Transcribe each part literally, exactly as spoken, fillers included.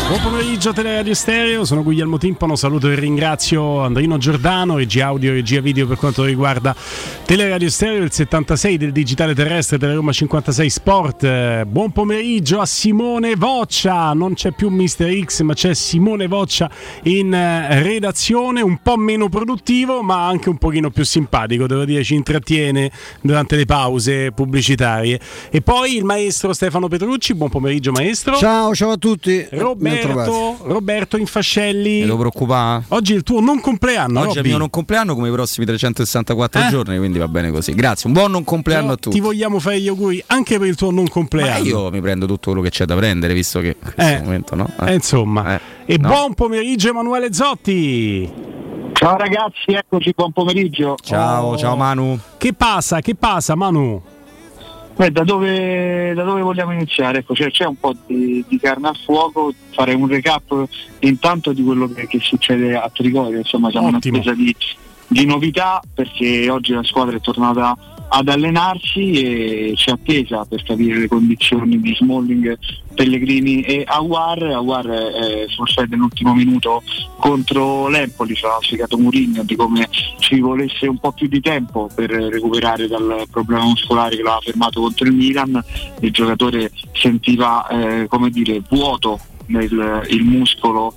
Buon pomeriggio a Teleradio Stereo, sono Guglielmo Timpano, saluto e ringrazio Andrino Giordano, regia audio e regia video per quanto riguarda Teleradio Stereo, il settantasei del digitale terrestre Teleroma cinquantasei Sport. Buon pomeriggio a Simone Voccia, non c'è più mister X ma c'è Simone Voccia in redazione, un po' meno produttivo ma anche un pochino più simpatico, devo dire, ci intrattiene durante le pause pubblicitarie. E poi il maestro Stefano Petrucci, buon pomeriggio maestro. Ciao, ciao a tutti. Roberto, Roberto Infascelli. Mi devo preoccupare? Oggi è il tuo non compleanno. Oggi Robby. è il mio non compleanno come i prossimi trecentosessantaquattro eh? giorni, quindi va bene così. Grazie, un buon non compleanno Però a tutti. Ti vogliamo fare gli auguri anche per il tuo non compleanno. Ma io mi prendo tutto quello che c'è da prendere, visto che in questo eh, momento no. Eh. Eh, insomma. Eh, e no. Buon pomeriggio Emanuele Zotti. Ciao ragazzi, eccoci, buon pomeriggio. Ciao, oh. ciao Manu. Che passa? Che passa Manu? Beh, da dove, da dove vogliamo iniziare? Ecco, c'è, c'è un po' di, di carne al fuoco, fare un recap intanto di quello che, che succede a Trigoria, insomma siamo Ottimo. in attesa di, di novità perché oggi la squadra è tornata ad allenarsi e c'è attesa per capire le condizioni di Smalling, Pellegrini e Aouar. Aouar è forse nell'ultimo minuto contro l'Empoli, ci ha spiegato Mourinho di come ci volesse un po' più di tempo per recuperare dal problema muscolare che l'aveva fermato contro il Milan. Il giocatore sentiva eh, come dire vuoto nel il muscolo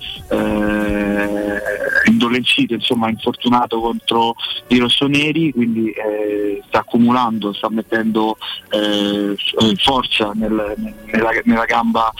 eh, indolenzito, insomma infortunato contro i rossoneri, quindi eh, sta accumulando, sta mettendo eh, forza nel, nella, nella gamba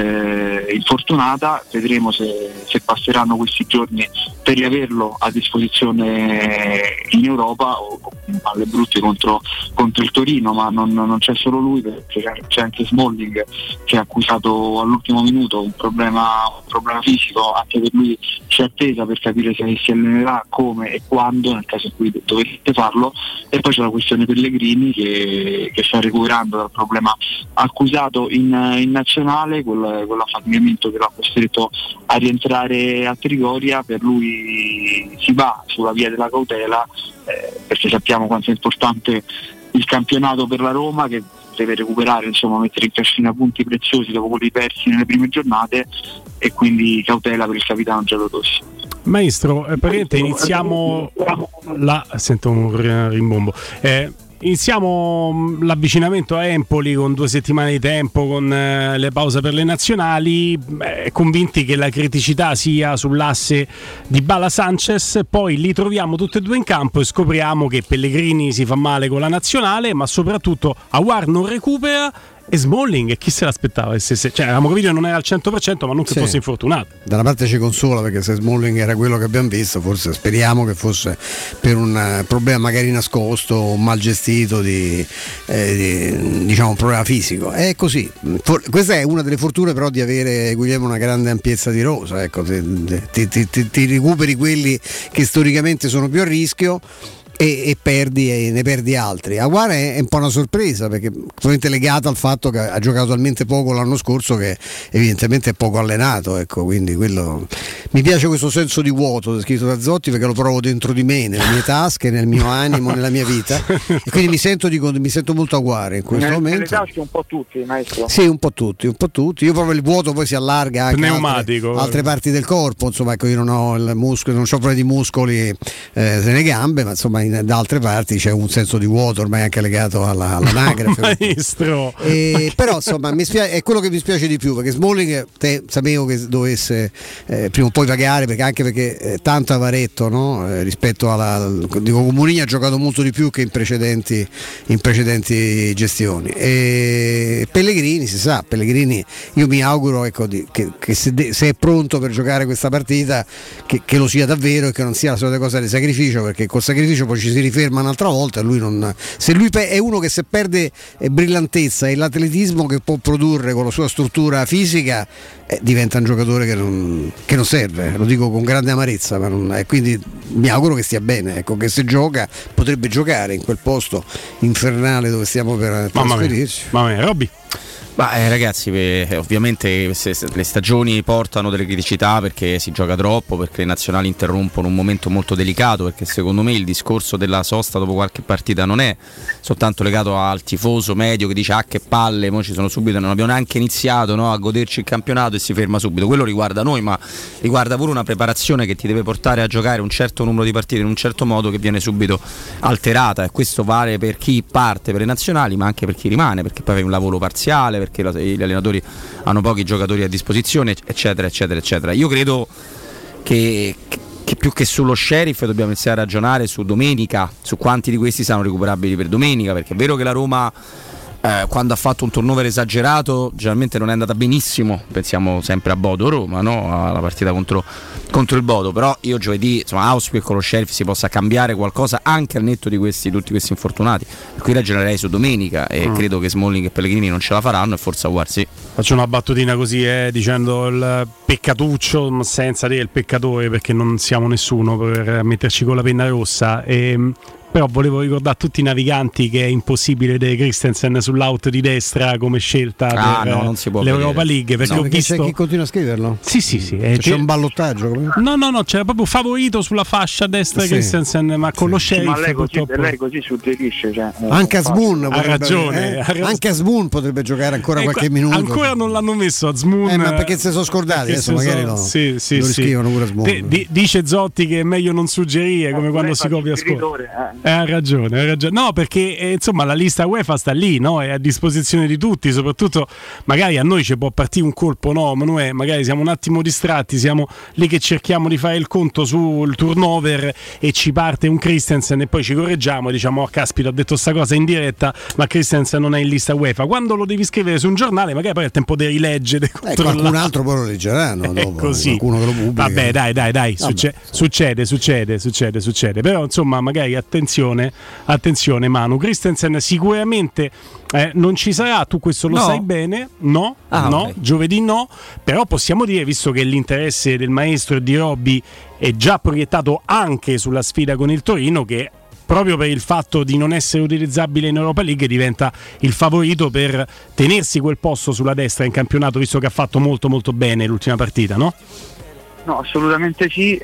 eh, infortunata. Vedremo se, se passeranno questi giorni per riaverlo a disposizione in Europa o, o alle brutte contro, contro il Torino, ma non, non c'è solo lui, perché c'è anche Smalling che ha accusato all'ultimo minuto un problema, un problema fisico. Anche per lui c'è attesa per capire se si allenerà, come e quando, nel caso in cui dovesse farlo. E poi c'è la questione Pellegrini che, che sta recuperando dal problema accusato in, in nazionale, quel, quell'affaticamento che l'ha costretto a rientrare a Trigoria. Per lui si va sulla via della cautela eh, perché sappiamo quanto è importante il campionato per la Roma, che deve recuperare, insomma mettere in cascina punti preziosi dopo quelli persi nelle prime giornate, e quindi cautela per il capitano giallorossi. Maestro, eh, praticamente iniziamo la sento un rimbombo. Eh, Iniziamo l'avvicinamento a Empoli con due settimane di tempo, con eh, le pause per le nazionali, eh, convinti che la criticità sia sull'asse Dybala Sanchez. Poi li troviamo tutti e due in campo e scopriamo che Pellegrini si fa male con la nazionale, ma soprattutto Aouar non recupera e Smalling, chi se l'aspettava? Se, se, cioè, avevamo capito che non era al cento per cento, ma non che sì, fosse infortunato. Da una parte ci consola, perché se Smalling era quello che abbiamo visto, forse speriamo che fosse per un uh, problema magari nascosto o mal gestito di, eh, di diciamo un problema fisico. È così. For- questa è una delle fortune però di avere, Guglielmo, una grande ampiezza di rosa, ecco, ti, ti, ti, ti recuperi quelli che storicamente sono più a rischio E, e perdi e ne perdi altri. Aouar è, è un po' una sorpresa, perché probabilmente legata al fatto che ha giocato talmente poco l'anno scorso che evidentemente è poco allenato, ecco, quindi quello mi piace, questo senso di vuoto scritto da Zotti, perché lo provo dentro di me, nelle mie tasche, nel mio animo, nella mia vita, e quindi mi sento, di, mi sento molto Aouar in questo nelle, momento. Nelle tasche un po' tutti, maestro. Sì, un po' tutti, un po' tutti. Io proprio il vuoto poi si allarga anche pneumatico, altre, altre parti del corpo, insomma, ecco, io non ho il muscolo, non ho problemi di muscoli eh, nelle gambe, ma insomma in, da altre parti c'è un senso di vuoto ormai anche legato alla, all'anagrafe. Maestro. E, però insomma mi spiace, è quello che mi spiace di più, perché Smalling te, sapevo che dovesse eh, prima o poi pagare, perché anche perché eh, tanto avaretto, no? eh, rispetto alla, dico, Mourinho ha giocato molto di più che in precedenti, in precedenti gestioni. E Pellegrini, si sa, Pellegrini io mi auguro, ecco, di, che, che se, de, se è pronto per giocare questa partita che, che lo sia davvero e che non sia la solita cosa di sacrificio, perché col sacrificio poi ci si riferma un'altra volta. Lui non, se lui è uno che se perde eh, brillantezza e l'atletismo che può produrre con la sua struttura fisica, eh, diventa un giocatore che non, che non serve, lo dico con grande amarezza, ma non, eh, quindi mi auguro che stia bene, ecco, che se gioca potrebbe giocare in quel posto infernale dove stiamo per trasferirci. Mamma mia, Robby. Ma eh, ragazzi, eh, ovviamente se, se le stagioni portano delle criticità perché si gioca troppo, perché le nazionali interrompono un momento molto delicato, perché secondo me il discorso della sosta dopo qualche partita non è soltanto legato al tifoso medio che dice ah che palle, mo ci sono subito, non abbiamo neanche iniziato, no, a goderci il campionato e si ferma subito. Quello riguarda noi, ma riguarda pure una preparazione che ti deve portare a giocare un certo numero di partite in un certo modo che viene subito alterata, e questo vale per chi parte per le nazionali ma anche per chi rimane, perché poi fai un lavoro parziale, perché gli allenatori hanno pochi giocatori a disposizione, eccetera eccetera eccetera. Io credo che, che più che sullo Sheriff dobbiamo iniziare a ragionare su domenica, su quanti di questi saranno recuperabili per domenica, perché è vero che la Roma eh, quando ha fatto un turnover esagerato generalmente non è andata benissimo, pensiamo sempre a Bodo Roma, no? Alla partita contro, contro il Bodo, però io giovedì insomma auspico che con lo Sheriff si possa cambiare qualcosa anche al netto di questi, tutti questi infortunati, per cui ragionerei su domenica e mm. credo che Smalling e Pellegrini non ce la faranno e forse Aouar sì. Faccio una battutina così, eh, dicendo il peccatuccio senza dire il peccatore, perché non siamo nessuno per metterci con la penna rossa, e però volevo ricordare a tutti i naviganti che è impossibile vedere Christensen sull'out di destra come scelta ah, per no, non si può l'Europa vedere. League, perché no, ho perché visto c'è chi continua a scriverlo. Sì sì sì, cioè, c'è te... un ballottaggio come... no no no c'era proprio favorito sulla fascia destra, sì. Christensen, ma con sì. lo Sheriff ma lei così, purtroppo... lei così suggerisce, cioè, anche Asmoon ha ragione, eh? ha ragione. Anche Asmoon potrebbe giocare ancora ecco, qualche minuto, ancora non l'hanno messo Asmoon, eh, ma perché se sono scordati adesso magari so... no sì, sì, lo sì. scrivono pure Asmoon. D- d- dice Zotti che è meglio non suggerire, come eh, quando si copia a scuola, eh. eh, ha ragione, ha ragione. No, perché eh, insomma la lista UEFA sta lì, no? È a disposizione di tutti, soprattutto magari a noi ci può partire un colpo, no? Ma noi magari siamo un attimo distratti, siamo lì che cerchiamo di fare il conto sul turnover e ci parte un Christensen e poi ci correggiamo e diciamo oh caspita, ho detto sta cosa in diretta, ma Christensen non è in lista UEFA. Quando lo devi scrivere su un giornale magari poi è il tempo di rileggere, eh, qualcun altro poi lo leggerà, no? È così. Qualcuno che lo pubblica. Vabbè dai dai dai, succe- succede succede succede succede però insomma magari attenzione attenzione Manu, Christensen sicuramente eh, non ci sarà, tu questo lo no. sai bene, no, ah, no okay. giovedì no, però possiamo dire, visto che l'interesse del maestro e di Robby è già proiettato anche sulla sfida con il Torino, che proprio per il fatto di non essere utilizzabile in Europa League diventa il favorito per tenersi quel posto sulla destra in campionato, visto che ha fatto molto molto bene l'ultima partita, no? No, assolutamente sì,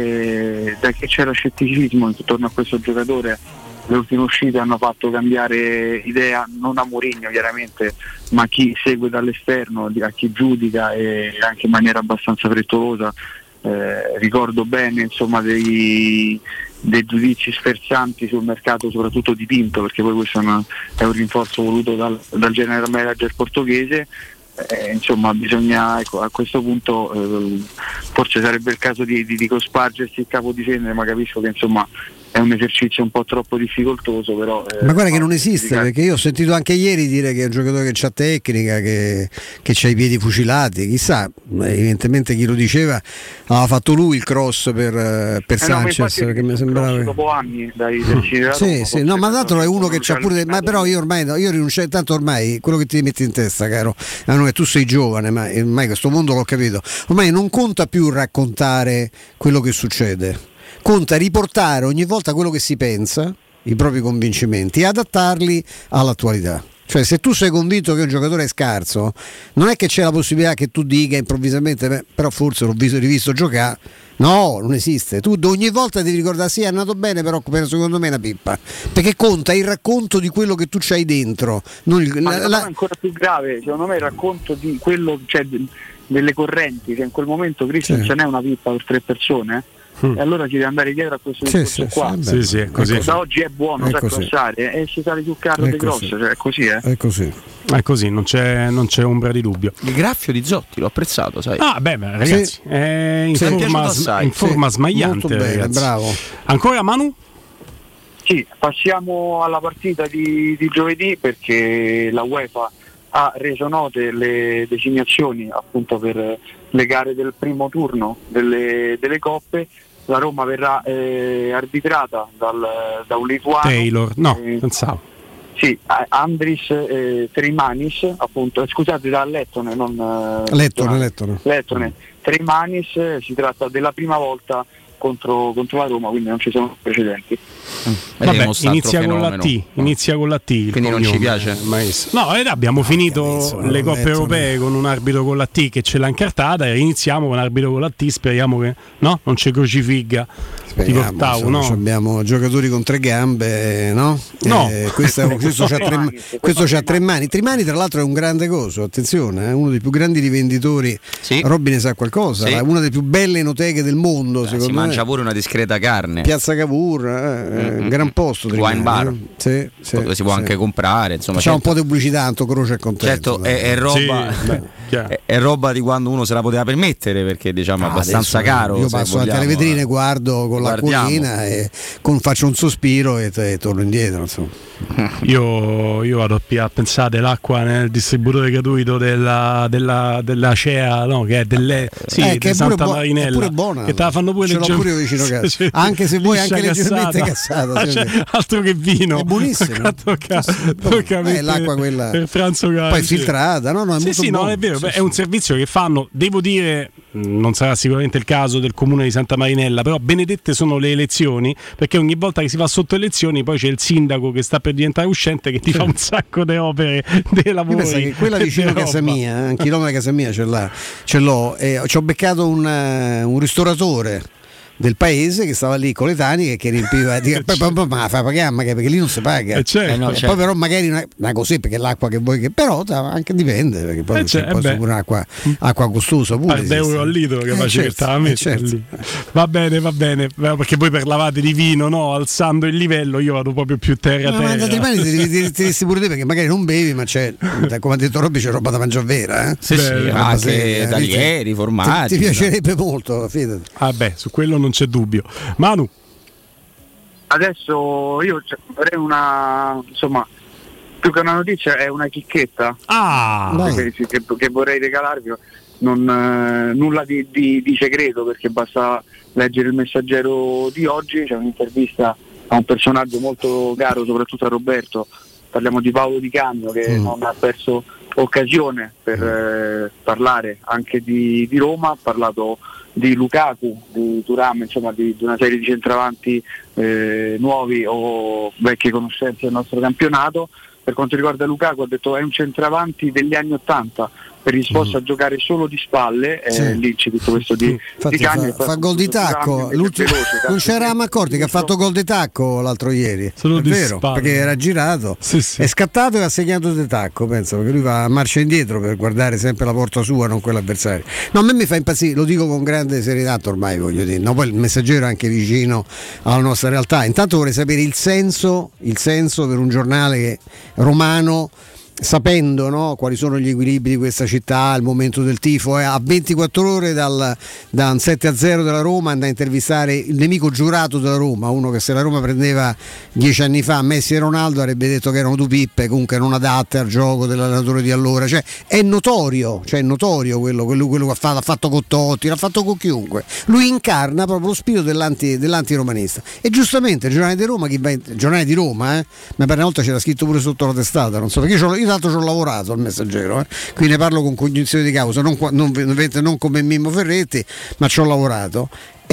e da che c'era scetticismo intorno a questo giocatore, le ultime uscite hanno fatto cambiare idea, non a Mourinho chiaramente, ma a chi segue dall'esterno, a chi giudica, e anche in maniera abbastanza frettolosa. Eh, ricordo bene insomma dei, dei giudizi sferzanti sul mercato, soprattutto di Pinto, perché poi questo è, una, è un rinforzo voluto dal, dal general manager portoghese. Eh, insomma bisogna, ecco, a questo punto eh, forse sarebbe il caso di, di, di cospargersi il capo di cenere, ma capisco che insomma è un esercizio un po' troppo difficoltoso, però eh, ma guarda che non esiste, perché io ho sentito anche ieri dire che è un giocatore che c'ha tecnica, che, che c'ha i piedi fucilati, chissà, evidentemente chi lo diceva aveva fatto lui il cross per, per eh Sanchez, no, perché mi sembrava dopo anni dai esercizi della sì, Roma, sì, no, ma tanto è uno che c'ha pure, ma però io ormai no, io rinuncio, tanto ormai quello che ti metti in testa, caro, a noi tu sei giovane, ma ormai questo mondo l'ho capito, ormai non conta più raccontare quello che succede, conta riportare ogni volta quello che si pensa, i propri convincimenti, e adattarli all'attualità. Cioè, se tu sei convinto che un giocatore è scarso, non è che c'è la possibilità che tu dica improvvisamente beh, però forse l'ho visto, rivisto giocare. No, non esiste. Tu ogni volta devi ricordare sì, è andato bene, però secondo me è una pippa, perché conta il racconto di quello che tu c'hai dentro, non il, ma la, la... è ancora più grave secondo me il racconto di quello, cioè delle correnti, che in quel momento Christensen sì. è una pippa per tre persone, mm. e allora si deve andare dietro a questo sì, discorso sì, qua. Sì, sì, è così. Da oggi è buono, è sa così. crossare e si sale sul carro È di cross, così. cioè è così, eh? È così. È così, non c'è, non c'è ombra di dubbio. Il graffio di Zotti l'ho apprezzato, sai. Ah, beh, ma ragazzi, sì. è in Sì, forma, assai. in forma Sì, smagliante. molto bene, ragazzi. bravo. Ancora Manu? Sì, passiamo alla partita di, di giovedì, perché la UEFA ha reso note le designazioni appunto per le gare del primo turno delle, delle coppe. La Roma verrà eh, arbitrata dal, da un lituano, Taylor, no, eh, pensavo. sì, Andris eh, Trimanis, appunto, scusate, da Lettone, non Lettone, Lettone. Lettone. Trimanis, si tratta della prima volta contro, contro la Roma, quindi non ci sono precedenti. Mm. Vabbè, inizia con la T, inizia con la T. Quindi non ci piace? Maestro. No, eh, abbiamo finito no, le coppe europee con un arbitro con la T che ce l'ha incartata e iniziamo con un arbitro con la T, speriamo che no, non ci crucifigga. Speriamo, Portavo, no? Abbiamo giocatori con tre gambe, no? No. Eh, questo è, questo c'ha tre, questo c'ha tre mani. Trimani tra l'altro è un grande coso, attenzione, è eh? uno dei più grandi rivenditori. Sì. Robby ne sa qualcosa, sì. Una delle più belle enoteche del mondo, Beh, secondo si me. mangia pure una discreta carne. Piazza Cavour, eh, mm-hmm. gran posto. Trimani, wine bar. Sì, sì, dove si può sì. anche comprare, insomma. C'è certo. un po' di pubblicità, tanto croce e contento. Certo, è, è roba sì, beh, è, è roba di quando uno se la poteva permettere, perché diciamo è ah, abbastanza caro. Io passo davanti alle vetrine, guardo con l'acquolina e con, faccio un sospiro e, e torno indietro, insomma. Io, io vado a pensare l'acqua nel distributore gratuito della, della, della C E A, no? Che è delle sì, eh, che è Santa bu- Marinella, è pure buona, che te la fanno pure ce l'ho legger- pure io vicino a casa, cioè, anche se vuoi anche leggermente cassata, cioè, altro che vino, è buonissimo. Tocca, tocca eh, l'acqua quella per Franzo Gatti. Poi filtrata, no? no è sì, molto sì, buono. no, è vero, sì, beh, sì. È un servizio che fanno, devo dire, non sarà sicuramente il caso del comune di Santa Marinella, però benedette sono le elezioni, perché ogni volta che si va sotto elezioni poi c'è il sindaco che sta per diventare uscente che ti fa un sacco di opere, dei lavori. Io penso che quella vicino a casa mia, un chilometro da casa mia ce l'ha, ce l'ho, e ci ho beccato un, uh, un ristoratore del paese che stava lì coetanei che, che riempiva di, poi, poi, poi, ma fa pagare magari, perché lì non si paga eh certo, eh no, certo. Poi però magari una, una così perché l'acqua che vuoi che però anche dipende perché poi eh c'è pure acqua, acqua costosa pure ad euro al litro che eh, faccio certo, che stava eh, certo. Va bene, va bene, perché poi parlavate di vino, no? Alzando il livello io vado proprio più terra ma terra. Ma ti diresti pure te perché magari non bevi, ma c'è, come ha detto Robby, c'è roba da mangiare vera, eh? Sì, Beh, sì, anche taglieri, formaggi. Ti, ti piacerebbe molto, fidati. Ah beh, su quello non c'è dubbio. Manu, adesso io avrei una, insomma, più che una notizia è una chicchetta ah, che, che, che vorrei regalarvi, non, eh, nulla di, di, di segreto perché basta leggere il Messaggero di oggi, c'è un'intervista a un personaggio molto caro soprattutto a Roberto, parliamo di Paolo Di Canio che mm. non ha perso occasione per eh, parlare anche di, di Roma, ha parlato di Lukaku, di Thuram, insomma di, di una serie di centravanti eh, nuovi o vecchie conoscenze del nostro campionato. Per quanto riguarda Lukaku ha detto è un centravanti degli anni ottanta, per risposta mm. a giocare solo di spalle, sì. eh, lì c'è tutto questo di, Infatti di Cagno, fa, fa gol di tacco, veloce, non c'eravamo accorti che ha fatto gol di tacco l'altro ieri, solo è vero, spalle. Perché era girato, sì, sì. È scattato e ha segnato di tacco, penso, perché lui va a marcia indietro per guardare sempre la porta sua, non quella avversaria. No, a me mi fa impazzire, lo dico con grande serietà ormai, voglio dire, no, poi il Messaggero è anche vicino alla nostra realtà. Intanto vorrei sapere il senso, il senso per un giornale che, romano, sapendo, no, quali sono gli equilibri di questa città, il momento del tifo, eh, a ventiquattro ore dal, da un sette a zero della Roma andare a intervistare il nemico giurato della Roma, uno che se la Roma prendeva dieci anni fa Messi e Ronaldo avrebbe detto che erano due pippe comunque non adatte al gioco dell'allenatore di allora, cioè è notorio, cioè è notorio quello, quello, quello che ha fatto, ha fatto con Totti, l'ha fatto con chiunque, lui incarna proprio lo spirito dell'anti, dell'antiromanista e giustamente il giornale di Roma, chi va in, il giornale di Roma, eh, ma per una volta c'era scritto pure sotto la testata, non so perché io, io tanto ci ho lavorato al Messaggero, eh. Qui ne parlo con cognizione di causa, non, non, non come Mimmo Ferretti, ma ci ho lavorato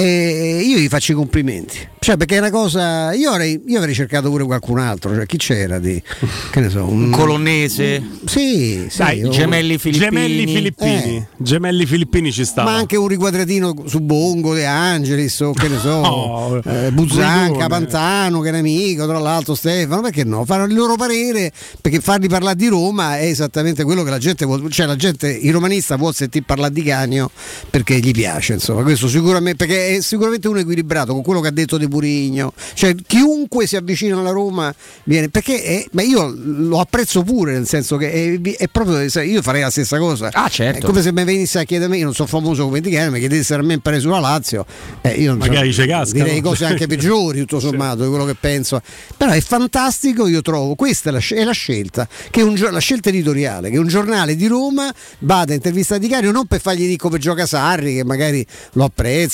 e io gli faccio i complimenti, cioè perché è una cosa, io avrei, io avrei cercato pure qualcun altro, cioè chi c'era di, che ne so, un, un colonnese, un, sì, sì dai, o, gemelli filippini, gemelli filippini, eh. gemelli filippini ci stava, ma anche un riquadratino su Bongo De Angelis o che ne so, oh, eh, Buzzanca, Pantano che è un amico, tra l'altro Stefano, perché no, fanno il loro parere, perché farli parlare di Roma è esattamente quello che la gente vuole, cioè la gente, il romanista vuol sentire parlare di Canio perché gli piace, insomma, questo sicuramente, perché è sicuramente uno equilibrato con quello che ha detto De Purigno, cioè chiunque si avvicina alla Roma viene, perché è, ma io lo apprezzo pure, nel senso che è, è proprio, io farei la stessa cosa, ah, certo. È come se mi venisse a chiedere me, io non sono famoso come Di Canio, mi chiedesse a me imparare sulla Lazio, eh, io non magari so, c'è casca, direi no? cose anche peggiori tutto sommato di quello che penso, però è fantastico, io trovo, questa è la, è la scelta, che un, la scelta editoriale, che un giornale di Roma vada a intervistare Di Canio non per fargli dire come gioca Sarri, che magari lo apprezza, quanto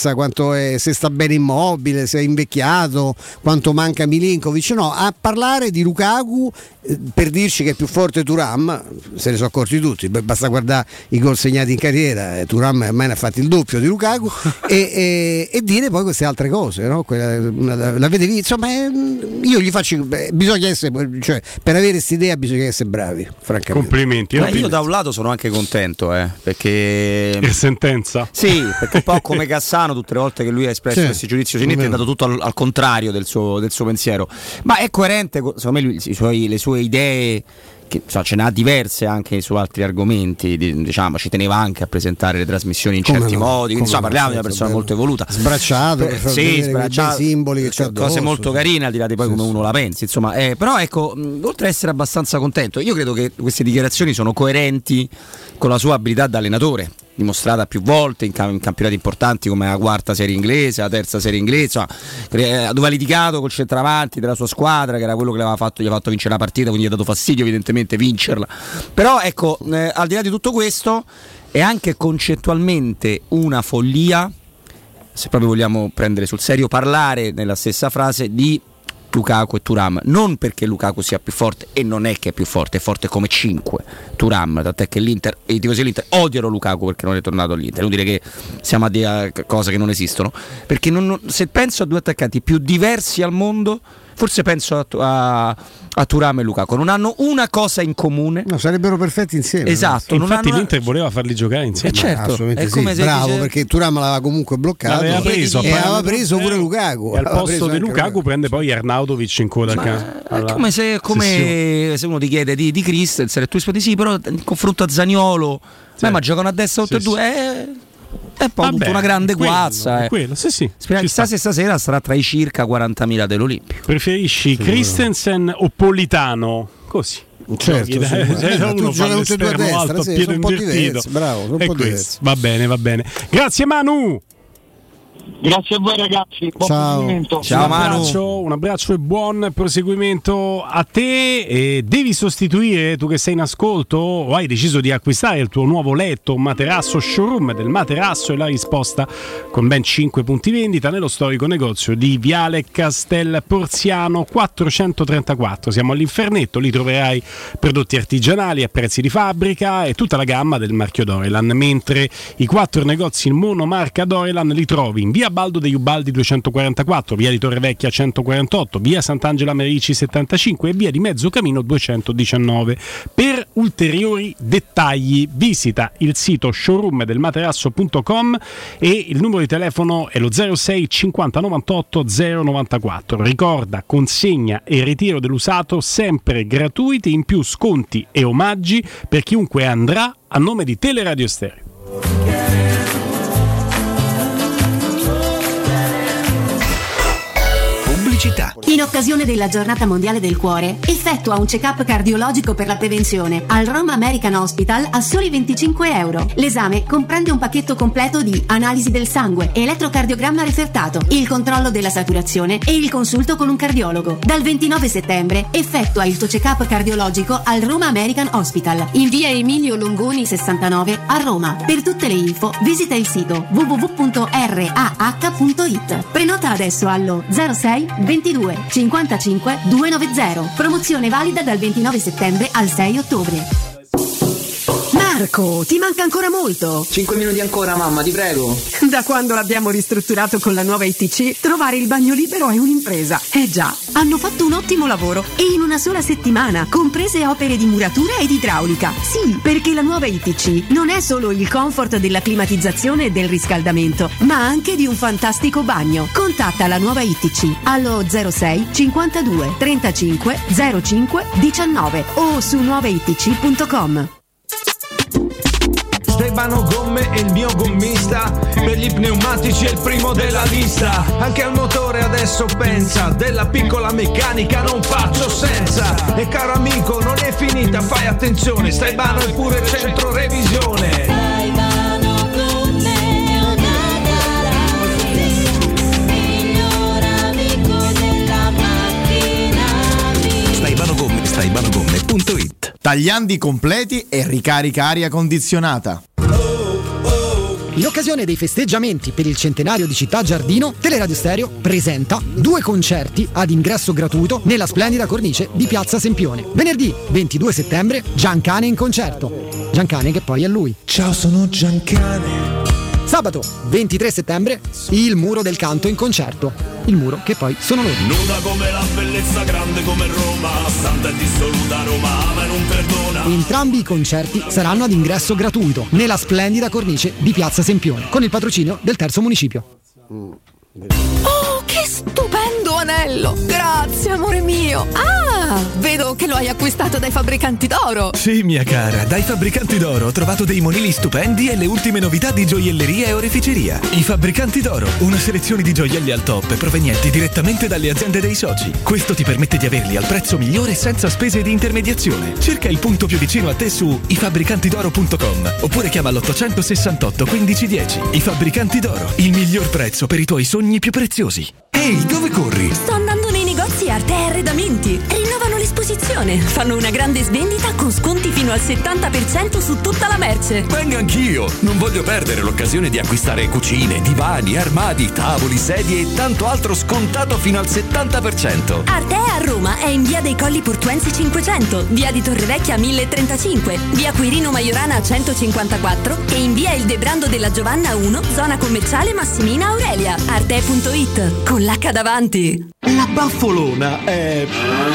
quanto è, se sta bene Immobile, se è invecchiato, quanto manca Milinkovic, no, a parlare di Lukaku eh, per dirci che è più forte Thuram, se ne sono accorti tutti, basta guardare i gol segnati in carriera, eh, Thuram ormai ne ha fatti il doppio di Lukaku e, e, e dire poi queste altre cose, no? Quella, l'avete visto? Insomma, eh, io gli faccio, beh, bisogna essere, cioè, per avere questa idea bisogna essere bravi, francamente. Complimenti. Io, io da un lato sono anche contento, eh, perché che sentenza? Sì, perché un po' come Cassano, tutte le volte che lui ha espresso sì, questi giudizi sui netti è andato tutto al, al contrario del suo, del suo pensiero, ma è coerente, secondo me lui, i suoi, le sue idee, che so, ce n'ha diverse anche su altri argomenti, diciamo, ci teneva anche a presentare le trasmissioni in come certi no, modi, quindi, insomma, parliamo di una persona bello. molto evoluta, Sbracciato, per far sì, sbracciato, i simboli che c'ha cose addosso, molto sì. carine, al di là di poi sì, come sì. uno la pensi, insomma, eh, però ecco, mh, oltre ad essere abbastanza contento, io credo che queste dichiarazioni sono coerenti con la sua abilità da allenatore, dimostrata più volte in, cam- in campionati importanti come la quarta serie inglese, la terza serie inglese, insomma, dove ha litigato col centravanti della sua squadra, che era quello che l'aveva fatto, gli ha fatto vincere la partita, quindi gli ha dato fastidio evidentemente vincerla. Però ecco, eh, al di là di tutto questo, è anche concettualmente una follia, se proprio vogliamo prendere sul serio, parlare nella stessa frase di Lukaku e Thuram, non perché Lukaku sia più forte, e non è che è più forte, è forte come cinque Thuram, tant'è che l'Inter e i tifosi dell'Inter odiano Lukaku perché non è tornato all'Inter. È inutile che siamo a dire cose che non esistono, perché non, se penso a due attaccanti più diversi al mondo, forse penso a, a, a Thuram e Lukaku, non hanno una cosa in comune. No, sarebbero perfetti insieme. Esatto, no? Infatti non l'Inter hanno... voleva farli giocare insieme. Eh certo, assolutamente è sì. come se Bravo, dice... perché Thuram l'aveva comunque bloccato, l'aveva preso, e aveva preso pure Lukaku, e al aveva posto preso di anche Lukaku prende poi Arnautovic in coda. Ma alla... è come se, come se uno ti chiede di, di Christensen e tu rispondi sì, però in confronto a Zaniolo, sì. ma giocano a destra tutti e due, è, è poi Vabbè, una grande è quello, guazza. È quello, sì, sì. Chissà se stasera sarà tra i circa quarantamila dell'Olimpico. Preferisci Christensen o Politano? Così. Certo, Giochi, sì, eh, sì, uno tu fa giochi tutti e due a l'esterno destra, alto, sì, piede sono un po' invertito. diversi, bravo, sono un È po' questo. diversi. Va bene, va bene. Grazie Manu. Grazie a voi ragazzi, buon Ciao. proseguimento. Ciao, un, Manu. abbraccio, un abbraccio e buon proseguimento a te. E devi sostituire, tu che sei in ascolto o hai deciso di acquistare il tuo nuovo letto, un materasso showroom del materasso, e la risposta con ben cinque punti vendita nello storico negozio di Viale Castel Porziano quattrocentotrentaquattro. Siamo all'Infernetto, lì troverai prodotti artigianali a prezzi di fabbrica e tutta la gamma del marchio Dorelan, mentre i quattro negozi in monomarca Dorelan li trovi in via Baldo degli Ubaldi duecentoquarantaquattro, via di Torrevecchia centoquarantotto, via Sant'Angela Merici settantacinque e via di Mezzocamino duecentodiciannove. Per ulteriori dettagli visita il sito showroom del materasso punto com e il numero di telefono è lo zero sei cinquanta novantotto zero novantaquattro. Ricorda, consegna e ritiro dell'usato sempre gratuiti, in più sconti e omaggi per chiunque andrà a nome di Teleradio Stereo. In occasione della giornata mondiale del cuore, effettua un check-up cardiologico per la prevenzione al Roma American Hospital a soli venticinque euro. L'esame comprende un pacchetto completo di analisi del sangue, elettrocardiogramma refertato, il controllo della saturazione e il consulto con un cardiologo. Dal ventinove settembre effettua il tuo check-up cardiologico al Roma American Hospital in via Emilio Longoni sessantanove a Roma. Per tutte le info visita il sito w w w punto r a h punto i t. Prenota adesso allo zero sei ventidue cinquantacinque duecentonovanta. Promozione valida dal ventinove settembre al sei ottobre. Marco, ti manca ancora molto. cinque minuti ancora, mamma, ti prego. Da quando l'abbiamo ristrutturato con la nuova I T C, trovare il bagno libero è un'impresa. Eh già, hanno fatto un ottimo lavoro e in una sola settimana, comprese opere di muratura ed idraulica. Sì, perché la nuova I T C non è solo il comfort della climatizzazione e del riscaldamento, ma anche di un fantastico bagno. Contatta la nuova I T C allo zero sei cinquantadue trentacinque zero cinque diciannove o su nuova i t c punto com. Stefano Gomme è il mio gommista, per gli pneumatici è il primo della lista. Anche al motore adesso pensa, della piccola meccanica non faccio senza. E caro amico, non è finita, fai attenzione, Stefano è pure centro revisione. staibanogomme punto it. Tagliandi completi e ricarica aria condizionata. In occasione dei festeggiamenti per il centenario di Città Giardino, Teleradio Stereo presenta due concerti ad ingresso gratuito nella splendida cornice di Piazza Sempione. Venerdì ventidue settembre, Giancane in concerto. Giancane che poi è lui. Ciao, sono Giancane. Sabato ventitré settembre, il Muro del Canto in concerto. Il muro che poi sono loro. Nuda come la bellezza, grande come Roma, santa e dissoluta Roma, ma non perdona. Entrambi i concerti saranno ad ingresso gratuito nella splendida cornice di Piazza Sempione, con il patrocinio del Terzo Municipio. Oh, che stupendo anello! Grazie, amore mio! Ah, vedo che lo hai acquistato dai fabbricanti d'oro! Sì, mia cara, dai fabbricanti d'oro ho trovato dei monili stupendi e le ultime novità di gioielleria e oreficeria. I fabbricanti d'oro, una selezione di gioielli al top provenienti direttamente dalle aziende dei soci. Questo ti permette di averli al prezzo migliore senza spese di intermediazione. Cerca il punto più vicino a te su i fabbricanti d'oro punto com oppure chiama l'ottocentosessantotto quindici dieci. I Fabbricanti d'Oro, il miglior prezzo per i tuoi sogni più preziosi. Ehi, dove corri? Sto andando nei negozi Arte e Arredamenti. Rinnovano l'esposizione. Fanno una grande svendita con sconti fino al settanta per cento su tutta la merce. Vengo anch'io. Non voglio perdere l'occasione di acquistare cucine, divani, armadi, tavoli, sedie e tanto altro scontato fino al settanta per cento. Arte a Roma è in via dei Colli Portuensi cinquecento, via di Torrevecchia mille e trentacinque, via Quirino Maiorana centocinquantaquattro e in via Il Debrando della Giovanna uno, zona commerciale Massimina Aurelia. arte punto it con l'H davanti. La Baffolona è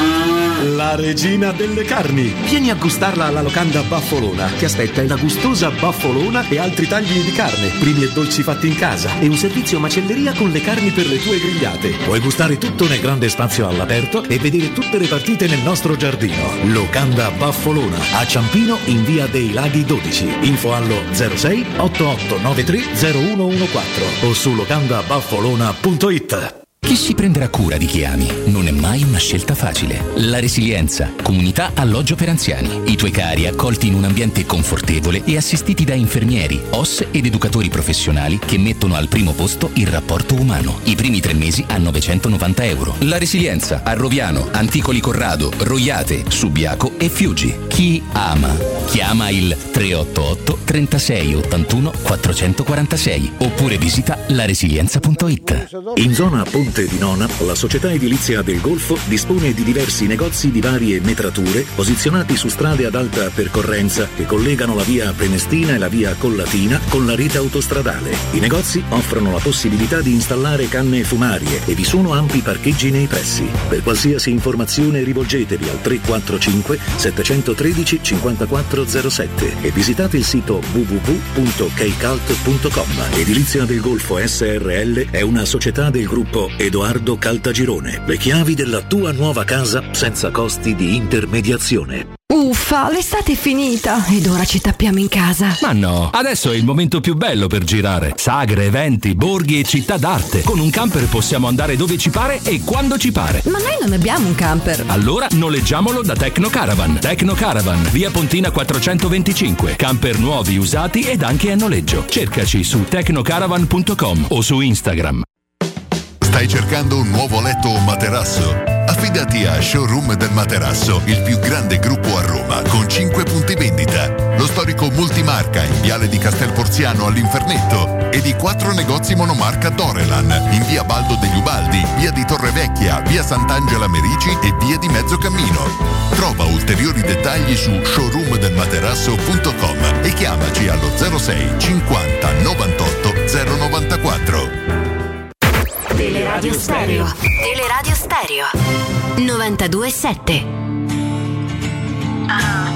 la regina delle carni. Vieni a gustarla alla locanda Baffolona. Ti aspetta una gustosa baffolona e altri tagli di carne, primi e dolci fatti in casa e un servizio macelleria con le carni per le tue grigliate. Puoi gustare tutto nel grande spazio all'aperto e vedere tutte le partite nel nostro giardino. Locanda Baffolona a Ciampino in via dei Laghi dodici. Info allo zero sei otto otto nove tre zero uno uno quattro o su locanda baffolona punto it. Chi si prenderà cura di chi ami non è mai una scelta facile. La Resilienza, comunità alloggio per anziani. I tuoi cari accolti in un ambiente confortevole e assistiti da infermieri, O S ed educatori professionali che mettono al primo posto il rapporto umano. I primi tre mesi a novecentonovanta euro. La Resilienza a Roviano, Anticoli Corrado, Roiate, Subiaco e Fiuggi. Chi ama? Chiama il tre otto otto trentasei ottantuno quattrocentoquarantasei oppure visita la resilienza punto it. In zona Ponte di Nona, la società edilizia del Golfo dispone di diversi negozi di varie metrature posizionati su strade ad alta percorrenza che collegano la via Prenestina e la via Collatina con la rete autostradale. I negozi offrono la possibilità di installare canne fumarie e vi sono ampi parcheggi nei pressi. Per qualsiasi informazione rivolgetevi al tre quattro cinque sette uno tre cinquantaquattro zero sette e visitate il sito w w w punto keicalt punto com. Edilizia del Golfo S R L è una società del gruppo Edoardo Caltagirone. Le chiavi della tua nuova casa senza costi di intermediazione. Uffa, l'estate è finita ed ora ci tappiamo in casa. Ma no, adesso è il momento più bello per girare. Sagre, eventi, borghi e città d'arte. Con un camper possiamo andare dove ci pare e quando ci pare. Ma noi non abbiamo un camper. Allora noleggiamolo da Tecno Caravan. Tecno Caravan, via Pontina quattrocentoventicinque. Camper nuovi, usati ed anche a noleggio. Cercaci su tecnocaravan punto com o su Instagram. Stai cercando un nuovo letto o materasso? Affidati a Showroom del Materasso, il più grande gruppo a Roma, con cinque punti vendita. Lo storico multimarca in Viale di Castelporziano all'Infernetto e di quattro negozi monomarca Dorelan in via Baldo degli Ubaldi, via di Torrevecchia, via Sant'Angela Merici e via di Mezzocammino. Trova ulteriori dettagli su showroom del materasso punto com e chiamaci allo zero sei cinquanta novantotto zero novantaquattro. Teleradio Stereo. Teleradio Stereo. novantadue sette. Uh-huh.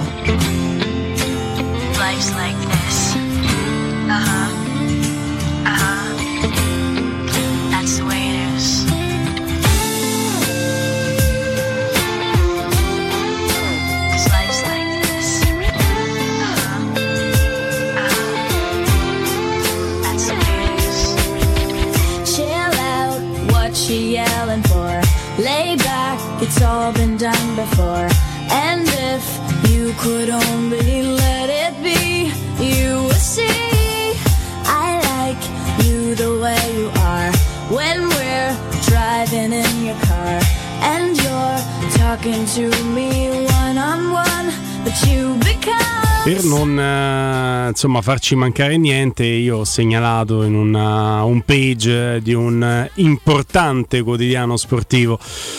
Life's like this. Uh-huh. Uh-huh. That's the way it is. Cause life's like this. Uh-huh. Uh-huh. That's the way it is. Chill out, what you yelling for? Lay back, it's all been done before. And if you could only let it be, you would see I like you the way you are. When we're driving in your car and you're talking to me one on one, but you become Per non eh, insomma farci mancare niente, io ho segnalato in una home page di un importante quotidiano sportivo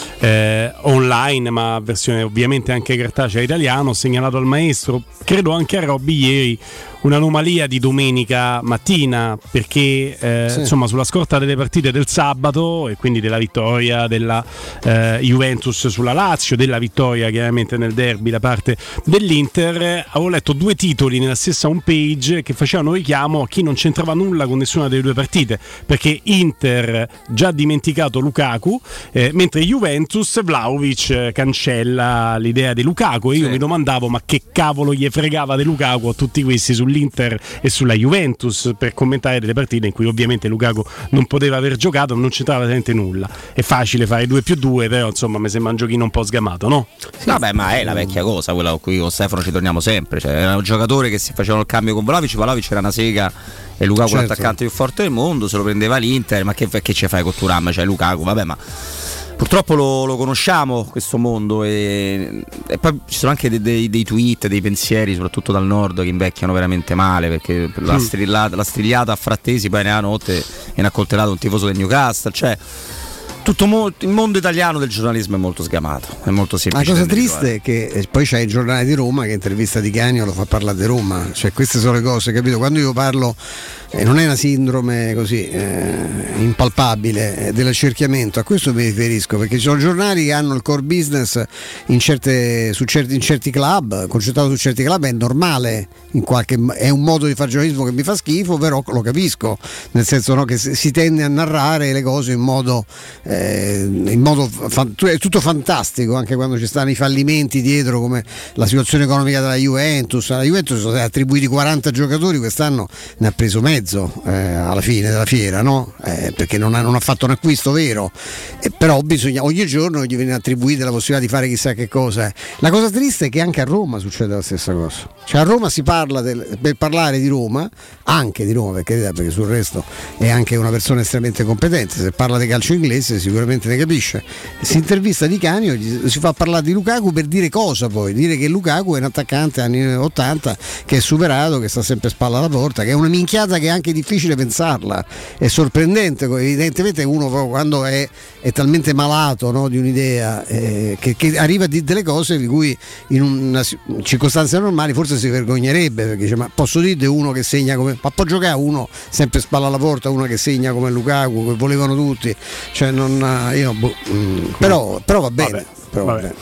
eh, online, ma versione ovviamente anche cartacea italiano, ho segnalato al maestro, credo anche a Robby ieri, un'anomalia di domenica mattina, perché eh, sì. insomma sulla scorta delle partite del sabato e quindi della vittoria della eh, Juventus sulla Lazio, della vittoria chiaramente nel derby da parte dell'Inter, avevo letto due titoli nella stessa home page che facevano richiamo a chi non c'entrava nulla con nessuna delle due partite, perché Inter già dimenticato Lukaku, eh, mentre Juventus Vlahovic cancella l'idea di Lukaku, e io sì. mi domandavo ma che cavolo gli fregava di Lukaku a tutti questi sul l'Inter e sulla Juventus per commentare delle partite in cui ovviamente Lukaku non poteva aver giocato, non c'entrava veramente nulla. È facile fare due più due, però insomma mi sembra un giochino un po' sgamato, no? Sì, vabbè, ma è la vecchia cosa, quella con cui con Stefano ci torniamo sempre, cioè era un giocatore che si faceva il cambio con Vlahovic, Vlahovic era una sega e Lukaku certo. l'attaccante più forte del mondo, se lo prendeva l'Inter, ma che, che ci fai con Thuram, cioè Lukaku, vabbè, ma purtroppo lo, lo conosciamo questo mondo, e, e poi ci sono anche dei, dei, dei tweet, dei pensieri soprattutto dal nord che invecchiano veramente male, perché la, strillata, la strigliata a Frattesi poi ne ha notte e ne ha accoltellato un tifoso del Newcastle, cioè tutto mo- il mondo italiano del giornalismo è molto sgamato, è molto semplice. La cosa triste è che eh, poi c'è il giornale di Roma che intervista Di Canio lo fa parlare di Roma, cioè queste sono le cose, capito? Quando io parlo eh, non è una sindrome così eh, impalpabile eh, dell'accerchiamento, a questo mi riferisco, perché ci sono giornali che hanno il core business in, certe, su certi, in certi club, concentrato su certi club, è normale, in qualche, è un modo di fare giornalismo che mi fa schifo, però lo capisco, nel senso no, che si tende a narrare le cose in modo eh, in modo fan, è tutto fantastico, anche quando ci stanno i fallimenti dietro, come la situazione economica della Juventus. La Juventus sono stati attribuiti quaranta giocatori, quest'anno ne ha preso mezzo eh, alla fine della fiera, no? Eh, perché non ha, non ha fatto un acquisto vero, eh, però bisogna, ogni giorno gli viene attribuita la possibilità di fare chissà che cosa. La cosa triste è che anche a Roma succede la stessa cosa, cioè a Roma si parla del, per parlare di Roma, anche di Roma per carità, perché sul resto è anche una persona estremamente competente, se parla di calcio inglese sicuramente ne capisce. Si intervista Di Canio, si fa parlare di Lukaku per dire cosa, poi dire che Lukaku è un attaccante anni ottanta che è superato, che sta sempre a spalla alla porta, che è una minchiata che è anche difficile pensarla, è sorprendente, evidentemente uno quando è, è talmente malato, no, di un'idea eh, che, che arriva a dire delle cose di cui in una circostanze normali forse si vergognerebbe, perché dice ma posso dire uno che segna come, ma può giocare uno sempre a spalla alla porta, uno che segna come Lukaku, che volevano tutti, cioè non io boh, mh, però, però va bene. Vabbè. Vabbè.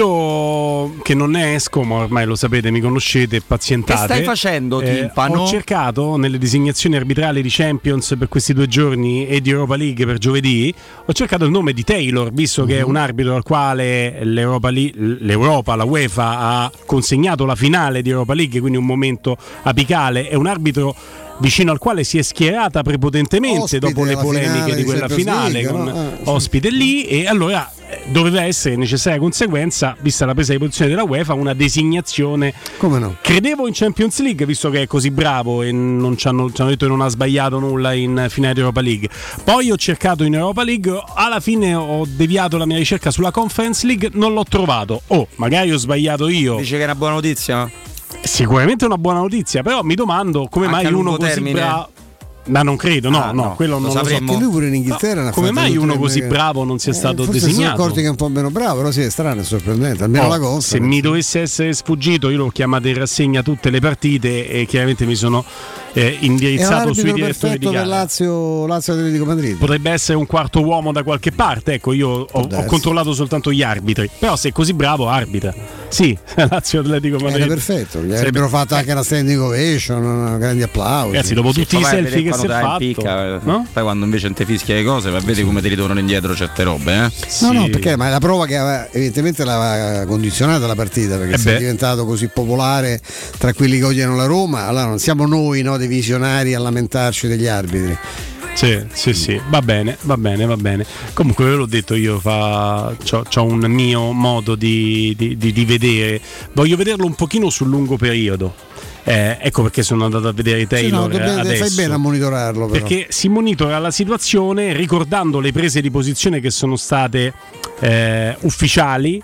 Io che non ne esco, ma ormai lo sapete, mi conoscete, pazientate. Che stai facendo, Timpano? Eh, ho cercato nelle designazioni arbitrali di Champions per questi due giorni e di Europa League per giovedì, ho cercato il nome di Taylor, visto mm-hmm. che è un arbitro al quale l'Europa, l'Europa, la UEFA ha consegnato la finale di Europa League, quindi un momento apicale, è un arbitro vicino al quale si è schierata prepotentemente ospite dopo le polemiche finale, di quella finale League, con no? ah, ospite sì. lì, e allora doveva essere necessaria conseguenza, vista la presa di posizione della UEFA, una designazione. Come no? Credevo in Champions League, visto che è così bravo e non ci hanno, ci hanno detto che non ha sbagliato nulla in finale di Europa League. Poi ho cercato in Europa League, alla fine ho deviato la mia ricerca sulla Conference League, non l'ho trovato. Oh, magari ho sbagliato io. Dice che è una buona notizia? Sicuramente è una buona notizia, però mi domando come anche mai uno così bravo. Ma non credo, no, ah, no, no, quello non lo sapremmo. so. Che lui pure in Inghilterra no, come mai uno così bravo non sia eh, stato forse designato? Si sono accorti che è un po' meno bravo, però sì, è strano, è sorprendente. Almeno oh, la cosa. Se mi dovesse essere sfuggito, io l'ho chiamato in rassegna tutte le partite e chiaramente mi sono eh, indirizzato sui direttori di gara. Per Lazio, Lazio Atletico Madrid. Potrebbe essere un quarto uomo da qualche parte. Ecco, io ho, ho controllato soltanto gli arbitri. Però se è così bravo, arbitra. Sì, Lazio Atletico Madrid. Era perfetto. Gli avrebbero fatto anche una standing ovation, grandi applausi. Ragazzi, dopo tutti i selfie che si è fatto. No? Poi quando invece non ti fischia le cose, va, vedi come ti ritornano indietro certe robe, eh? Sì. No, no, perché ma è la prova che aveva, evidentemente l'aveva condizionata la partita, perché eh se beh. è diventato così popolare tra quelli che odiano la Roma, allora non siamo noi, no, dei visionari a lamentarci degli arbitri. Sì, sì, sì, va bene, va bene, va bene. Comunque ve l'ho detto, io fa, c'ho, c'ho un mio modo di, di, di, di vedere, voglio vederlo un pochino sul lungo periodo. Eh, ecco perché sono andato a vedere Taylor. Sì, no, bene, adesso. Fai bene a monitorarlo. Però. Perché si monitora la situazione ricordando le prese di posizione che sono state eh, ufficiali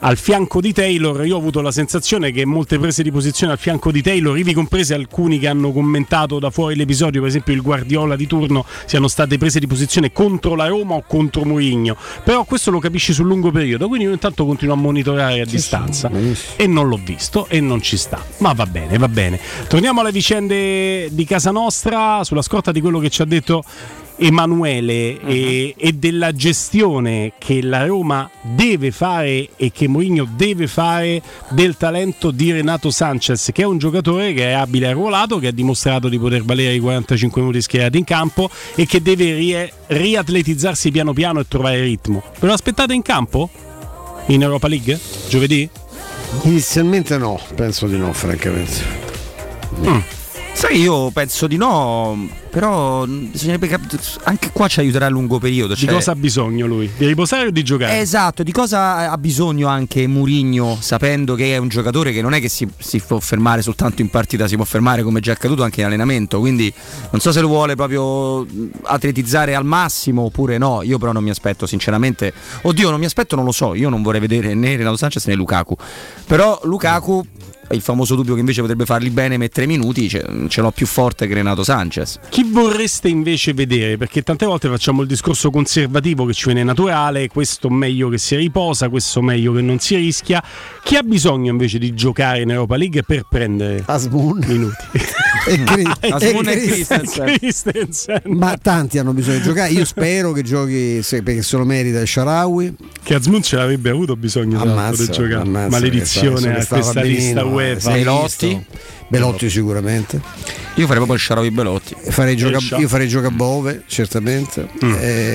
al fianco di Taylor. Io ho avuto la sensazione che molte prese di posizione al fianco di Taylor, ivi comprese alcuni che hanno commentato da fuori l'episodio, per esempio il Guardiola di turno, siano state prese di posizione contro la Roma o contro Mourinho. Però questo lo capisci sul lungo periodo, quindi io intanto continuo a monitorare a sì, distanza sì, e non l'ho visto e non ci sta, ma va bene, va bene. Torniamo alle vicende di casa nostra, sulla scorta di quello che ci ha detto Emanuele uh-huh. e, e della gestione che la Roma deve fare e che Mourinho deve fare del talento di Renato Sanchez, che è un giocatore che è abile arruolato, che ha dimostrato di poter valere i quarantacinque minuti schierati in campo e che deve ri- riatletizzarsi piano piano e trovare ritmo. Ve lo aspettate in campo? In Europa League? Giovedì? Inizialmente no, penso di no, francamente. Mm. Sai, io penso di no, però bisognerebbe cap- anche qua ci aiuterà a lungo periodo. Cioè... Di cosa ha bisogno lui? Di riposare o di giocare? Esatto, di cosa ha bisogno anche Mourinho, sapendo che è un giocatore che non è che si, si può fermare soltanto in partita, si può fermare, come già accaduto, anche in allenamento. Quindi non so se lo vuole proprio atletizzare al massimo oppure no. Io però non mi aspetto sinceramente, oddio non mi aspetto, non lo so, io non vorrei vedere né Renato Sanchez né Lukaku. Però Lukaku, il famoso dubbio che invece potrebbe farli bene mettere minuti, ce, ce l'ho più forte che Renato Sanchez. Chi vorreste invece vedere? Perché tante volte facciamo il discorso conservativo che ci viene naturale, questo meglio che si riposa, questo meglio che non si rischia. Chi ha bisogno invece di giocare in Europa League per prendere Asmun minuti? e Cri- Asmun e Christensen. Christensen. Ma tanti hanno bisogno di giocare. Io spero che giochi, se, perché se lo merita il Shaarawy. Che Asmun ce l'avrebbe avuto bisogno ammazza, di giocare. Ammazza, Maledizione a questa benino, lista UEFA. Belotti. Belotti sicuramente. Io farei proprio il Shaarawy Belotti. Farei gioca, io farei Giocabove certamente. Mm.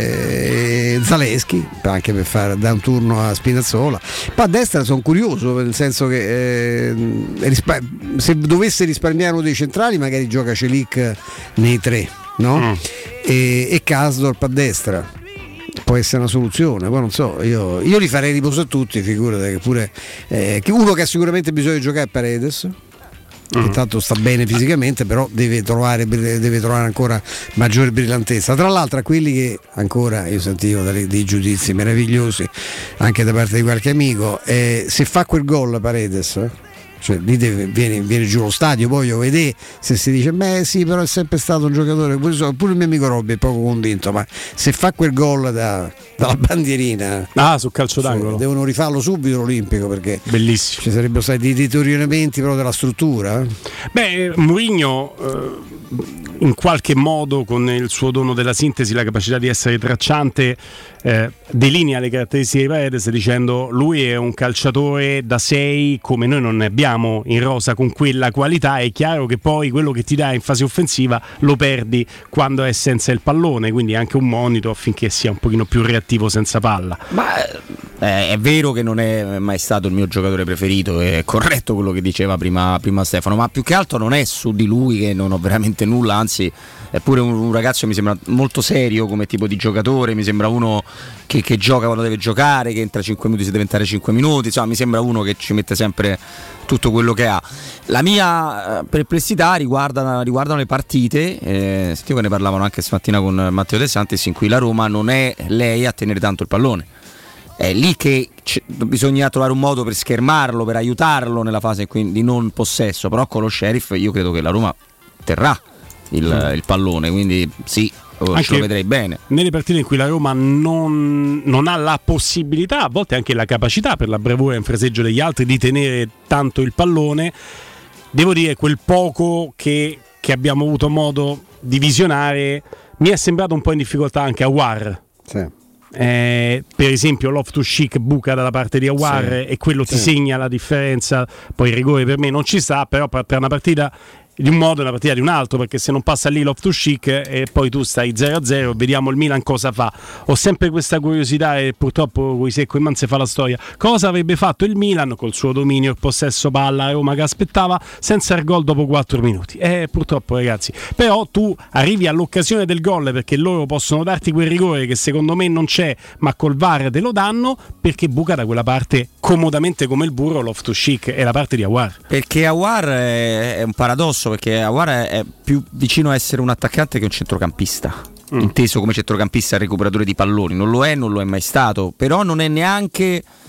E Zaleschi anche per fare da un turno a Spinazzola. Poi a destra sono curioso, nel senso che eh, rispa- se dovesse risparmiare uno dei centrali magari gioca Celik nei tre, no? Mm. E, e Kasdorp a destra. Può essere una soluzione, poi non so, io, io li farei riposo a tutti, figurate che pure eh, che uno che ha sicuramente bisogno di giocare è Paredes, che mm. tanto sta bene fisicamente, però deve trovare, deve trovare ancora maggiore brillantezza. Tra l'altro a quelli che ancora io sentivo dei, dei giudizi meravigliosi anche da parte di qualche amico, eh, se fa quel gol Paredes, eh, cioè lì deve, viene, viene giù lo stadio, poi io vedere se si dice beh sì, però è sempre stato un giocatore, pure, pure il mio amico Robby è poco convinto, ma se fa quel gol da, dalla bandierina ah sul calcio d'angolo su, devono rifarlo subito l'Olimpico, perché bellissimo, ci sarebbero stati dei deterioramenti proprio della struttura. Beh, Mourinho eh, in qualche modo con il suo dono della sintesi, la capacità di essere tracciante, eh, delinea le caratteristiche di Paredes dicendo lui è un calciatore da sei come noi non ne abbiamo in rosa con quella qualità. È chiaro che poi quello che ti dà in fase offensiva lo perdi quando è senza il pallone, quindi anche un monito affinché sia un pochino più reattivo senza palla. Ma eh, è vero che non è mai stato il mio giocatore preferito, è corretto quello che diceva prima, prima Stefano, ma più che altro non è su di lui che non ho veramente nulla, anzi è pure un, un ragazzo che mi sembra molto serio come tipo di giocatore, mi sembra uno che, che gioca quando deve giocare, che entra cinque minuti se deve entrare cinque minuti, insomma mi sembra uno che ci mette sempre tutto quello che ha. La mia perplessità riguarda, riguardano le partite, eh, sentivo che ne parlavano anche stamattina con Matteo De Santis, in cui la Roma non è lei a tenere tanto il pallone. È lì che c- bisogna trovare un modo per schermarlo, per aiutarlo nella fase di non possesso, però con lo Sheriff io credo che la Roma terrà il, il pallone, quindi sì, anche ce lo vedrei bene. Nelle partite in cui la Roma non, non ha la possibilità, a volte anche la capacità per la bravura e in fraseggio degli altri di tenere tanto il pallone, devo dire quel poco che, che abbiamo avuto modo di visionare mi è sembrato un po' in difficoltà anche a Aouar. Sì. Eh, per esempio Loftus-Cheek buca dalla parte di Aouar, sì, e quello ti sì. segna la differenza. Poi il rigore per me non ci sta, però per una partita di un modo e una partita di un altro, perché se non passa lì Loftus-Cheek e poi tu stai zero a zero, vediamo il Milan cosa fa. Ho sempre questa curiosità e purtroppo coi secco in man si fa la storia. Cosa avrebbe fatto il Milan col suo dominio, il possesso palla, Roma che aspettava senza il gol dopo quattro minuti? Eh, purtroppo ragazzi, però tu arrivi all'occasione del gol perché loro possono darti quel rigore che secondo me non c'è, ma col V A R te lo danno, perché buca da quella parte comodamente come il burro Loftus-Cheek e la parte di Aouar. Perché Aouar è un paradosso, perché Aouar è più vicino a essere un attaccante che un centrocampista, mm. inteso come centrocampista recuperatore di palloni. Non lo è, non lo è mai stato, però non è neanche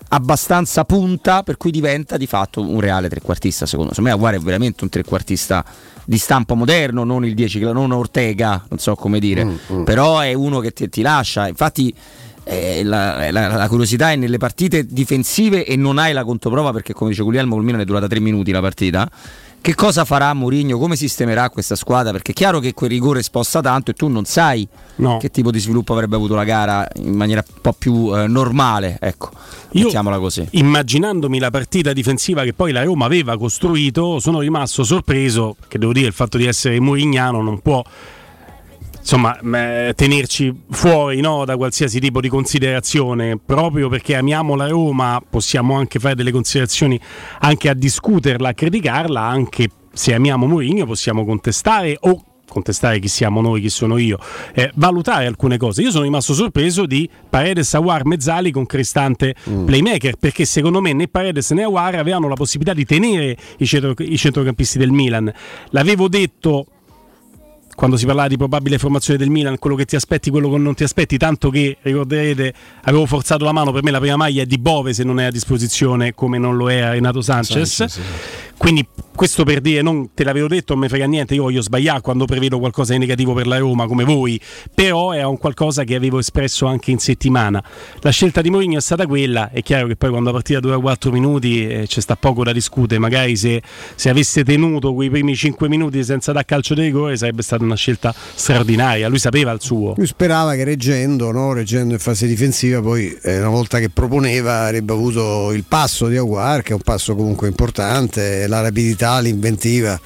abbastanza punta, per cui diventa di fatto un reale trequartista. Secondo me Aouar è veramente un trequartista di stampo moderno, non il dieci, non Ortega, non so come dire, mm, mm. però è uno che ti, ti lascia. Infatti eh, la, la, la curiosità è nelle partite difensive e non hai la controprova, perché come dice Guglielmo, col Milan è durata tre minuti la partita. Che cosa farà Mourinho? Come sistemerà questa squadra? Perché è chiaro che quel rigore sposta tanto e tu non sai no. che tipo di sviluppo avrebbe avuto la gara in maniera un po' più eh, normale, ecco, mettiamola così. Immaginandomi la partita difensiva che poi la Roma aveva costruito, sono rimasto sorpreso, che devo dire il fatto di essere mourignano non può insomma tenerci fuori, no, da qualsiasi tipo di considerazione. Proprio perché amiamo la Roma possiamo anche fare delle considerazioni, anche a discuterla, a criticarla. Anche se amiamo Mourinho possiamo contestare o contestare chi siamo noi, chi sono io, eh, valutare alcune cose. Io sono rimasto sorpreso di Paredes, Aouar, Mezzali con Cristante mm. playmaker, perché secondo me né Paredes né Aouar avevano la possibilità di tenere i, centro, i centrocampisti del Milan. L'avevo detto quando si parlava di probabile formazione del Milan, quello che ti aspetti, quello che non ti aspetti, tanto che, ricorderete, avevo forzato la mano, per me la prima maglia è di Bove se non è a disposizione, come non lo era Renato Sanchez, Sanchez sì. Quindi questo per dire, non te l'avevo detto, non mi frega niente, io voglio sbagliare quando prevedo qualcosa di negativo per la Roma come voi, però è un qualcosa che avevo espresso anche in settimana. La scelta di Mourinho è stata quella. È chiaro che poi quando la partita dura quattro minuti eh, c'è sta poco da discutere. Magari se, se avesse tenuto quei primi cinque minuti senza dar calcio di rigore sarebbe stata una scelta straordinaria. Lui sapeva il suo. Lui sperava che reggendo, no? reggendo in fase difensiva, poi eh, una volta che proponeva avrebbe avuto il passo di Aouar, che è un passo comunque importante, la rapidità, l'inventiva,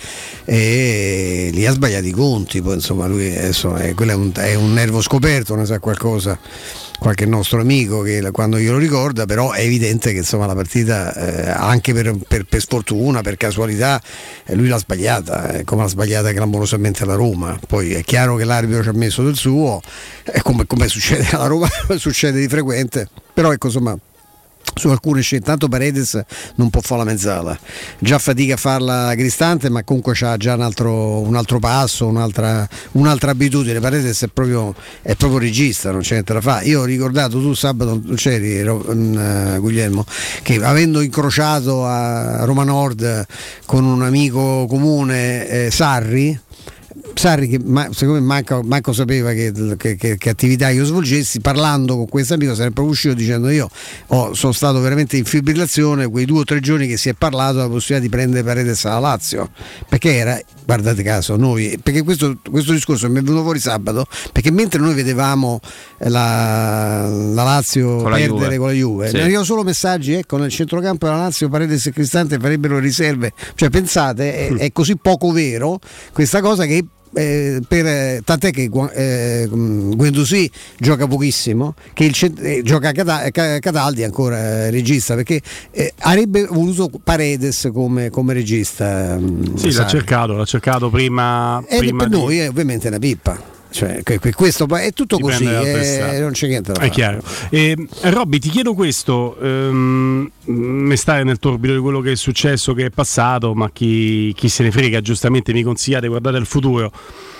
e li ha sbagliati i conti. Poi insomma lui adesso è, quello è, un, è un nervo scoperto, ne sa qualcosa qualche nostro amico che quando glielo ricorda, però è evidente che insomma la partita eh, anche per, per, per sfortuna, per casualità, eh, lui l'ha sbagliata, eh, come l'ha sbagliata clamorosamente la Roma. Poi è chiaro che l'arbitro ci ha messo del suo, eh, come, come succede alla Roma succede di frequente, però ecco insomma su alcune scelte, tanto Paredes non può fare la mezzala, già fatica a farla Cristante, ma comunque c'ha già un altro, un altro passo, un'altra, un'altra abitudine. Paredes è proprio, è proprio regista, non c'è niente da fare. Io ho ricordato, tu sabato non c'eri, uh, Guglielmo, che avendo incrociato a Roma Nord con un amico comune, eh, Sarri Sarri che ma, secondo me manco, manco sapeva che, che, che, che attività io svolgessi, parlando con questo amico sarebbe proprio uscito dicendo: io oh, sono stato veramente in fibrillazione quei due o tre giorni che si è parlato della possibilità di prendere Paredes alla Lazio, perché era, guardate caso, noi, perché questo, questo discorso mi è venuto fuori sabato, perché mentre noi vedevamo la, la Lazio con perdere la con la Juve, sì. ne arrivano solo messaggi, ecco, nel centrocampo della Lazio Paredes e Cristante farebbero riserve, cioè pensate, è, è così poco vero questa cosa che Eh, per, tant'è che eh, Guendouzi gioca pochissimo, che il cent- eh, gioca Cataldi ancora eh, regista, perché eh, avrebbe voluto Paredes come, come regista. Sì, l'ha cercato, l'ha cercato prima, e prima per di... noi è ovviamente una pippa. Cioè, questo è tutto così, eh, non c'è niente da è fare. Chiaro. Eh, Robby, ti chiedo questo, ehm, mi stai nel torbido di quello che è successo, che è passato, ma chi, chi se ne frega, giustamente mi consigliate, guardate il futuro.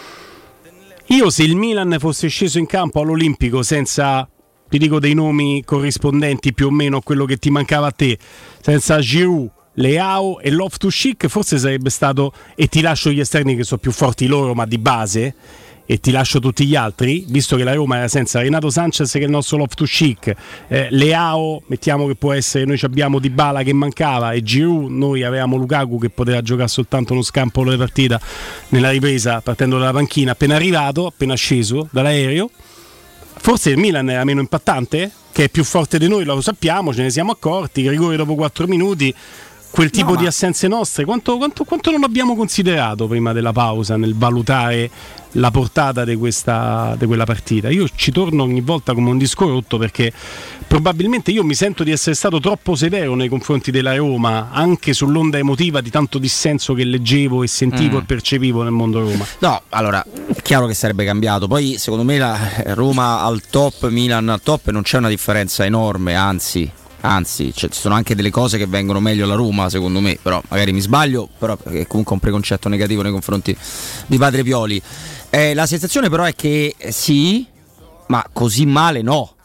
Io se il Milan fosse sceso in campo all'Olimpico senza, ti dico dei nomi corrispondenti più o meno a quello che ti mancava a te, senza Giroud, Leao e Loftus-Cheek, forse sarebbe stato, e ti lascio gli esterni che sono più forti loro ma di base, e ti lascio tutti gli altri, visto che la Roma era senza Renato Sanchez che è il nostro Loftus-Cheek, eh, Leao mettiamo che può essere, noi abbiamo Dybala che mancava, e Giroud, noi avevamo Lukaku che poteva giocare soltanto uno scampo di partita nella ripresa partendo dalla panchina, appena arrivato, appena sceso dall'aereo. Forse il Milan era meno impattante, che è più forte di noi, lo sappiamo, ce ne siamo accorti, il rigore dopo quattro minuti, quel tipo no, di assenze nostre, quanto, quanto, quanto non abbiamo considerato prima della pausa nel valutare la portata di questa di quella partita. Io ci torno ogni volta come un disco rotto, perché probabilmente io mi sento di essere stato troppo severo nei confronti della Roma, anche sull'onda emotiva di tanto dissenso che leggevo e sentivo mm. e percepivo nel mondo Roma. No, allora è chiaro che sarebbe cambiato, poi secondo me la Roma al top, Milan al top, non c'è una differenza enorme, anzi Anzi, cioè, ci sono anche delle cose che vengono meglio alla Roma, secondo me, però magari mi sbaglio, però è comunque un preconcetto negativo nei confronti di Padre Pioli. Eh, la sensazione però è che eh, sì, ma così male no.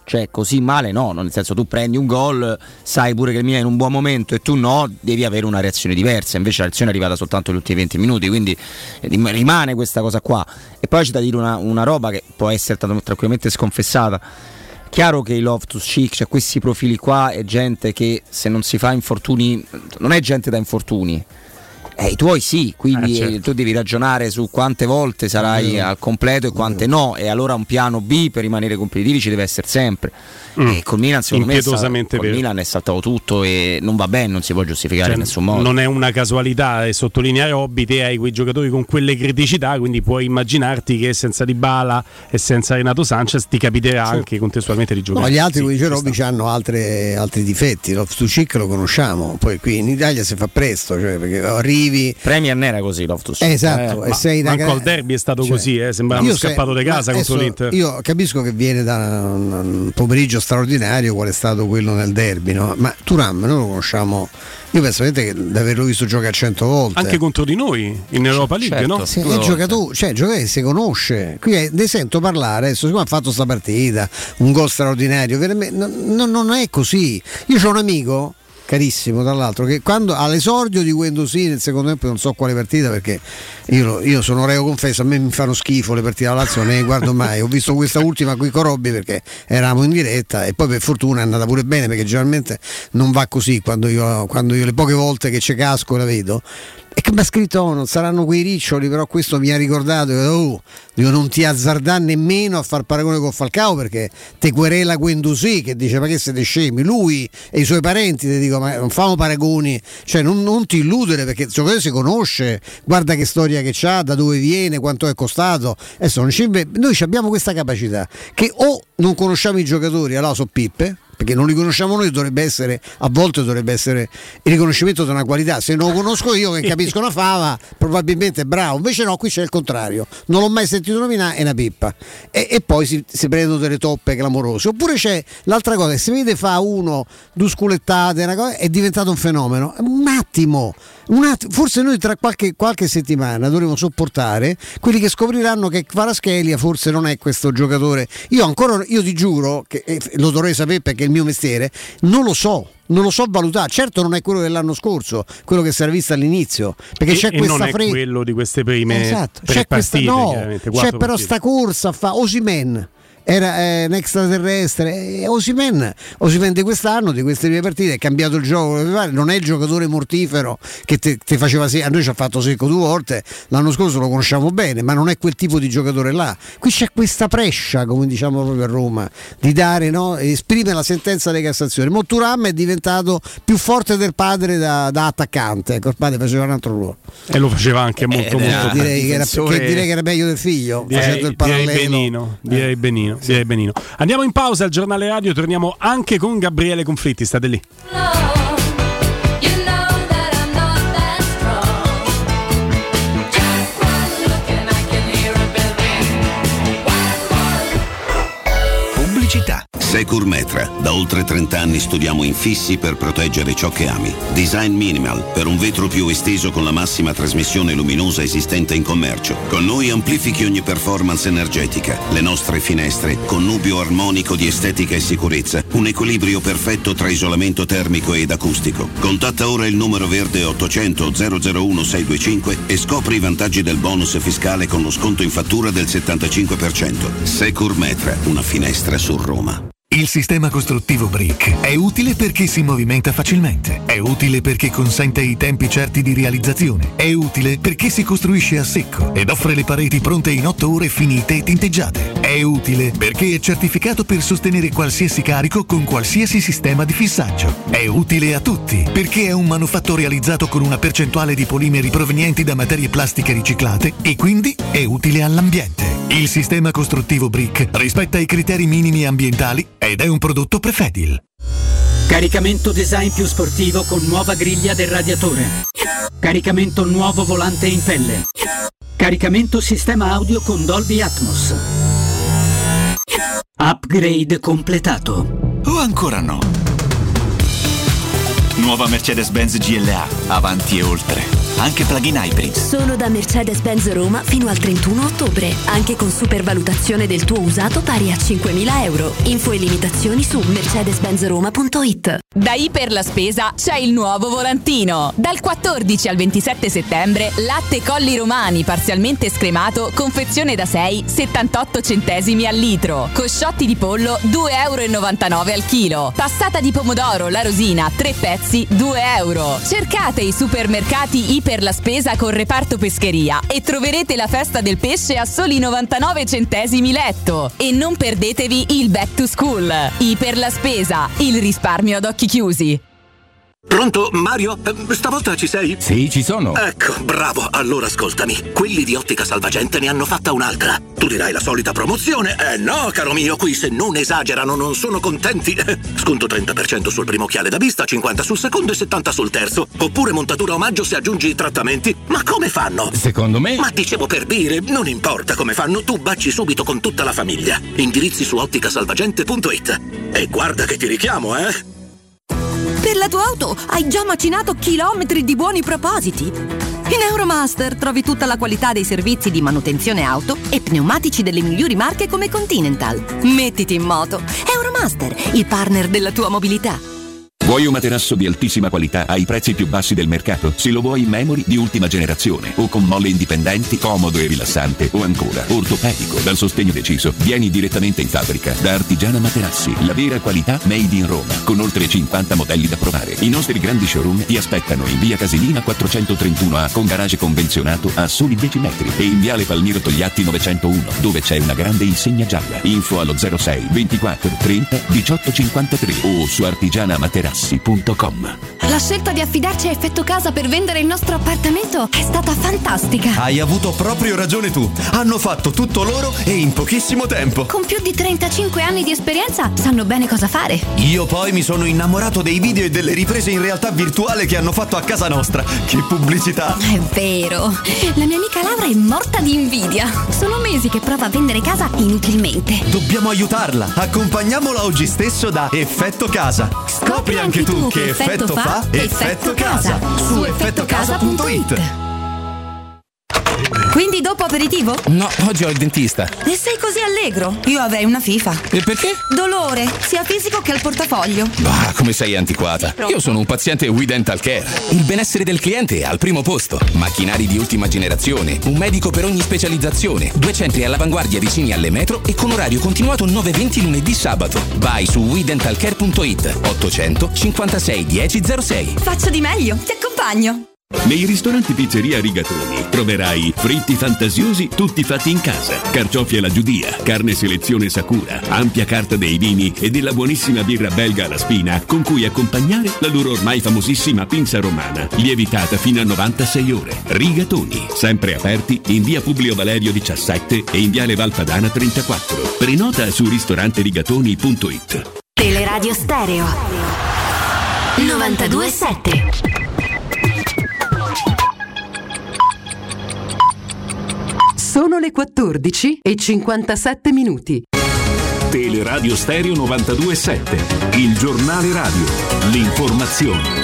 cioè così male no, nel senso tu prendi un gol, sai pure che il Milan è in un buon momento e tu no, devi avere una reazione diversa, invece la reazione è arrivata soltanto negli ultimi venti minuti, quindi rimane questa cosa qua. E poi c'è da dire una, una roba che può essere tranquillamente sconfessata. Chiaro che i Loftus-Cheek, cioè questi profili qua, è gente che se non si fa infortuni, non è gente da infortuni. Eh, i tuoi sì, quindi eh, certo. tu devi ragionare su quante volte sarai mm. al completo e quante mm. no, e allora un piano B per rimanere competitivi ci deve essere sempre. Mm. E col Milan secondo me col Milan è saltato tutto e non va bene, non si può giustificare cioè, in nessun modo. Non è una casualità, e sottolinea Robby, te hai quei giocatori con quelle criticità, quindi puoi immaginarti che senza Dybala e senza Renato Sanchez ti capiterà sì. anche contestualmente di giocare. No, gli altri, sì, come dice Robby, hanno altre, altri difetti. Loftus-Cheek lo conosciamo, poi qui in Italia si fa presto, cioè perché arrivi Premier non era così Loftus-Cheek. Esatto, eh, e sei da anche al derby è stato cioè, così, eh, sembrava scappato di casa contro l'Inter. Io capisco che viene da un pomeriggio straordinario qual è stato quello nel derby, no? Ma Thuram noi lo conosciamo, io penso che di averlo visto giocare cento volte anche contro di noi in Europa League, certo. no? Sì, è giocatore, cioè giocatore che si conosce. Qui ne sento parlare adesso, siccome ha fatto sta partita, un gol straordinario, veramente non, non è così. Io c'ho un amico carissimo tra l'altro che quando all'esordio di Guendouzi nel secondo tempo, non so quale partita perché io, io sono reo confesso, a me mi fanno schifo le partite della Lazio, non ne guardo mai, ho visto questa ultima qui con Robby perché eravamo in diretta e poi per fortuna è andata pure bene perché generalmente non va così quando io, quando io le poche volte che c'è casco e la vedo. E che mi ha scritto oh, non saranno quei riccioli, però questo mi ha ricordato oh, io non ti azzardare nemmeno a far paragone con Falcao perché te querela Guendouzi che dice ma che siete scemi, lui e i suoi parenti ti dico ma non famo paragoni, cioè non, non ti illudere perché il giocatore si conosce, guarda che storia che c'ha, da dove viene, quanto è costato. Adesso non ci, noi abbiamo questa capacità che o non conosciamo i giocatori, allora so pippe perché non li conosciamo noi, dovrebbe essere a volte dovrebbe essere il riconoscimento di una qualità. Se non lo conosco io che capisco una fava probabilmente è bravo, invece no, qui c'è il contrario, non l'ho mai sentito nominare, è una pippa e, e poi si, si prendono delle toppe clamorose. Oppure c'è l'altra cosa, se vede fa uno due sculettate una cosa, è diventato un fenomeno, un attimo, un attimo forse noi tra qualche, qualche settimana dovremo sopportare quelli che scopriranno che Kvaratskhelia forse non è questo giocatore. Io ancora, io ti giuro che eh, lo dovrei sapere perché il mio mestiere, non lo so, non lo so valutare. Certo non è quello dell'anno scorso, quello che si era visto all'inizio, perché e, c'è e questa non è fre- quello di queste prime esatto. tre c'è partite, questa, no, c'è però partite. sta corsa fa Osimhen era eh, un extraterrestre e Osimhen Osimhen di quest'anno, di queste prime partite è cambiato il gioco, non è il giocatore mortifero che ti faceva secco, a noi ci ha fatto secco due volte, l'anno scorso lo conosciamo bene, ma non è quel tipo di giocatore là. Qui c'è questa prescia, come diciamo proprio a Roma, di dare, no, esprime la sentenza di Cassazione. Mo Thuram è diventato più forte del padre da, da attaccante, ecco, il padre faceva un altro ruolo e lo faceva anche molto eh, molto direi che, era, che direi che era meglio del figlio, direi, facendo il parallelo. direi benino, direi eh. benino. Sì, benino. Andiamo in pausa al giornale radio, torniamo anche con Gabriele Conflitti, state lì. Pubblicità. Securmetra. Da oltre trenta anni studiamo infissi per proteggere ciò che ami. Design minimal per un vetro più esteso con la massima trasmissione luminosa esistente in commercio. Con noi amplifichi ogni performance energetica. Le nostre finestre, connubio armonico di estetica e sicurezza. Un equilibrio perfetto tra isolamento termico ed acustico. Contatta ora il numero verde ottocento zero zero uno sei due cinque e scopri i vantaggi del bonus fiscale con lo sconto in fattura del settantacinque per cento. Securmetra, una finestra su Roma. Il sistema costruttivo Brick è utile perché si movimenta facilmente, è utile perché consente i tempi certi di realizzazione, è utile perché si costruisce a secco ed offre le pareti pronte in otto ore finite e tinteggiate, è utile perché è certificato per sostenere qualsiasi carico con qualsiasi sistema di fissaggio, è utile a tutti perché è un manufatto realizzato con una percentuale di polimeri provenienti da materie plastiche riciclate e quindi è utile all'ambiente. Il sistema costruttivo Brick rispetta i criteri minimi ambientali ed è un prodotto Prefedil. Caricamento design più sportivo con nuova griglia del radiatore. Caricamento nuovo volante in pelle. Caricamento sistema audio con Dolby Atmos. Upgrade completato. O ancora no? Nuova Mercedes-Benz G L A, avanti e oltre. anche plug-in hybrid. Solo da Mercedes-Benz Roma fino al trentuno ottobre, anche con supervalutazione del tuo usato pari a cinquemila euro. Info e limitazioni su mercedes benz roma punto it. Da Iper la Spesa c'è il nuovo volantino. Dal quattordici al ventisette settembre, latte Colli Romani parzialmente scremato, confezione da sei, settantotto centesimi al litro. Cosciotti di pollo, due e novantanove euro al chilo. Passata di pomodoro La Rosina, tre pezzi, due euro. Cercate i supermercati Iper la Spesa con reparto pescheria e troverete la festa del pesce a soli novantanove centesimi letto. E non perdetevi il Back to School. Iper la Spesa, il risparmio ad occhi chiusi. Pronto, Mario? Eh, stavolta ci sei? Sì, ci sono. Ecco, bravo. Allora ascoltami. Quelli di Ottica Salvagente ne hanno fatta un'altra. Tu dirai la solita promozione. Eh no, caro mio, qui se non esagerano non sono contenti. Sconto trenta per cento sul primo occhiale da vista, cinquanta sul secondo e settanta sul terzo. Oppure montatura omaggio se aggiungi i trattamenti. Ma come fanno? Secondo me... Ma dicevo per dire, non importa come fanno, tu baci subito con tutta la famiglia. Indirizzi su ottica salvagente punto it. E guarda che ti richiamo, eh? Per la tua auto hai già macinato chilometri di buoni propositi. In Euromaster trovi tutta la qualità dei servizi di manutenzione auto e pneumatici delle migliori marche come Continental. Mettiti in moto. Euromaster, il partner della tua mobilità. Vuoi un materasso di altissima qualità ai prezzi più bassi del mercato? Se lo vuoi in memory di ultima generazione o con molle indipendenti, comodo e rilassante, o ancora ortopedico dal sostegno deciso, vieni direttamente in fabbrica da Artigiana Materassi, la vera qualità made in Roma, con oltre cinquanta modelli da provare. I nostri grandi showroom ti aspettano in via Casilina quattrocentotrentuno A con garage convenzionato a soli dieci metri e in viale Palmiro Togliatti novecentouno, dove c'è una grande insegna gialla. Info allo zero sei ventiquattro trenta diciotto cinquantatré o su artigiana materassi punto com. La scelta di affidarci a Effetto Casa per vendere il nostro appartamento è stata fantastica. Hai avuto proprio ragione tu. Hanno fatto tutto loro e in pochissimo tempo. Con più di trentacinque anni di esperienza sanno bene cosa fare. Io poi mi sono innamorato dei video e delle riprese in realtà virtuale che hanno fatto a casa nostra. Che pubblicità! È vero. La mia amica Laura è morta di invidia. Sono mesi che prova a vendere casa inutilmente. Dobbiamo aiutarla. Accompagniamola oggi stesso da Effetto Casa. Scopri anche tu che effetto fa Effetto Casa su effetto casa punto it. Quindi dopo aperitivo? No, oggi ho il dentista. E sei così allegro? Io avrei una FIFA. E perché? Dolore, sia fisico che al portafoglio. Bah, come sei antiquata. Io sono un paziente We Dental Care. Il benessere del cliente è al primo posto. Macchinari di ultima generazione, un medico per ogni specializzazione, due centri all'avanguardia vicini alle metro e con orario continuato nove venti lunedì sabato. Vai su we dental care punto it ottocento cinquantasei dieci zero sei. Faccio di meglio, ti accompagno. Nei ristoranti Pizzeria Rigatoni troverai fritti fantasiosi tutti fatti in casa, carciofi alla giudia, carne selezione Sakura, ampia carta dei vini e della buonissima birra belga alla spina con cui accompagnare la loro ormai famosissima pinza romana, lievitata fino a novantasei ore. Rigatoni, sempre aperti in via Publio Valerio diciassette e in viale Valpadana trentaquattro. Prenota su ristoranterigatoni punto it. Teleradio Stereo novantadue sette. Sono le quattordici e cinquantasette minuti. Teleradio Stereo novantadue sette, il giornale radio, l'informazione.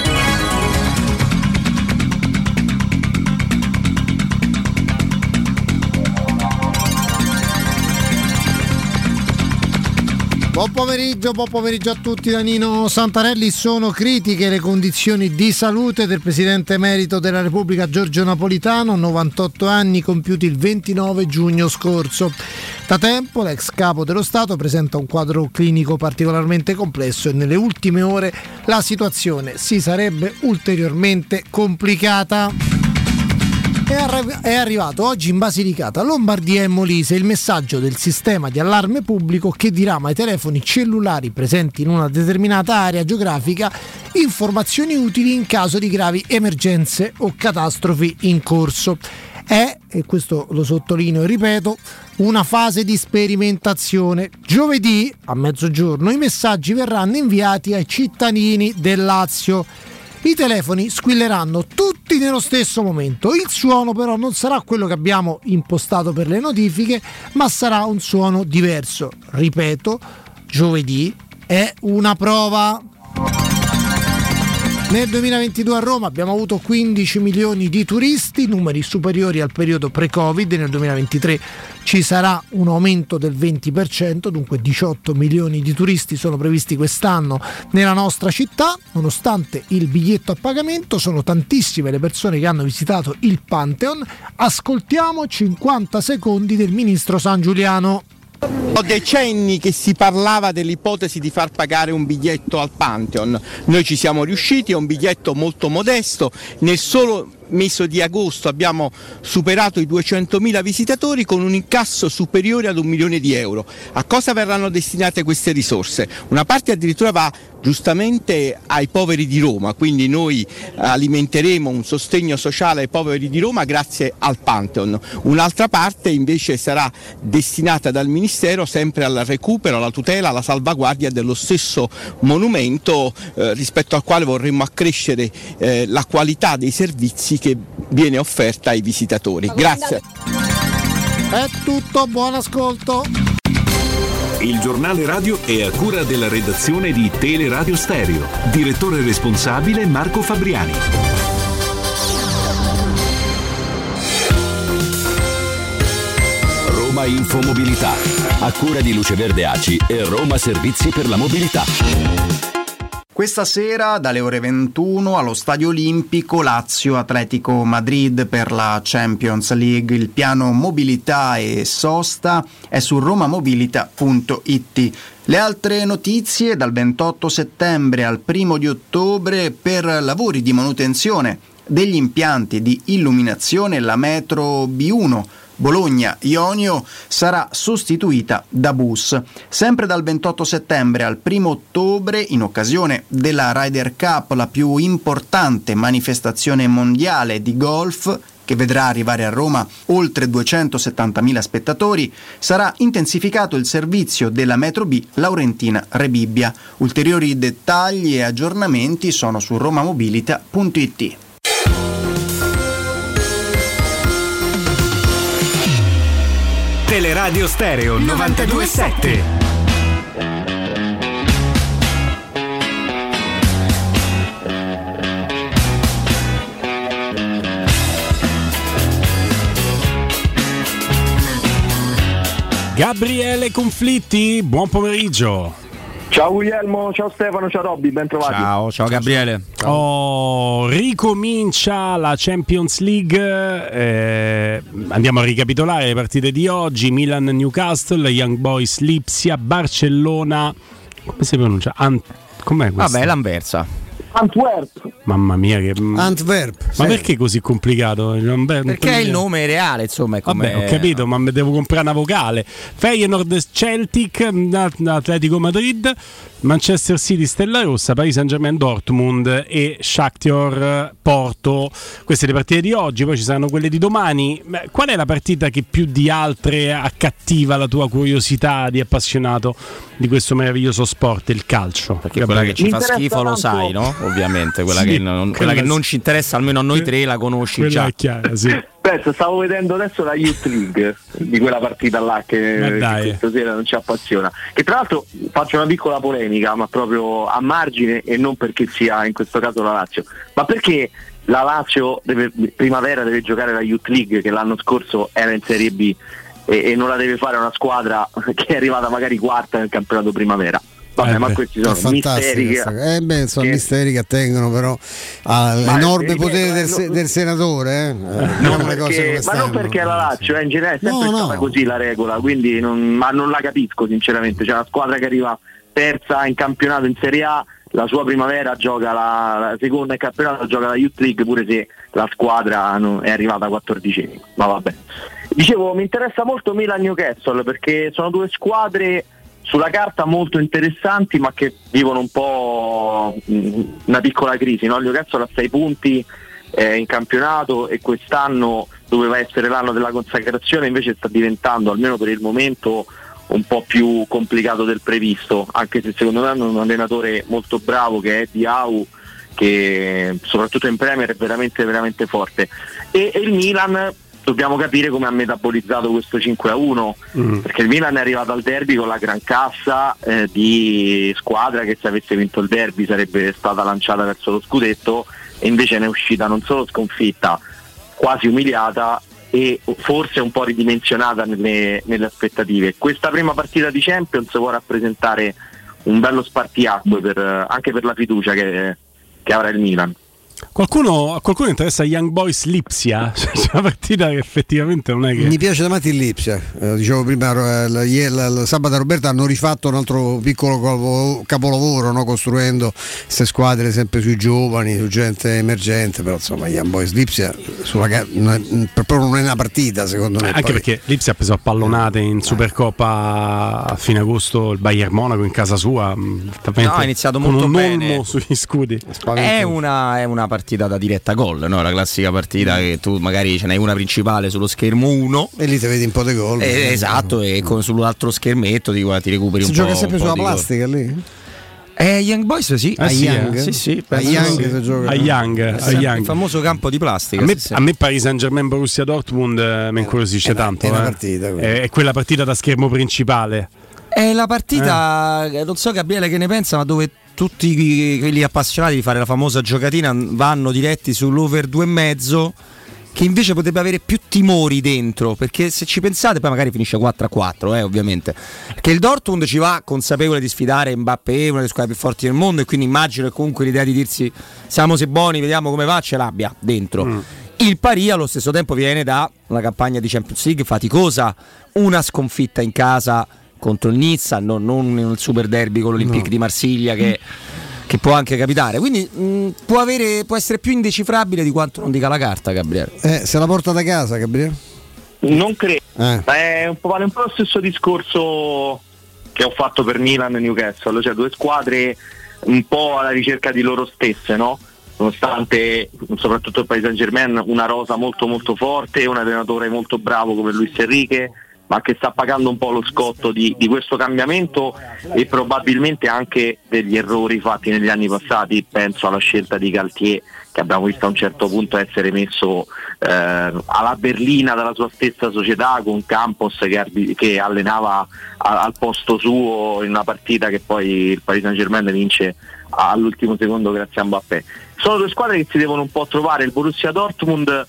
Buon pomeriggio, buon pomeriggio a tutti da Nino Santarelli. Sono critiche le condizioni di salute del presidente emerito della Repubblica Giorgio Napolitano, novantotto anni, compiuti il ventinove giugno scorso. Da tempo l'ex capo dello Stato presenta un quadro clinico particolarmente complesso e nelle ultime ore la situazione si sarebbe ulteriormente complicata. È arrivato oggi in Basilicata, Lombardia e Molise il messaggio del sistema di allarme pubblico che dirama ai telefoni cellulari presenti in una determinata area geografica informazioni utili in caso di gravi emergenze o catastrofi in corso. È, e questo lo sottolineo e ripeto, una fase di sperimentazione. Giovedì a mezzogiorno i messaggi verranno inviati ai cittadini del Lazio. I telefoni squilleranno tutti nello stesso momento. Il suono però non sarà quello che abbiamo impostato per le notifiche, ma sarà un suono diverso. Ripeto, giovedì è una prova. Nel duemilaventidue a Roma abbiamo avuto quindici milioni di turisti, numeri superiori al periodo pre-Covid. Nel duemilaventitré ci sarà un aumento del venti per cento, dunque diciotto milioni di turisti sono previsti quest'anno nella nostra città. Nonostante il biglietto a pagamento, sono tantissime le persone che hanno visitato il Pantheon. Ascoltiamo cinquanta secondi del ministro Sangiuliano. Ho decenni che si parlava dell'ipotesi di far pagare un biglietto al Pantheon. Noi ci siamo riusciti, è un biglietto molto modesto. Nel solo mese di agosto abbiamo superato i duecentomila visitatori con un incasso superiore ad un milione di euro. A cosa verranno destinate queste risorse? Una parte addirittura va giustamente ai poveri di Roma, quindi noi alimenteremo un sostegno sociale ai poveri di Roma grazie al Pantheon. Un'altra parte invece sarà destinata dal Ministero sempre al recupero, alla tutela, alla salvaguardia dello stesso monumento, eh, rispetto al quale vorremmo accrescere eh, la qualità dei servizi che viene offerta ai visitatori. Grazie. È tutto, buon ascolto. Il giornale radio è a cura della redazione di Teleradio Stereo. Direttore responsabile Marco Fabriani. Roma Infomobilità, a cura di Luce Verde A C I e Roma Servizi per la Mobilità. Questa sera dalle ore ventuno allo Stadio Olimpico Lazio Atletico Madrid per la Champions League. Il piano mobilità e sosta è su romamobilita punto it. Le altre notizie: dal ventotto settembre al primo di ottobre per lavori di manutenzione degli impianti di illuminazione la metro B uno Bologna-Ionio sarà sostituita da bus. Sempre dal ventotto settembre al primo ottobre, in occasione della Ryder Cup, la più importante manifestazione mondiale di golf, che vedrà arrivare a Roma oltre duecentosettantamila spettatori, sarà intensificato il servizio della metro B Laurentina Rebibbia. Ulteriori dettagli e aggiornamenti sono su romamobilita punto it. Teleradio Stereo novantadue sette. Gabriele Conflitti, buon pomeriggio. Ciao Guglielmo, ciao Stefano, ciao Robby, ben trovati. Ciao, ciao Gabriele. Ciao. Oh, ricomincia la Champions League, eh, andiamo a ricapitolare le partite di oggi: Milan-Newcastle, Young Boys Lipsia, Barcellona, come si pronuncia? Ant- com'è questo? Vabbè, l'Anversa. Antwerp. Mamma mia che Antwerp. Ma sì. Perché così complicato? Perché è il nome reale, insomma, è come... Vabbè, ho capito, ma devo comprare una vocale. Feyenoord Celtic, Atletico Madrid, Manchester City Stella Rossa, Paris Saint-Germain Dortmund e Shakhtar Porto. Queste le partite di oggi, poi ci saranno quelle di domani. Qual è la partita che più di altre accattiva la tua curiosità di appassionato di questo meraviglioso sport, il calcio? Perché quella che ci fa schifo lo sai, no? Ovviamente, quella, sì, che, non, quella, quella che non ci interessa, almeno a noi tre, la conosci quella già. È chiara, sì. Penso, stavo vedendo adesso la Youth League di quella partita là che, che questa sera non ci appassiona. Che tra l'altro faccio una piccola polemica, ma proprio a margine, e non perché sia in questo caso la Lazio, ma perché la Lazio deve, primavera deve giocare la Youth League, che l'anno scorso era in Serie B, e, e non la deve fare una squadra che è arrivata magari quarta nel campionato primavera. Vabbè, eh ma beh, questi sono misteri che, eh beh, sono che... misteri che attengono però all'enorme potere del, se, del senatore, eh? non perché, ma non perché è la Lazio, eh, in generale è sempre no, stata no. così la regola, quindi non, ma non la capisco sinceramente. C'è una squadra che arriva terza in campionato in Serie A, la sua primavera gioca la, la seconda in campionato, gioca la Youth League pure se la squadra non, è arrivata quattordicesima. Ma vabbè, dicevo, mi interessa molto Milan-Newcastle perché sono due squadre sulla carta molto interessanti, ma che vivono un po' una piccola crisi, no? Il Newcastle ha sei punti eh, in campionato e quest'anno doveva essere l'anno della consacrazione, invece sta diventando, almeno per il momento, un po' più complicato del previsto, anche se secondo me hanno un allenatore molto bravo che è Diaw, che soprattutto in Premier è veramente veramente forte, e, e il Milan dobbiamo capire come ha metabolizzato questo cinque a uno, mm. perché il Milan è arrivato al derby con la gran cassa eh, di squadra che se avesse vinto il derby sarebbe stata lanciata verso lo scudetto, e invece ne è uscita non solo sconfitta, quasi umiliata e forse un po' ridimensionata nelle, nelle aspettative. Questa prima partita di Champions può rappresentare un bello spartiacque per, anche per la fiducia che, che avrà il Milan. Qualcuno, a qualcuno interessa Young Boys Lipsia? C'è una partita che effettivamente non è che... Mi piace davanti il Lipsia, eh, dicevo prima, l- l- l- sabato e Roberta hanno rifatto un altro piccolo capo- capolavoro, no? Costruendo queste squadre sempre sui giovani, su gente emergente, però insomma Young Boys Lipsia sulla ca- non è, proprio non è una partita secondo me. Anche poi. Perché Lipsia ha preso a pallonate in Supercoppa a fine agosto il Bayern Monaco in casa sua, no, ha iniziato con molto un bene olmo sugli scudi. è una, è una partita da diretta gol, no? La classica partita che tu magari ce n'hai una principale sullo schermo uno e lì ti vedi un po' di gol, eh, esatto, e con sull'altro schermetto ti, ti recuperi si un po'. Si po'. gioca sempre sulla plastica gol. Lì? Eh, Young Boys sì, ah, a sì, Young, eh? sì, sì, a Young, sì. Gioca. A Young, a Young. Il famoso campo di plastica. A me, sì, sì. a me Paris Saint-Germain Borussia Dortmund eh, mi incuriosisce è tanto. È una eh. partita. È, è quella partita da schermo principale. È la partita, eh. non so Gabriele che ne pensa, ma dove tutti quelli appassionati di fare la famosa giocatina vanno diretti sull'over due e mezzo, che invece potrebbe avere più timori dentro, perché se ci pensate poi magari finisce quattro a quattro, eh, ovviamente, perché il Dortmund ci va consapevole di sfidare Mbappé, una delle squadre più forti del mondo, e quindi immagino che comunque l'idea di dirsi siamo se buoni, vediamo come va, ce l'abbia dentro. mm. Il Paris allo stesso tempo viene da una campagna di Champions League faticosa, una sconfitta in casa contro il Nizza, non, non il super derby con l'Olympique no. di Marsiglia che, che può anche capitare, quindi mh, può, avere, può essere più indecifrabile di quanto non dica la carta, Gabriele. Eh, se la porta da casa, Gabriele? Non credo, eh. è un po', vale un po' lo stesso discorso che ho fatto per Milan e Newcastle, cioè due squadre un po' alla ricerca di loro stesse, no? Nonostante soprattutto il Paris Saint-Germain una rosa molto molto forte, un allenatore molto bravo come Luis Enrique, ma che sta pagando un po' lo scotto di, di questo cambiamento e probabilmente anche degli errori fatti negli anni passati. Penso alla scelta di Galtier, che abbiamo visto a un certo punto essere messo eh, alla berlina dalla sua stessa società, con Campos che, arbi- che allenava a- al posto suo in una partita che poi il Paris Saint-Germain vince all'ultimo secondo grazie a Mbappé. Sono due squadre che si devono un po' trovare. Il Borussia Dortmund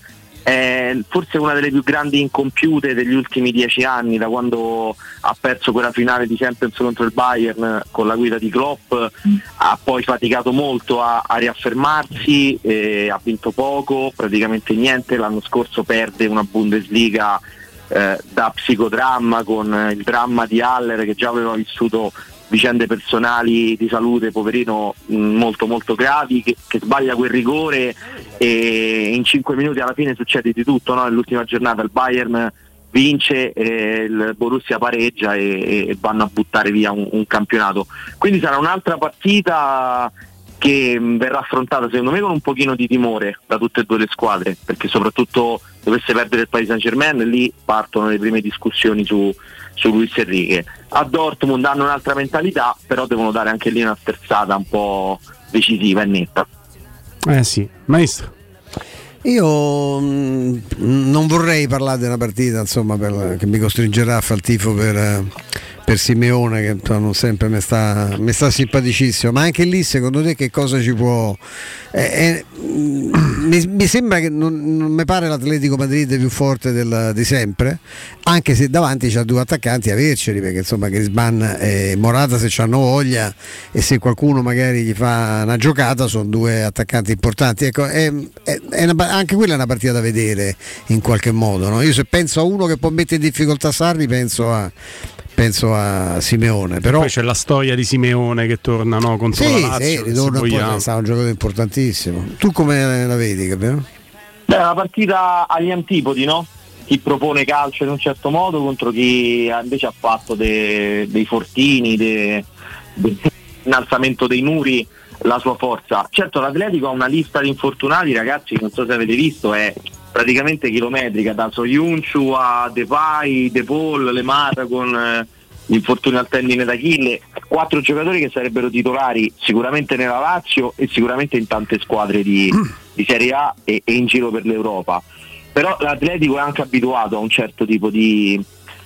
è forse una delle più grandi incompiute degli ultimi dieci anni, da quando ha perso quella finale di Champions contro il Bayern con la guida di Klopp. mm. Ha poi faticato molto a, a riaffermarsi, eh, ha vinto poco, praticamente niente. L'anno scorso perde una Bundesliga eh, da psicodramma, con il dramma di Haller che già aveva vissuto vicende personali di salute, poverino, molto molto gravi, che, che sbaglia quel rigore e in cinque minuti alla fine succede di tutto, no? Nell'ultima giornata il Bayern vince, eh, il Borussia pareggia e, e vanno a buttare via un, un campionato. Quindi sarà un'altra partita che verrà affrontata secondo me con un pochino di timore da tutte e due le squadre, perché soprattutto dovesse perdere il Paris Saint-Germain, lì partono le prime discussioni su, su Luis Enrique. A Dortmund hanno un'altra mentalità, però devono dare anche lì una sterzata un po' decisiva e netta. Eh sì, maestro. Io mh, non vorrei parlare di una partita, insomma, per, che mi costringerà a fare il tifo per, per Simeone, che non sempre mi sta, mi sta simpaticissimo, ma anche lì secondo te che cosa ci può... Eh, eh, mi, mi sembra che non, non mi pare l'Atletico Madrid più forte del, di sempre, anche se davanti c'ha due attaccanti averceli, perché insomma Griezmann e Morata se c'hanno voglia, e se qualcuno magari gli fa una giocata sono due attaccanti importanti. Ecco, è, è, è una, anche quella è una partita da vedere in qualche modo, no? Io se penso a uno che può mettere in difficoltà Sarri penso a penso a Simeone, però poi c'è la storia di Simeone che torna, no, contro sì, la Lazio, sì, ritorna un po', sarà un giocatore importantissimo. Tu come la vedi, capito? Beh, è una partita agli antipodi, no? Chi propone calcio in un certo modo contro chi invece ha fatto de, dei fortini, de, de innalzamento dei muri la sua forza. Certo, l'Atletico ha una lista di infortunati, ragazzi, non so se avete visto, è praticamente chilometrica, da Soyuncu a Depay, De Paul, Lemar con eh, gli infortuni al tendine d'Achille, quattro giocatori che sarebbero titolari sicuramente nella Lazio e sicuramente in tante squadre di, di Serie A e, e in giro per l'Europa. però l'Atletico è anche abituato a un certo tipo di,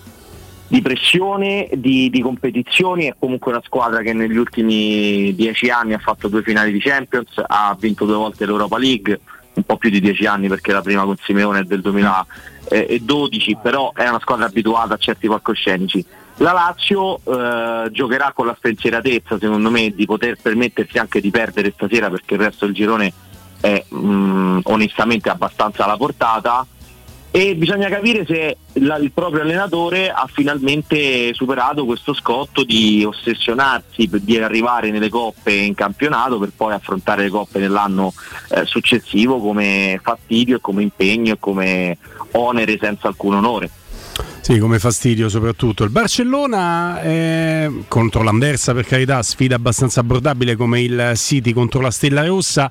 di pressione, di, di competizioni. È comunque una squadra che negli ultimi dieci anni ha fatto due finali di Champions, ha vinto due volte l'Europa League, un po' più di dieci anni perché la prima con Simeone è del duemiladodici, però è una squadra abituata a certi palcoscenici. La Lazio eh, giocherà con la spensieratezza, secondo me, di poter permettersi anche di perdere stasera, perché il resto del girone è mh, onestamente abbastanza alla portata, e bisogna capire se la, il proprio allenatore ha finalmente superato questo scotto di ossessionarsi per, di arrivare nelle coppe in campionato per poi affrontare le coppe nell'anno eh, successivo come fastidio e come impegno e come onere senza alcun onore. Sì, come fastidio soprattutto. Il Barcellona è contro l'Anversa, per carità, sfida abbastanza abbordabile come il City contro la Stella Rossa,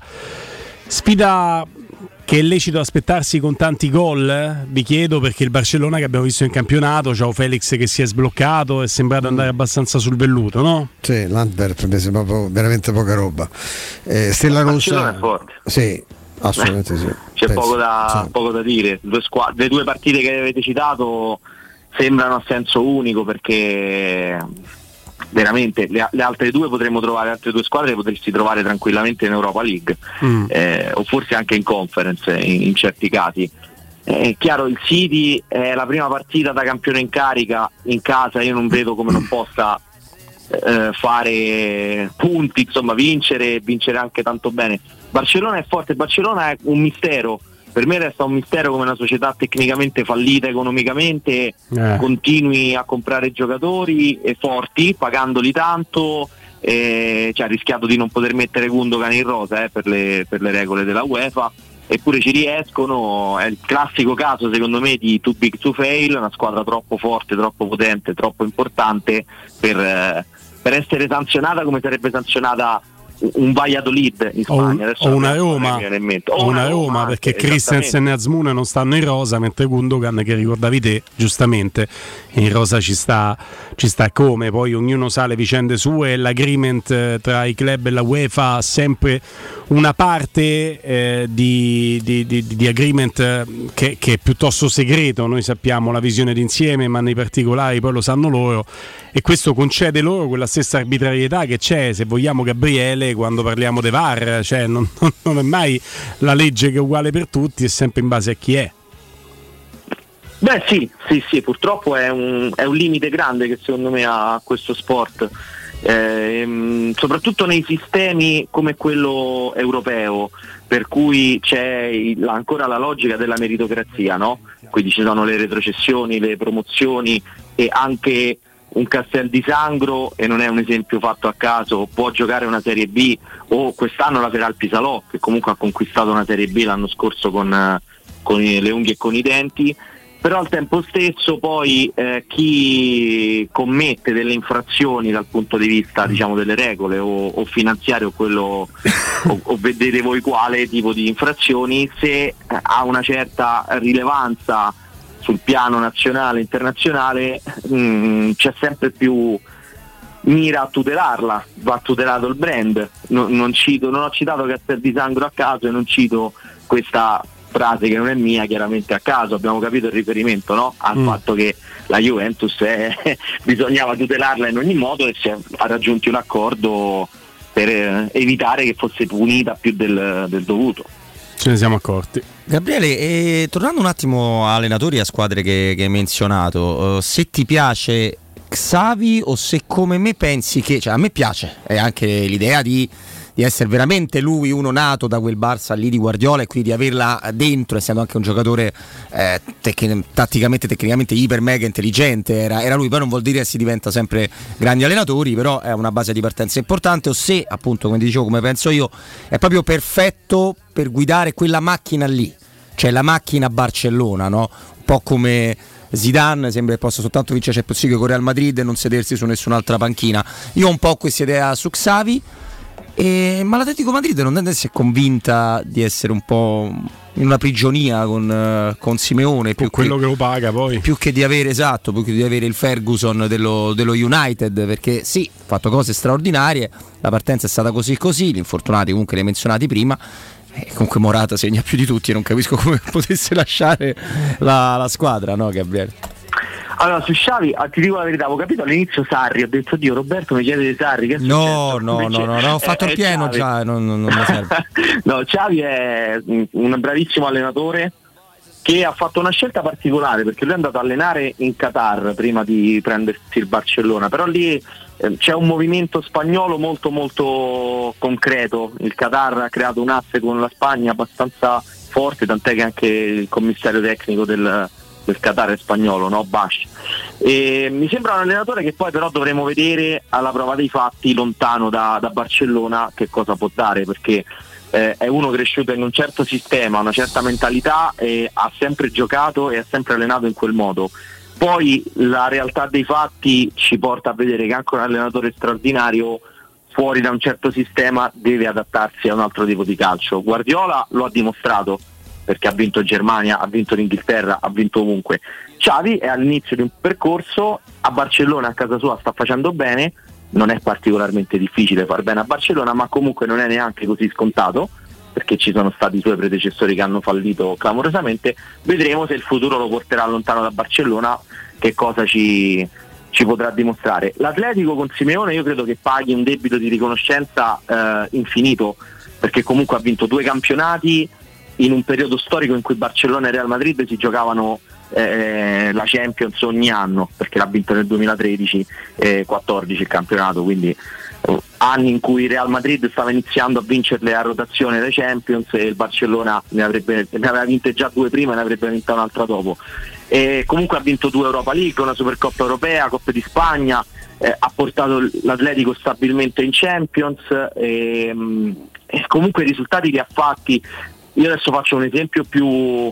sfida che è lecito aspettarsi con tanti gol, vi chiedo, perché il Barcellona che abbiamo visto in campionato, João Felix che si è sbloccato, è sembrato andare abbastanza sul velluto, no? Sì, l'Antwerp mi sembra veramente poca roba. Eh, Stella Rossa è forte. Sì, assolutamente sì. C'è Penso, poco da, sì. poco da dire. Due squa- le due partite che avete citato sembrano a senso unico, perché veramente le, le altre due potremmo trovare, le altre due squadre le potresti trovare tranquillamente in Europa League, mm. eh, o forse anche in Conference in, in certi casi. È chiaro, il City è la prima partita da campione in carica in casa, io non vedo come non possa eh, fare punti, insomma vincere e vincere anche tanto bene. Barcellona è forte, Barcellona è un mistero. Per me resta un mistero come una società tecnicamente fallita economicamente eh. continui a comprare giocatori e forti, pagandoli tanto, eh, cioè ha rischiato di non poter mettere Gundogan in rosa eh, per, le, per le regole della UEFA, eppure ci riescono. È il classico caso secondo me di too big to fail, una squadra troppo forte, troppo potente, troppo importante per, eh, per essere sanzionata come sarebbe sanzionata un Valladolid in Spagna, o, un, o una Roma o una Roma, perché Christensen e Azmoun non stanno in rosa, mentre Gundogan, che ricordavi te giustamente, in rosa ci sta, ci sta come poi ognuno sa le vicende sue, l'agreement tra i club e la UEFA ha sempre una parte eh, di, di, di, di agreement che, che è piuttosto segreto. Noi sappiamo la visione d'insieme, ma nei particolari poi lo sanno loro, e questo concede loro quella stessa arbitrarietà che c'è, se vogliamo, Gabriele, quando parliamo de V A R, cioè non, non è mai la legge che è uguale per tutti, è sempre in base a chi è. Beh sì, sì, sì, purtroppo è un, è un limite grande che secondo me ha questo sport, eh, soprattutto nei sistemi come quello europeo, per cui c'è il, ancora la logica della meritocrazia, no? Quindi ci sono le retrocessioni, le promozioni, e anche un Castel di Sangro, e non è un esempio fatto a caso, può giocare una Serie B, o quest'anno la Feral Pisalò, che comunque ha conquistato una Serie B l'anno scorso con, con le unghie e con i denti. Però al tempo stesso poi eh, chi commette delle infrazioni dal punto di vista, diciamo, delle regole o, o finanziario, o quello o, o vedete voi quale tipo di infrazioni, se eh, ha una certa rilevanza sul piano nazionale, internazionale, mh, c'è sempre più mira a tutelarla, va tutelato il brand. Non, non, cito, non ho citato Castel di Sangro a caso, e non cito questa frase che non è mia chiaramente a caso, abbiamo capito il riferimento, no? Al mm. fatto che la Juventus è, bisognava tutelarla in ogni modo, e si è ha raggiunto un accordo per eh, evitare che fosse punita più del, del dovuto. Ce ne siamo accorti. Gabriele, eh, tornando un attimo a allenatori e a squadre che, che hai menzionato, uh, se ti piace Xavi o se come me pensi che, cioè a me piace, è anche l'idea di, di essere veramente lui uno nato da quel Barça lì di Guardiola, e quindi di averla dentro, essendo anche un giocatore eh, tec- tatticamente, tecnicamente iper mega intelligente, era, era lui. Poi non vuol dire che si diventa sempre grandi allenatori, però è una base di partenza importante. O se, appunto, come dicevo, come penso io, è proprio perfetto per guidare quella macchina lì, cioè la macchina Barcellona, no? Un po' come Zidane, sembra che possa soltanto vincere Champions League con Real Madrid e non sedersi su nessun'altra panchina. Io ho un po' questa idea su Xavi, e, ma l'Atletico Madrid non deve essere convinta di essere un po' in una prigionia con, con Simeone, più quello che, che lo paga poi, più che di avere, esatto, più che di avere il Ferguson dello, dello United, perché sì, ha fatto cose straordinarie, la partenza è stata così così, gli infortunati comunque li hai menzionati prima, Eh, comunque Morata segna più di tutti e non capisco come potesse lasciare la, la squadra, no Gabriele? Allora su Xavi, ti dico la verità, avevo capito all'inizio Sarri, ho detto Dio Roberto mi chiede di Sarri, che è no, no, no, no, no, ho fatto il pieno Xavi. Già, non, non, non mi serve. No, Xavi è un bravissimo allenatore che ha fatto una scelta particolare, perché lui è andato a allenare in Qatar prima di prendersi il Barcellona, però lì eh, c'è un movimento spagnolo molto molto concreto. Il Qatar ha creato un asse con la Spagna abbastanza forte, tant'è che anche il commissario tecnico del del Qatar è spagnolo, no? Bash. E mi sembra un allenatore che poi però dovremo vedere alla prova dei fatti, lontano da, da Barcellona, che cosa può dare, perché eh, è uno cresciuto in un certo sistema, una certa mentalità, e ha sempre giocato e ha sempre allenato in quel modo. Poi la realtà dei fatti ci porta a vedere che anche un allenatore straordinario fuori da un certo sistema deve adattarsi a un altro tipo di calcio. Guardiola lo ha dimostrato, perché ha vinto Germania, ha vinto l'Inghilterra, ha vinto ovunque. Xavi è all'inizio di un percorso, a Barcellona, a casa sua, sta facendo bene, non è particolarmente difficile far bene a Barcellona, ma comunque non è neanche così scontato, perché ci sono stati i suoi predecessori che hanno fallito clamorosamente. Vedremo se il futuro lo porterà lontano da Barcellona, che cosa ci, ci potrà dimostrare. L'Atletico con Simeone io credo che paghi un debito di riconoscenza eh, infinito, perché comunque ha vinto due campionati, in un periodo storico in cui Barcellona e Real Madrid si giocavano eh, la Champions ogni anno, perché l'ha vinto nel duemilatredici e quattordici il campionato, quindi eh, anni in cui Real Madrid stava iniziando a vincerle a rotazione le Champions e il Barcellona ne, avrebbe, ne aveva vinte già due prima e ne avrebbe vinta un'altra dopo. E comunque ha vinto due Europa League, una Supercoppa Europea, Coppa di Spagna, eh, ha portato l'Atletico stabilmente in Champions e, e comunque i risultati li ha fatti. Io adesso faccio un esempio più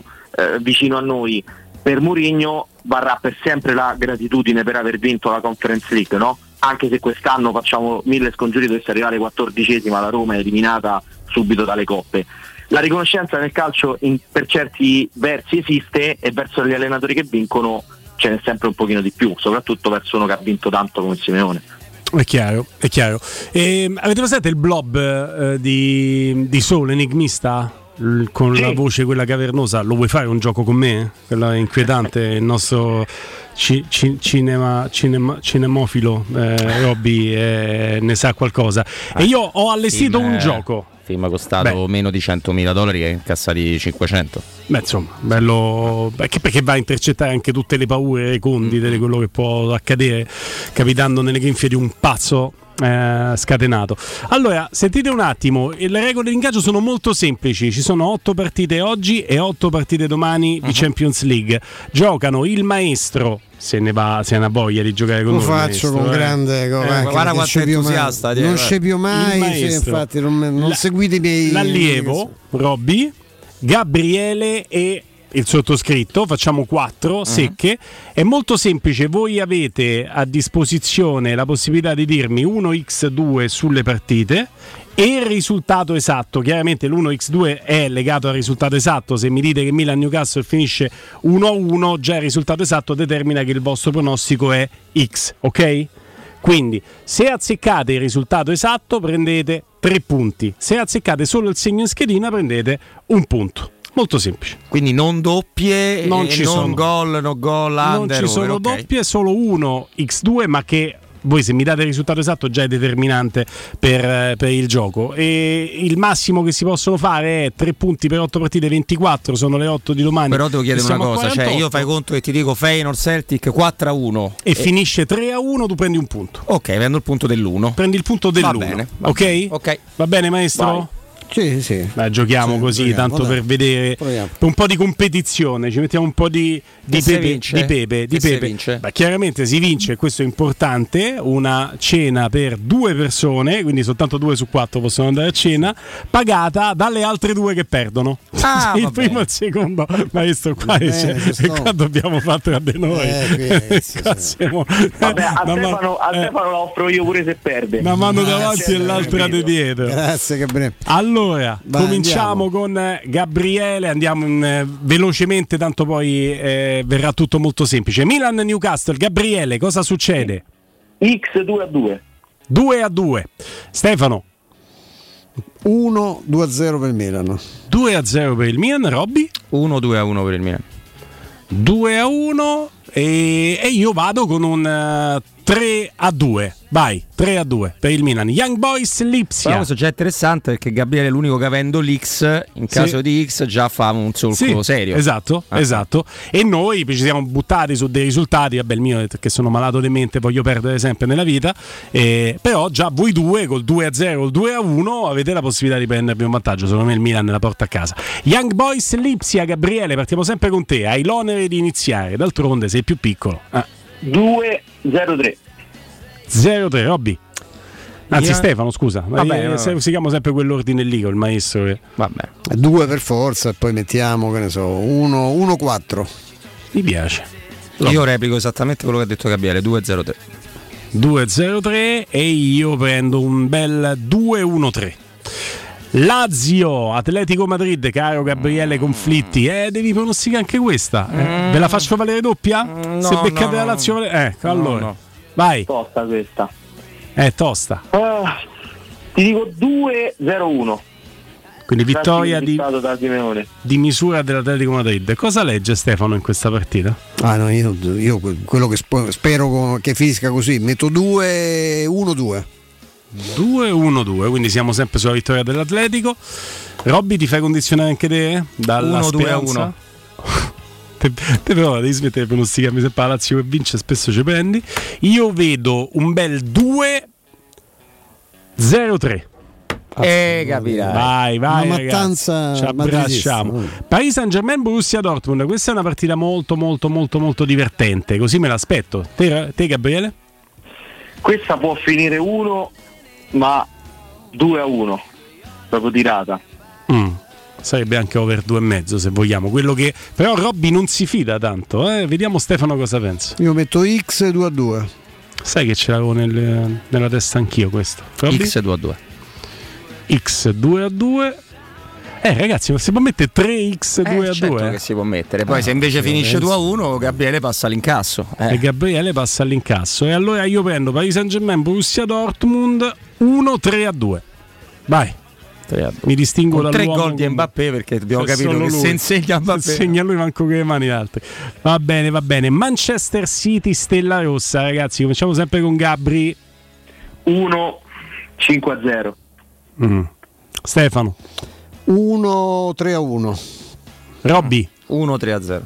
eh, vicino a noi. Per Mourinho varrà per sempre la gratitudine per aver vinto la Conference League, no? Anche se quest'anno facciamo mille scongiuri, dovesse arrivare quattordicesima, la Roma è eliminata subito dalle coppe. La riconoscenza nel calcio in, per certi versi esiste, e verso gli allenatori che vincono ce n'è sempre un pochino di più, soprattutto verso uno che ha vinto tanto come Simeone. È chiaro, è chiaro. E, avete presente il blob eh, di, di Soul, Enigmista? Con sì. La voce quella cavernosa, lo vuoi fare un gioco con me? Quella inquietante, il nostro ci, ci, cinema, cinema, cinemofilo eh, Robby eh, ne sa qualcosa. Ah, e io ho allestito film, un gioco. Film costato Beh. meno di centomila dollari e incassati cinquecento. Beh, insomma, bello, perché, perché va a intercettare anche tutte le paure recondite di quello che può accadere capitando nelle grinfie di un pazzo Eh, scatenato. Allora, sentite un attimo, le regole di ingaggio sono molto semplici, ci sono otto partite oggi e otto partite domani di uh-huh. Champions League. Giocano il maestro, se ne va, se ne ha voglia di giocare con lo noi. Lo faccio maestro, con eh. grande eh, guarda quanto è entusiasta, non c'è più mai, sì, infatti non, non La, seguite i miei l'allievo Robby, Gabriele e il sottoscritto, facciamo quattro secche. Uh-huh. È molto semplice, voi avete a disposizione la possibilità di dirmi uno per due sulle partite e il risultato esatto. Chiaramente l'uno per due è legato al risultato esatto. Se mi dite che Milan-Newcastle finisce uno a uno, già il risultato esatto determina che il vostro pronostico è X, ok? Quindi se azzeccate il risultato esatto prendete tre punti, se azzeccate solo il segno in schedina prendete un punto. Molto semplice. Quindi non doppie, non ci non sono gol, no gol, under, non ci sono okay. doppie, solo uno per due, ma che voi se mi date il risultato esatto già è determinante per, per il gioco. E il massimo che si possono fare è tre punti per otto partite, ventiquattro, sono le otto di domani. Però devo chiedere una cosa, cioè io fai conto che ti dico Feyenoord Celtic quattro a uno e, e finisce tre a uno, tu prendi un punto. Ok, prendo il punto dell'uno. Prendi il punto dell'uno. Va bene, va ok? Bene. Ok. Va bene, maestro? Vai. Sì, sì. Beh, giochiamo sì, così, proviamo, tanto dai. per vedere Proviamo. un po' di competizione, ci mettiamo un po' di, di Che pepe, di pepe, di pepe. Beh, chiaramente si vince, questo è importante, una cena per due persone, quindi soltanto due su quattro possono andare a cena, pagata dalle altre due che perdono. Ah, il primo e il secondo, maestro, qua, eh, c'è, e qua dobbiamo fare tra di noi. Eh, sì, qua sì. siamo, Vabbè, a una Stefano, a eh, Stefano la offro io pure se perde. una mano Ah, davanti sì, e l'altra di dietro. Grazie Gabriele. Allora, Vai, cominciamo andiamo. con eh, Gabriele, andiamo in, eh, velocemente, tanto poi eh, verrà tutto molto semplice. Milan-Newcastle, Gabriele, cosa succede? X due a due. due a due. Stefano? uno due a zero per il Milan. due a zero per il Milan. Robby? uno due a uno per il Milan. due a uno e, e io vado con un uh, tre a due. Vai, tre a due per il Milan. Young Boys Lipsia. Però questo già è interessante perché Gabriele è l'unico che avendo l'X, in caso sì. di X già fa un solco sì, serio. Esatto, ah. esatto. E noi ci siamo buttati su dei risultati, vabbè il mio che sono malato di mente, voglio perdere sempre nella vita, eh, però già voi due col due a zero, col due a uno avete la possibilità di prendervi un vantaggio, secondo me il Milan la porta a casa. Young Boys Lipsia, Gabriele, partiamo sempre con te, hai l'onere di iniziare, d'altronde sei più piccolo. Ah. due zero tre. zero tre, Robby. Anzi, Io... Stefano, scusa, vabbè, io, no. se, seguiamo sempre quell'ordine lì con il maestro. Che... Vabbè. Due per forza e poi mettiamo, che ne so, uno quattro. Mi piace. Io no. replico esattamente quello che ha detto Gabriele, due zero tre. due zero tre e io prendo un bel due uno tre. Lazio, Atletico Madrid, caro Gabriele Conflitti, eh, devi pronosticare anche questa. Eh, ve la faccio valere doppia? No, Se beccate no, la Lazio, ecco, no, allora. no. Vai. Tosta questa. È tosta. Ah, ti dico due zero uno. Quindi vittoria di, di misura dell'Atletico Madrid. Cosa legge Stefano in questa partita? Ah no, io, io quello che sp- spero che finisca così, metto due uno due. due uno due, quindi siamo sempre sulla vittoria dell'Atletico. Robby, ti fai condizionare anche te dalla uno due a uno. Te, te però devi smettere di pronosticarmi sempre la Lazio che vince, spesso ci prendi. Io vedo un bel due zero tre. Eh, capirai. Vai, vai, una ragazzi, mattanza ci abbracciamo. Paris Saint-Germain, Borussia Dortmund. Questa è una partita molto molto molto molto divertente, così me l'aspetto. Te, te Gabriele? Questa può finire uno, ma due a uno, proprio tirata. Mm. Sarebbe anche over due e mezzo se vogliamo. Quello che però Robby non si fida tanto, eh? Vediamo Stefano cosa pensa. Io metto X due a due. Sai che ce l'avevo nel, nella testa anch'io questo. Robby? X due a due. X due a due. Eh ragazzi, ma si può mettere tre X due eh, a certo due? Che si può mettere. Poi ah, se invece finisce penso. due a uno, Gabriele passa all'incasso. Eh. E Gabriele passa all'incasso. E allora io prendo Paris Saint-Germain, Borussia Dortmund uno tre a due. Vai. Mi distingo da tre gol di Mbappé perché abbiamo capito che se insegna Mbappé se insegna lui manco che le mani alte. Va bene, va bene. Manchester City, Stella Rossa, ragazzi, cominciamo sempre con Gabri. uno cinque a zero. Mm. Stefano uno tre a uno. Robby uno tre a zero.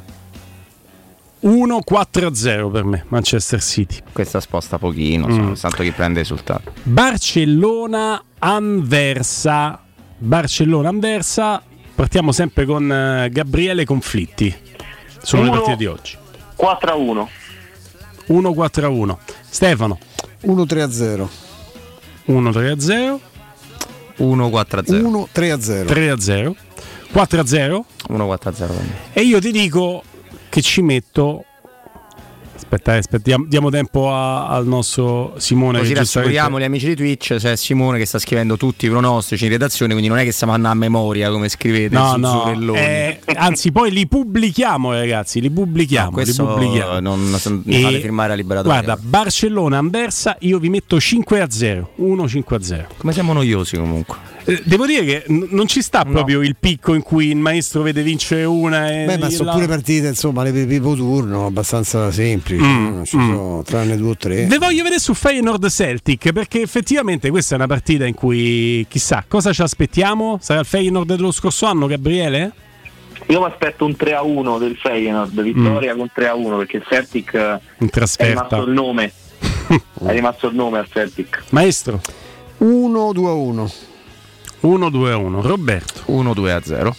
uno quattro a zero per me Manchester City. Questa sposta pochino, mm. tanto chi prende risultato. Barcellona Anversa. Barcellona Anversa. Partiamo sempre con uh, Gabriele Conflitti. Sono uno, le partite di oggi. quattro a uno. uno quattro a uno. Stefano uno tre a zero. uno tre a zero. uno quattro a zero. uno tre a zero. tre a zero. quattro a zero. uno quattro a zero. E io ti dico che ci metto. Aspetta, aspettiamo, diamo tempo a, al nostro Simone. Così che rassicuriamo gli amici di Twitch, c'è Simone che sta scrivendo tutti i pronostici in redazione, quindi non è che stiamo andando a memoria come scrivete. No, no, eh, anzi poi li pubblichiamo ragazzi, li pubblichiamo. No, questo li pubblichiamo. non mi fate firmare a liberatoria. Guarda, Barcellona Anversa, io vi metto cinque a zero. uno cinque a zero. Come siamo noiosi comunque. Eh, devo dire che n- non ci sta no. proprio il picco in cui il maestro vede vincere una e beh, ma sono la... pure partite, insomma, le primo turno abbastanza semplici, mm, no? Ci mm. sono tranne due o tre. Ve voglio vedere su Feyenoord Celtic, perché effettivamente questa è una partita in cui chissà cosa ci aspettiamo. Sarà il Feyenoord dello scorso anno, Gabriele? Io mi aspetto un tre a uno del Feyenoord, vittoria mm. con tre a uno, perché il Celtic in trasferta. È rimasto il nome. È rimasto il nome al Celtic. Maestro uno due a uno. uno due a uno. Roberto uno due a zero.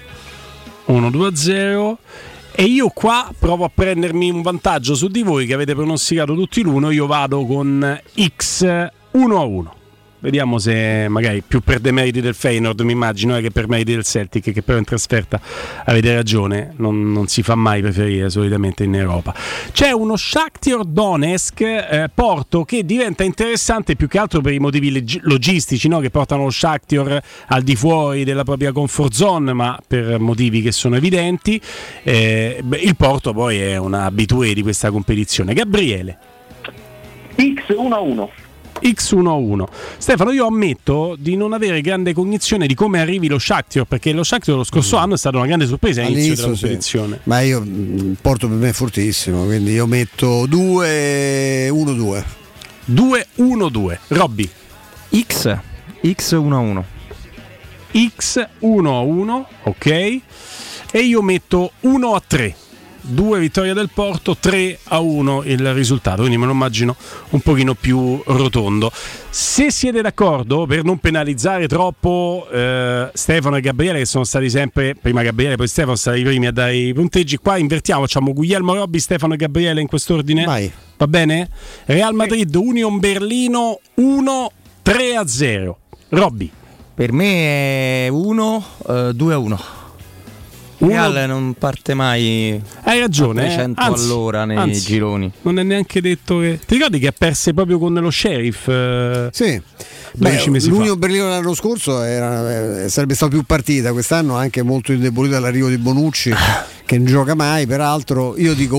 uno due a zero. E io qua provo a prendermi un vantaggio su di voi che avete pronosticato tutti l'uno. Io vado con X uno a uno. Vediamo se magari più per demeriti del Feyenoord, mi immagino, eh, che per meriti del Celtic, che però in trasferta avete ragione, non, non si fa mai preferire solitamente in Europa. C'è uno Shakhtar Donetsk eh, Porto che diventa interessante più che altro per i motivi leg- logistici, no? Che portano lo Shakhtar al di fuori della propria comfort zone, ma per motivi che sono evidenti. Eh, beh, il Porto poi è un abitué di questa competizione. Gabriele X uno a uno. X uno a uno. Stefano, io ammetto di non avere grande cognizione di come arrivi lo Shakhtar, perché lo Shakhtar lo scorso mm. anno è stata una grande sorpresa all'inizio, all'inizio della competizione. Sì. Ma io il Porto per me è fortissimo, quindi io metto due uno due. due uno due. Robby. X X uno a uno. X uno a uno, ok. E io metto uno a tre. Due vittorie del Porto, tre a uno il risultato, quindi me lo immagino un pochino più rotondo. Se siete d'accordo, per non penalizzare troppo eh, Stefano e Gabriele, che sono stati sempre, prima Gabriele poi Stefano, sono stati i primi a dare i punteggi, qua invertiamo, facciamo Guglielmo, Robby, Stefano e Gabriele in quest'ordine. Vai. Va bene? Real Madrid, Union Berlino uno tre a zero. Robby. Per me è uno due a uno. Real non parte mai. Hai ragione, a trecento eh? Anzi, all'ora nei anzi, gironi. Non è neanche detto che. Ti ricordi che ha perso proprio con lo Sheriff? Eh, sì. Beh, l'Union Berlino l'anno scorso era, eh, sarebbe stato più partita, quest'anno anche molto indebolito dall'arrivo di Bonucci che non gioca mai, peraltro. Io dico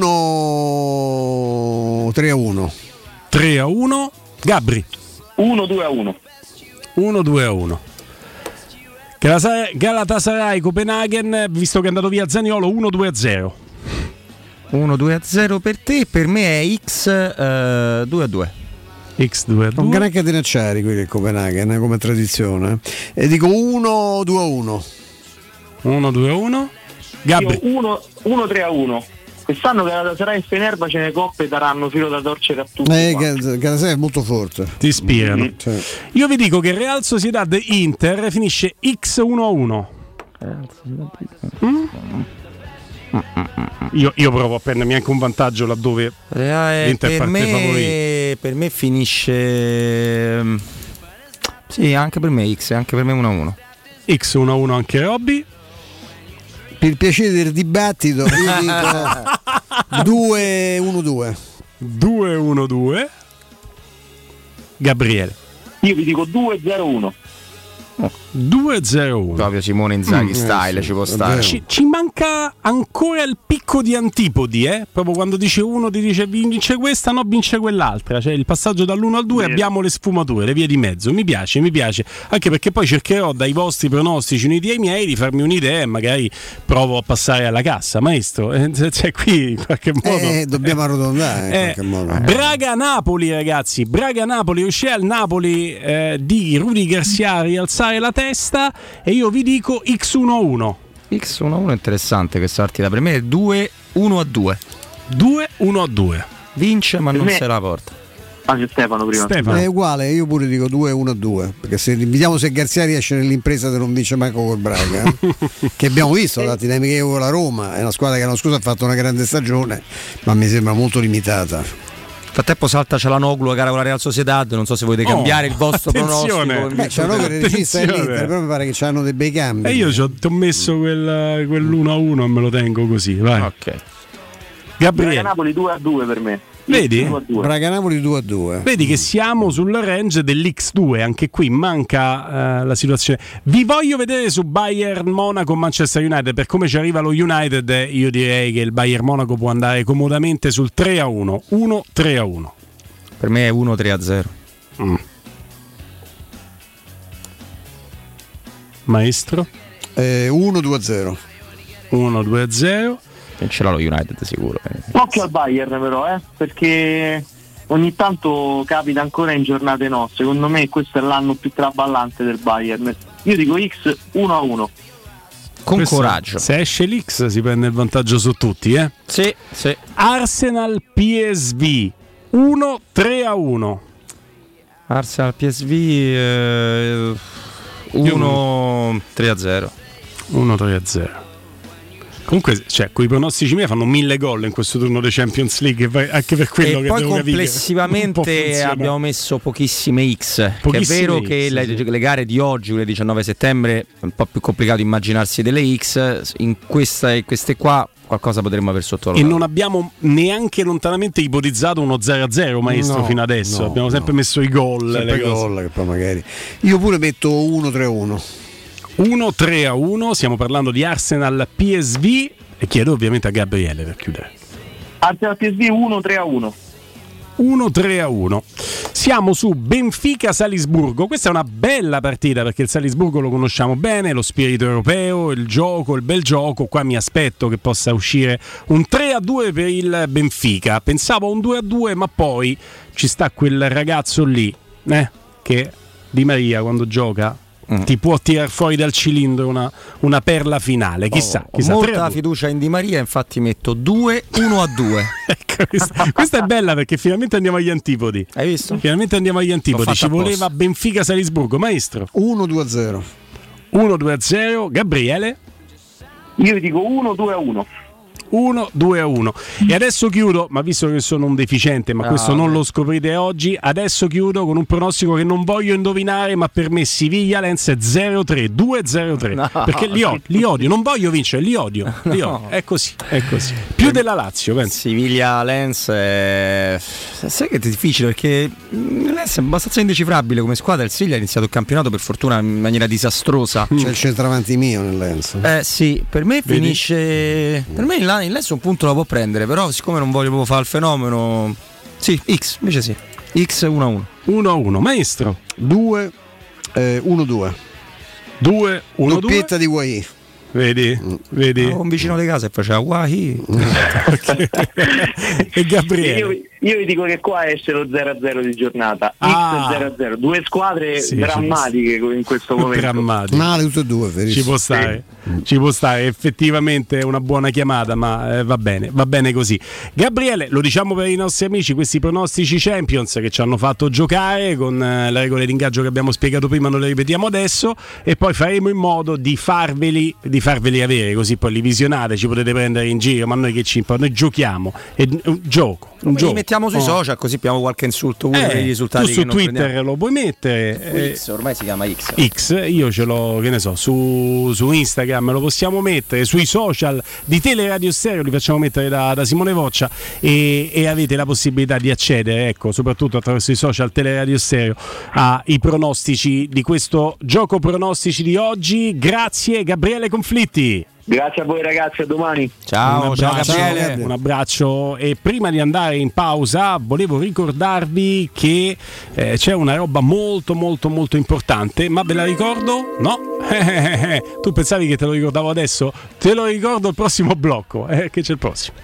uno tre a uno. tre a uno. Gabri. uno due a uno. uno due a uno. Galatasaray Copenaghen, visto che è andato via Zaniolo, uno due a zero. uno due a zero per te, per me è X uh, due a due. X due a due. Un gran catenacciari quelli del Copenaghen, eh, come tradizione. E dico uno due a uno. uno due a uno. Gabri. uno tre a uno. Quest'anno Galatasaray e Fenerbahce nelle coppe daranno filo da torcere a tutti. Eh, Galatasaray è molto forte. Ti ispirano. Mm-hmm. Cioè. Io vi dico che Real Sociedad Inter finisce X uno a uno. Mm? Io, io provo a prendermi anche un vantaggio laddove eh, l'Inter per parte me, favorito. Per me finisce. Sì, anche per me X, anche per me uno a uno. X uno a uno anche Robby. Per il piacere del dibattito, io dico due uno due. due uno due. Gabriele. Io vi dico due zero uno. due zero uno. Proprio Simone Inzaghi mm, style, eh, ci può stare. Ci, ci manca ancora il picco di antipodi, eh? Proprio quando dice uno ti dice vince questa, no, vince quell'altra. Cioè il passaggio dall'uno al due, abbiamo le sfumature, le vie di mezzo. Mi piace, mi piace. Anche perché poi cercherò dai vostri pronostici uniti ai miei di farmi un'idea e magari provo a passare alla cassa. Maestro, eh, cioè qui in qualche modo eh, dobbiamo arrotondare in eh, qualche modo. Braga-Napoli, ragazzi. Braga-Napoli, riuscì al Napoli eh, di Rudy Garcia a rialzare la testa e io vi dico X uno a uno. X uno a uno è interessante questa partita, per me è due uno a due. due uno a due. Vince ma per non me... se la porta. Ah, c'è Stefano prima. Stefano. È uguale, io pure dico due uno a due, perché se vediamo se Garzia riesce nell'impresa di non vince manco col Braga, eh? che abbiamo visto la dinamica con la Roma, è una squadra che l'anno scorso ha fatto una grande stagione, ma mi sembra molto limitata. Nel frattempo salta Cialanoglu a gara con la Real Sociedad, non so se volete oh, cambiare il vostro pronostico. Beh, Cialanoglu è il regista dell'Inter, però mi pare che hanno dei bei cambi. E io ti ho messo quel, quell'uno a uno e me lo tengo così, vai. Ok. Gabriele. Napoli due a due per me. Vedi? Braga-Napoli due a due. Vedi che siamo sul range dell'X due, anche qui manca uh, la situazione. Vi voglio vedere su Bayern Monaco Manchester United, per come ci arriva lo United io direi che il Bayern Monaco può andare comodamente sul tre a uno. uno tre a uno. Per me è uno tre a zero. Mm. Maestro? Eh, uno due a zero. uno due a zero. Ce l'ha lo United sicuro. Occhio al Bayern però, eh, perché ogni tanto capita ancora in giornate no. Secondo me questo è l'anno più traballante del Bayern. Io dico X uno a uno. Con questo, coraggio. Se esce l'X si prende il vantaggio su tutti, eh? Sì, sì. Arsenal P S V uno tre a uno. Arsenal P S V eh, uno tre a zero. uno tre a zero. Comunque, cioè, quei pronostici miei fanno mille gol in questo turno dei Champions League, anche per quello e che poi devo complessivamente abbiamo messo pochissime X. Pochissime che è vero X, che le, sì. le gare di oggi, quelle diciannove settembre, è un po' più complicato immaginarsi delle X. In questa e queste qua qualcosa potremmo aver sottovalutato. E non abbiamo neanche lontanamente ipotizzato uno zero a zero, maestro, no, fino adesso. No, abbiamo sempre no. messo i gol. Sempre le gol che poi magari. Io pure metto uno tre a uno. uno tre a uno, stiamo parlando di Arsenal P S V e chiedo ovviamente a Gabriele per chiudere. Arsenal P S V uno tre a uno. uno tre a uno. Siamo su Benfica-Salisburgo. Questa è una bella partita perché il Salisburgo lo conosciamo bene, lo spirito europeo, il gioco, il bel gioco. Qua mi aspetto che possa uscire un tre a due per il Benfica. Pensavo a un due a due, ma poi ci sta quel ragazzo lì, eh, che Di Maria quando gioca Mm. ti può tirar fuori dal cilindro una, una perla finale, chissà, oh, chissà. Molta fiducia in Di Maria, infatti metto due uno a due. Ecco, questa, questa è bella perché finalmente andiamo agli antipodi. Hai visto? Finalmente andiamo agli antipodi. Ci voleva Benfica-Salisburgo, maestro. uno due a zero. uno due a zero. Gabriele? Io dico uno due a uno. uno due a uno. E adesso chiudo, ma visto che sono un deficiente, ma no, questo non beh. lo scoprite oggi, adesso chiudo con un pronostico che non voglio indovinare, ma per me Siviglia-Lens zero tre, due zero tre, no. perché li odio, li odio, non voglio vincere, li odio, li No. odio. È così, è così. Più della Lazio, penso. Siviglia-Lens è... sai che è difficile perché Lens è abbastanza indecifrabile come squadra. Il Siviglia ha iniziato il campionato per fortuna in maniera disastrosa. C'è il centravanti mio nel Lens. Eh sì, per me Vedi? finisce. Per me il Lens un punto la può prendere, però siccome non voglio proprio fare il fenomeno. Sì, X, invece sì. X uno a uno. uno a uno, maestro. due uno due. due uno due. Doppietta di Guai. Vedi? Vedi? Un vicino di casa e faceva Wahi. E Gabriele? Io, io vi dico che qua esce lo zero a zero di giornata. Ah. X zero a zero. Due squadre Sì, drammatiche in questo momento. Drammatiche. Male tutte e due, verissimo. Ci può stare, ci può stare, effettivamente è una buona chiamata, ma eh, va bene, va bene così. Gabriele, lo diciamo per i nostri amici, questi pronostici Champions che ci hanno fatto giocare con eh, le regole di ingaggio che abbiamo spiegato prima, non le ripetiamo adesso, e poi faremo in modo di farveli, di farveli avere, così poi li visionate, ci potete prendere in giro, ma noi che ci importa, noi giochiamo, è un gioco. Un Li mettiamo sui oh. social così abbiamo qualche insulto pure eh, per i risultati. tu su che non Twitter prendiamo. lo puoi mettere. X, ormai si chiama X. X, io ce l'ho, che ne so, su, su Instagram lo possiamo mettere, sui social di Teleradio Stereo li facciamo mettere da, da Simone Voccia e, e avete la possibilità di accedere, ecco, soprattutto attraverso i social Teleradio Stereo, ai pronostici di questo gioco pronostici di oggi. Grazie Gabriele Conflitti. Grazie a voi ragazzi, a domani. Ciao, un ciao abbraccio, Gabriele. un abbraccio. E prima di andare in pausa volevo ricordarvi che eh, c'è una roba molto molto molto importante, ma ve la ricordo? No? Tu pensavi che te lo ricordavo adesso? Te lo ricordo il prossimo blocco, eh, che c'è il prossimo.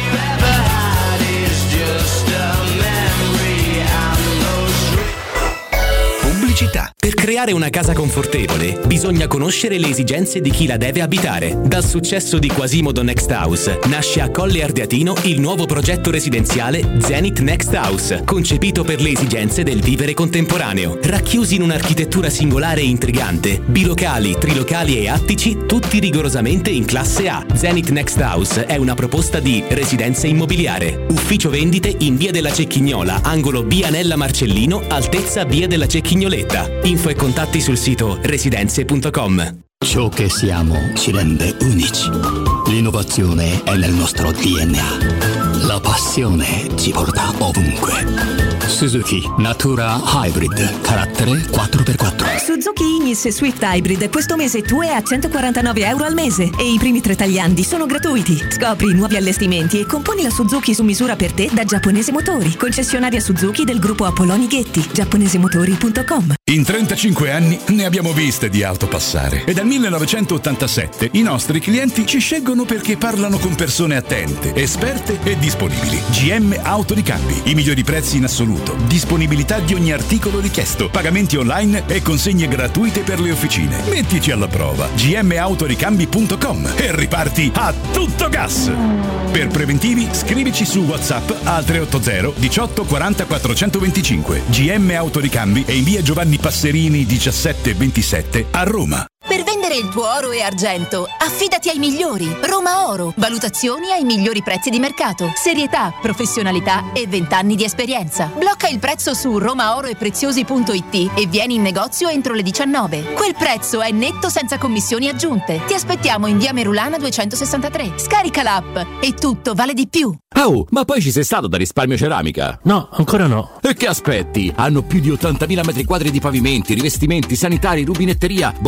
Pubblicità. Per creare una casa confortevole bisogna conoscere le esigenze di chi la deve abitare. Dal successo di Quasimodo Next House nasce a Colle Ardeatino il nuovo progetto residenziale Zenith Next House, concepito per le esigenze del vivere contemporaneo. Racchiusi in un'architettura singolare e intrigante, bilocali, trilocali e attici, tutti rigorosamente in classe A. Zenith Next House è una proposta di residenza immobiliare. Ufficio vendite in via della Cecchignola, angolo via Anella Marcellino, altezza via della Cecchignola. Info e contatti sul sito residenze punto com. Ciò che siamo ci rende unici. L'innovazione è nel nostro D N A. La passione ci porta ovunque. Suzuki Natura Hybrid, carattere quattro per quattro. Suzuki Ignis Swift Hybrid questo mese tu è a centoquarantanove euro al mese e i primi tre tagliandi sono gratuiti. Scopri i nuovi allestimenti e componi la Suzuki su misura per te da Giapponese Motori, concessionaria Suzuki del gruppo Apoloni Ghetti, giapponesemotori punto com. In trentacinque anni ne abbiamo viste di auto passare e dal millenovecentottantasette i nostri clienti ci scelgono perché parlano con persone attente, esperte e disponibili. G M Autoricambi, i migliori prezzi in assoluto, disponibilità di ogni articolo richiesto, pagamenti online e consegne gratuite per le officine. Mettici alla prova. G M autoricambi punto com e riparti a tutto gas. Per preventivi scrivici su WhatsApp al tre otto zero diciotto quaranta quattrocentoventicinque. G M Autoricambi è in via Giovanni Passerini diciassette ventisette a Roma. Per vendere il tuo oro e argento, affidati ai migliori. Roma Oro. Valutazioni ai migliori prezzi di mercato. Serietà, professionalità e vent'anni di esperienza. Blocca il prezzo su romaoroepreziosi punto it e vieni in negozio entro le diciannove. Quel prezzo è netto senza commissioni aggiunte. Ti aspettiamo in via Merulana duecentosessantatré. Scarica l'app e tutto vale di più. Oh, ma poi ci sei stato da Risparmio Ceramica? No, ancora no. E che aspetti? Hanno più di ottantamila metri quadri di pavimenti, rivestimenti, sanitari, rubinetteria, box docce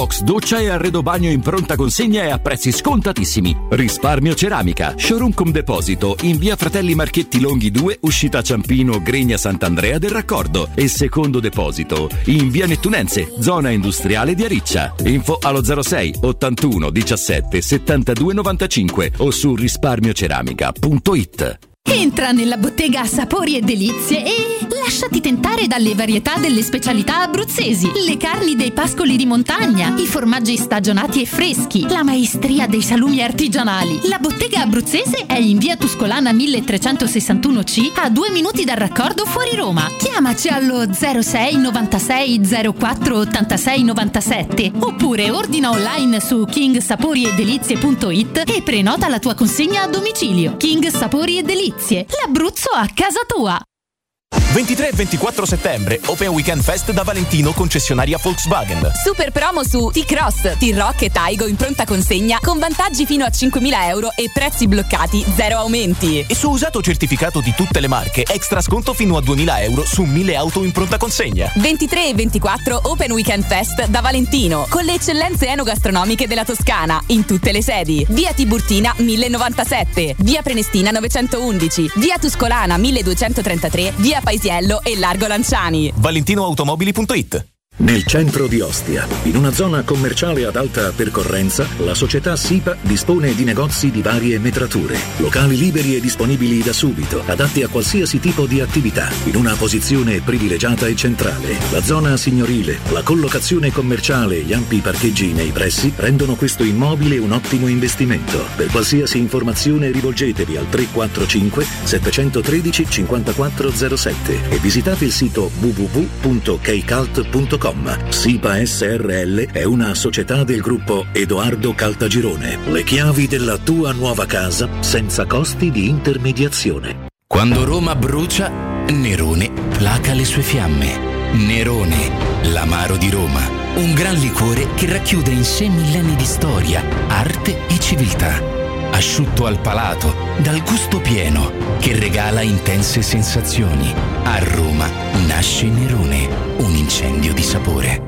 doccia e arredo bagno in pronta consegna e a prezzi scontatissimi. Risparmio Ceramica, showroom con deposito in via Fratelli Marchetti Longhi due, uscita Ciampino, Gregna Sant'Andrea del Raccordo, e secondo deposito in via Nettunense, zona industriale di Ariccia. Info allo zero sei ottantuno diciassette settantadue novantacinque o su risparmioceramica punto it. Entra nella bottega Sapori e Delizie e lasciati tentare dalle varietà delle specialità abruzzesi, le carni dei pascoli di montagna, i formaggi stagionati e freschi, la maestria dei salumi artigianali. La bottega abruzzese è in via Tuscolana milletrecentosessantuno C, a due minuti dal Raccordo fuori Roma. Chiamaci allo zero sei novantasei zero quattro ottantasei novantasette oppure ordina online su king sapori e delizie punto it e prenota la tua consegna a domicilio. King Sapori e Delizie, l'Abruzzo a casa tua. ventitré e ventiquattro settembre Open Weekend Fest da Valentino, concessionaria Volkswagen. Super promo su T-Cross, T-Rock e Taigo in pronta consegna con vantaggi fino a cinquemila euro e prezzi bloccati, zero aumenti. E su usato certificato di tutte le marche, extra sconto fino a duemila euro su mille auto in pronta consegna. ventitré e ventiquattro Open Weekend Fest da Valentino, con le eccellenze enogastronomiche della Toscana, in tutte le sedi. Via Tiburtina mille novantasette, via Prenestina novecentoundici, via Tuscolana milleduecentotrentatré, via Paisiello e Largo Lanciani. valentinoautomobili punto it. Nel centro di Ostia, in una zona commerciale ad alta percorrenza, la società SIPA dispone di negozi di varie metrature, locali liberi e disponibili da subito, adatti a qualsiasi tipo di attività, in una posizione privilegiata e centrale. La zona signorile, la collocazione commerciale e gli ampi parcheggi nei pressi rendono questo immobile un ottimo investimento. Per qualsiasi informazione rivolgetevi al tre quattro cinque sette uno tre cinque quattro zero sette e visitate il sito w w w punto keicalt punto com. SIPA S R L è una società del gruppo Edoardo Caltagirone. Le chiavi della tua nuova casa senza costi di intermediazione. Quando Roma brucia, Nerone placa le sue fiamme. Nerone, l'amaro di Roma. Un gran liquore che racchiude in sé millenni di storia, arte e civiltà. Asciutto al palato, dal gusto pieno, che regala intense sensazioni. A Roma nasce Nerone, un incendio di sapore.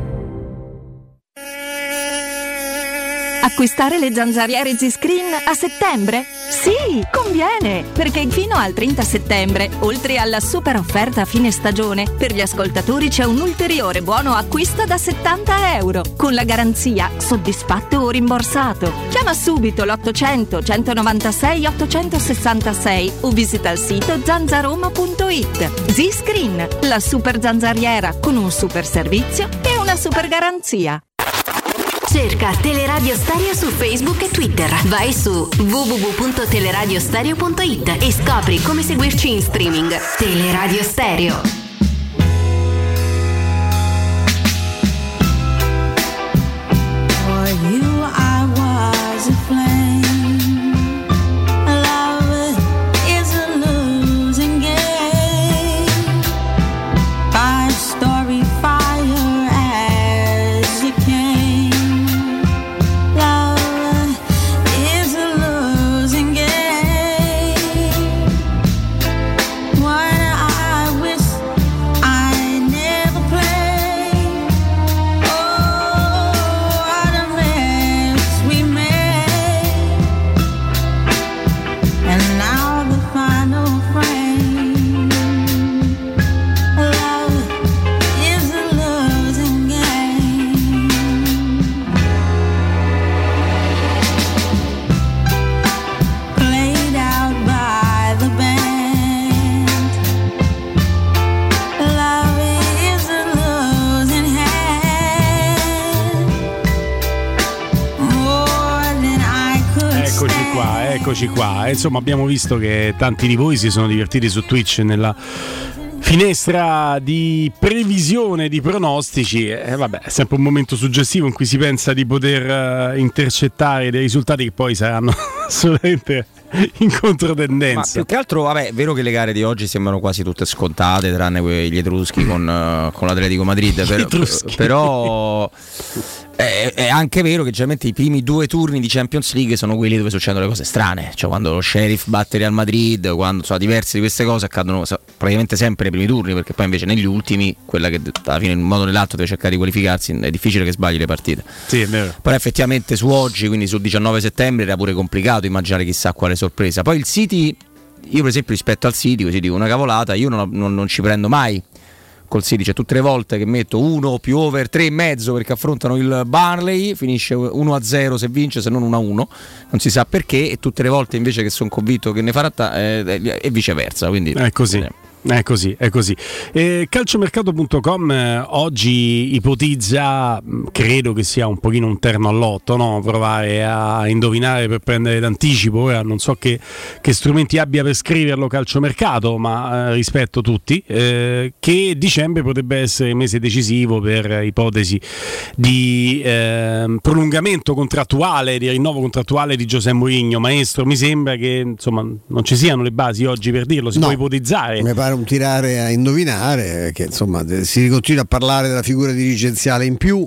Acquistare le zanzariere Z-Screen a settembre? Sì, conviene! Perché fino al trenta settembre, oltre alla super offerta a fine stagione, per gli ascoltatori c'è un ulteriore buono acquisto da settanta euro, con la garanzia soddisfatto o rimborsato. Chiama subito l'ottocento centonovantasei ottocentosessantasei o visita il sito zanzaroma punto it. Z-Screen, la super zanzariera con un super servizio e una super garanzia. Cerca Teleradio Stereo su Facebook e Twitter. Vai su w w w punto teleradiostereo punto it e scopri come seguirci in streaming. Teleradio Stereo. For you I was a flame. Love is a losing game. Five story fire as you came. Eccoci qua, insomma abbiamo visto che tanti di voi si sono divertiti su Twitch nella finestra di previsione di pronostici e eh, vabbè, è sempre un momento suggestivo in cui si pensa di poter uh, intercettare dei risultati che poi saranno assolutamente in controtendenza. Ma più che altro, vabbè, è vero che le gare di oggi sembrano quasi tutte scontate, tranne gli Etruschi con, uh, con l'Atletico Madrid, per, però È, è anche vero che generalmente i primi due turni di Champions League sono quelli dove succedono le cose strane, cioè quando lo Sheriff batte Real Madrid, quando so, diverse di queste cose accadono so, praticamente sempre nei primi turni, perché poi invece negli ultimi, quella che alla fine in un modo o nell'altro deve cercare di qualificarsi, è difficile che sbagli le partite. Sì, è vero. Però effettivamente su oggi, quindi sul diciannove settembre, era pure complicato immaginare chissà quale sorpresa. Poi il City, io per esempio rispetto al City, così dico una cavolata, io non, non, non ci prendo mai col City, cioè tutte le volte che metto uno più over tre e mezzo perché affrontano il Burnley finisce uno a zero se vince, se non uno a uno, non si sa perché, e tutte le volte invece che sono convinto che ne farà ta- eh, e viceversa, quindi è così. Eh. È così, è così. Eh, calciomercato punto com eh, oggi ipotizza, credo che sia un pochino un terno all'otto, no? Provare a indovinare per prendere d'anticipo. Ora non so che, che strumenti abbia per scriverlo calciomercato, ma eh, rispetto tutti, eh, che dicembre potrebbe essere mese decisivo per ipotesi di eh, prolungamento contrattuale, di rinnovo contrattuale di José Mourinho. Maestro, mi sembra che insomma non ci siano le basi oggi per dirlo, si no, può ipotizzare. Mi pare un tirare a indovinare, che insomma si continua a parlare della figura dirigenziale in più,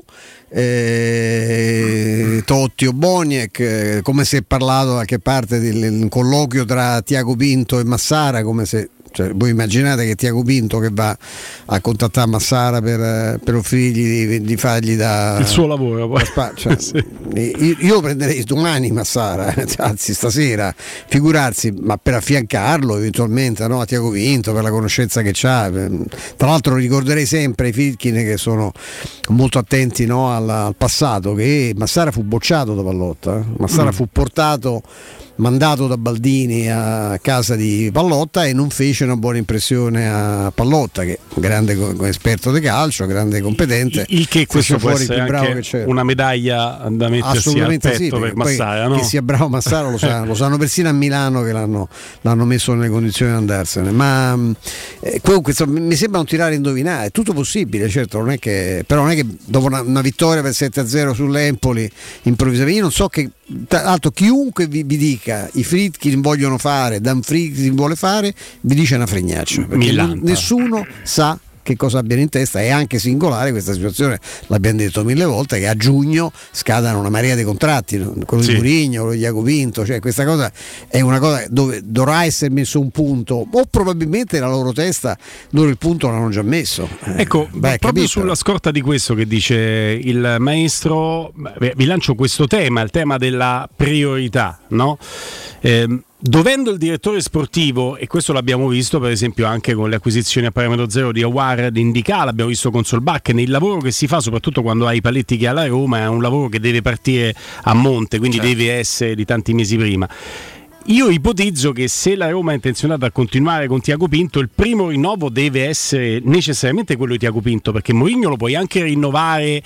eh, Totti o Boniek, eh, come si è parlato da qualche parte del colloquio tra Tiago Pinto e Massara, come se, cioè, voi immaginate che Tiago Pinto che va a contattare Massara per, per offrirgli di, di fargli da il suo lavoro poi. Da, cioè, sì. io, io prenderei domani Massara, anzi stasera, figurarsi, ma per affiancarlo eventualmente, no, a Tiago Pinto, per la conoscenza che c'ha. Tra l'altro ricorderei sempre i Friedkin che sono molto attenti, no, al, al passato, che Massara fu bocciato da Pallotta, eh? Massara mm. fu portato, mandato da Baldini a casa di Pallotta e non fece una buona impressione a Pallotta, che è un grande esperto di calcio, grande competente, il che questo può essere anche una medaglia da mettersi al petto, sì, per Massara, no? Che sia bravo Massara lo, sa, lo sanno persino a Milano, che l'hanno, l'hanno messo nelle condizioni di andarsene, ma eh, comunque insomma, mi sembra un tirare a indovinare, è tutto possibile, certo, non è che, però non è che dopo una, una vittoria per sette a zero sull'Empoli improvvisamente, io non so che, tra l'altro chiunque vi, vi dica i Friedkin vogliono fare, Dan Friedkin vuole fare, vi dice una fregnaccia, perché n- nessuno sa che cosa abbiano in testa. È anche singolare questa situazione, l'abbiamo detto mille volte, che a giugno scadano una marea di contratti, no? Quello sì. di Mourinho, quello di Tiago Pinto, cioè questa cosa è una cosa dove dovrà essere messo un punto, o probabilmente nella loro testa loro il punto l'hanno già messo. Ecco, beh, proprio capito? Sulla scorta di questo che dice il maestro, vi lancio questo tema, il tema della priorità, no? Eh, dovendo il direttore sportivo, e questo l'abbiamo visto per esempio anche con le acquisizioni a parametro zero di Aouar, di Indica, l'abbiamo visto con Solbakken, il lavoro che si fa soprattutto quando hai i paletti che ha la Roma è un lavoro che deve partire a monte, quindi certo. deve essere di tanti mesi prima. Io ipotizzo che se la Roma è intenzionata a continuare con Tiago Pinto, il primo rinnovo deve essere necessariamente quello di Tiago Pinto, perché Mourinho lo puoi anche rinnovare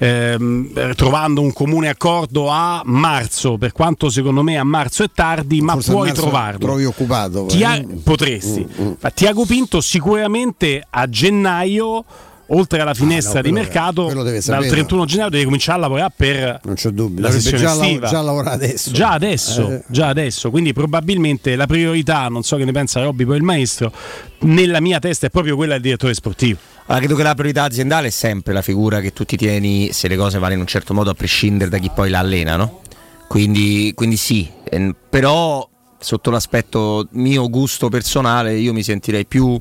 ehm, trovando un comune accordo a marzo, per quanto secondo me a marzo è tardi, ma forse puoi trovarlo. Trovi occupato. Tia- potresti. Mm, mm. Ma Tiago Pinto sicuramente a gennaio, oltre alla finestra ah, no, di mercato, dal trentuno gennaio deve cominciare a lavorare per non c'è dubbio, la sessione già, estiva. già lavora adesso. Già adesso, eh. già adesso, quindi probabilmente la priorità, non so che ne pensa Robby poi il maestro, nella mia testa è proprio quella del direttore sportivo. Allora, credo che la priorità aziendale è sempre la figura che tu ti tieni, se le cose vanno in un certo modo, a prescindere da chi poi la allena, no? Quindi, quindi sì, eh, però sotto l'aspetto mio gusto personale io mi sentirei più...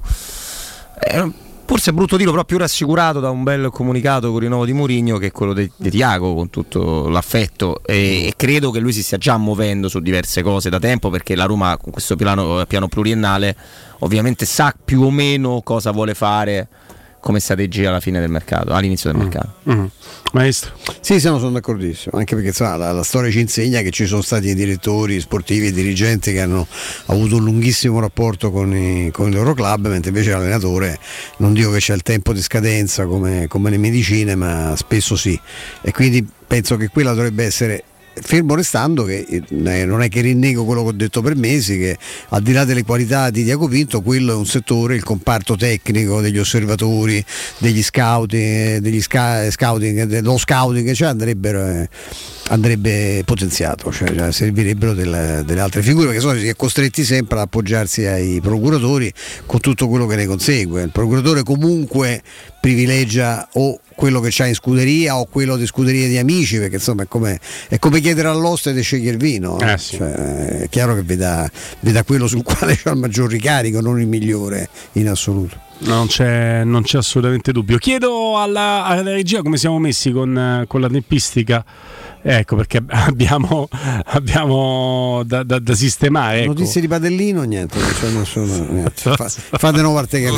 Eh, forse è brutto dirlo, però più rassicurato da un bel comunicato con il rinnovo di Mourinho che quello di, di Tiago, con tutto l'affetto, e, e credo che lui si stia già muovendo su diverse cose da tempo, perché la Roma con questo piano, piano pluriennale ovviamente sa più o meno cosa vuole fare come strategia alla fine del mercato, all'inizio del mercato. Mm-hmm. Maestro? Sì, sì, no, sono d'accordissimo, anche perché sa, la, la storia ci insegna che ci sono stati direttori sportivi e dirigenti che hanno avuto un lunghissimo rapporto con i, con il loro club, mentre invece l'allenatore, non dico che c'è il tempo di scadenza come, come le medicine, ma spesso sì, e quindi penso che quella dovrebbe essere, fermo restando che eh, non è che rinnego quello che ho detto per mesi, che al di là delle qualità di Tiago Pinto, quello è un settore, il comparto tecnico degli osservatori, degli scouting, degli sca- scouting dello scouting, cioè andrebbero eh, andrebbe potenziato, cioè, cioè servirebbero delle, delle altre figure, perché sono si è costretti sempre ad appoggiarsi ai procuratori con tutto quello che ne consegue. Il procuratore comunque privilegia o quello che c'ha in scuderia o quello di scuderie di amici, perché insomma è come, è come chiedere all'oste di scegliere il vino, eh sì. Cioè, è chiaro che vi dà, vi dà quello sul quale c'ha il maggior ricarico, non il migliore in assoluto. Non c'è, non c'è assolutamente dubbio. Chiedo alla, alla regia come siamo messi con, con la tempistica. Ecco, perché abbiamo, abbiamo da, da, da sistemare. Ecco. Notizie di padellino, niente, non c'è nessuno. Niente. Fa, fate una parte che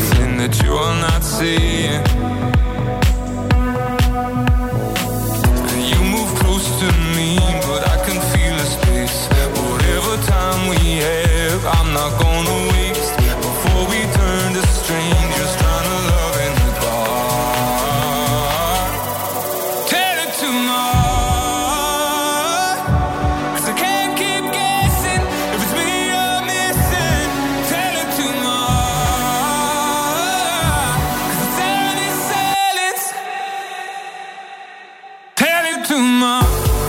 I'm not gonna waste before we turn to strangers trying to love in the dark. Tell it to my heart, 'cause I can't keep guessing if it's me you're missing. Tell it to my heart, 'cause it's only silence. Tell it to my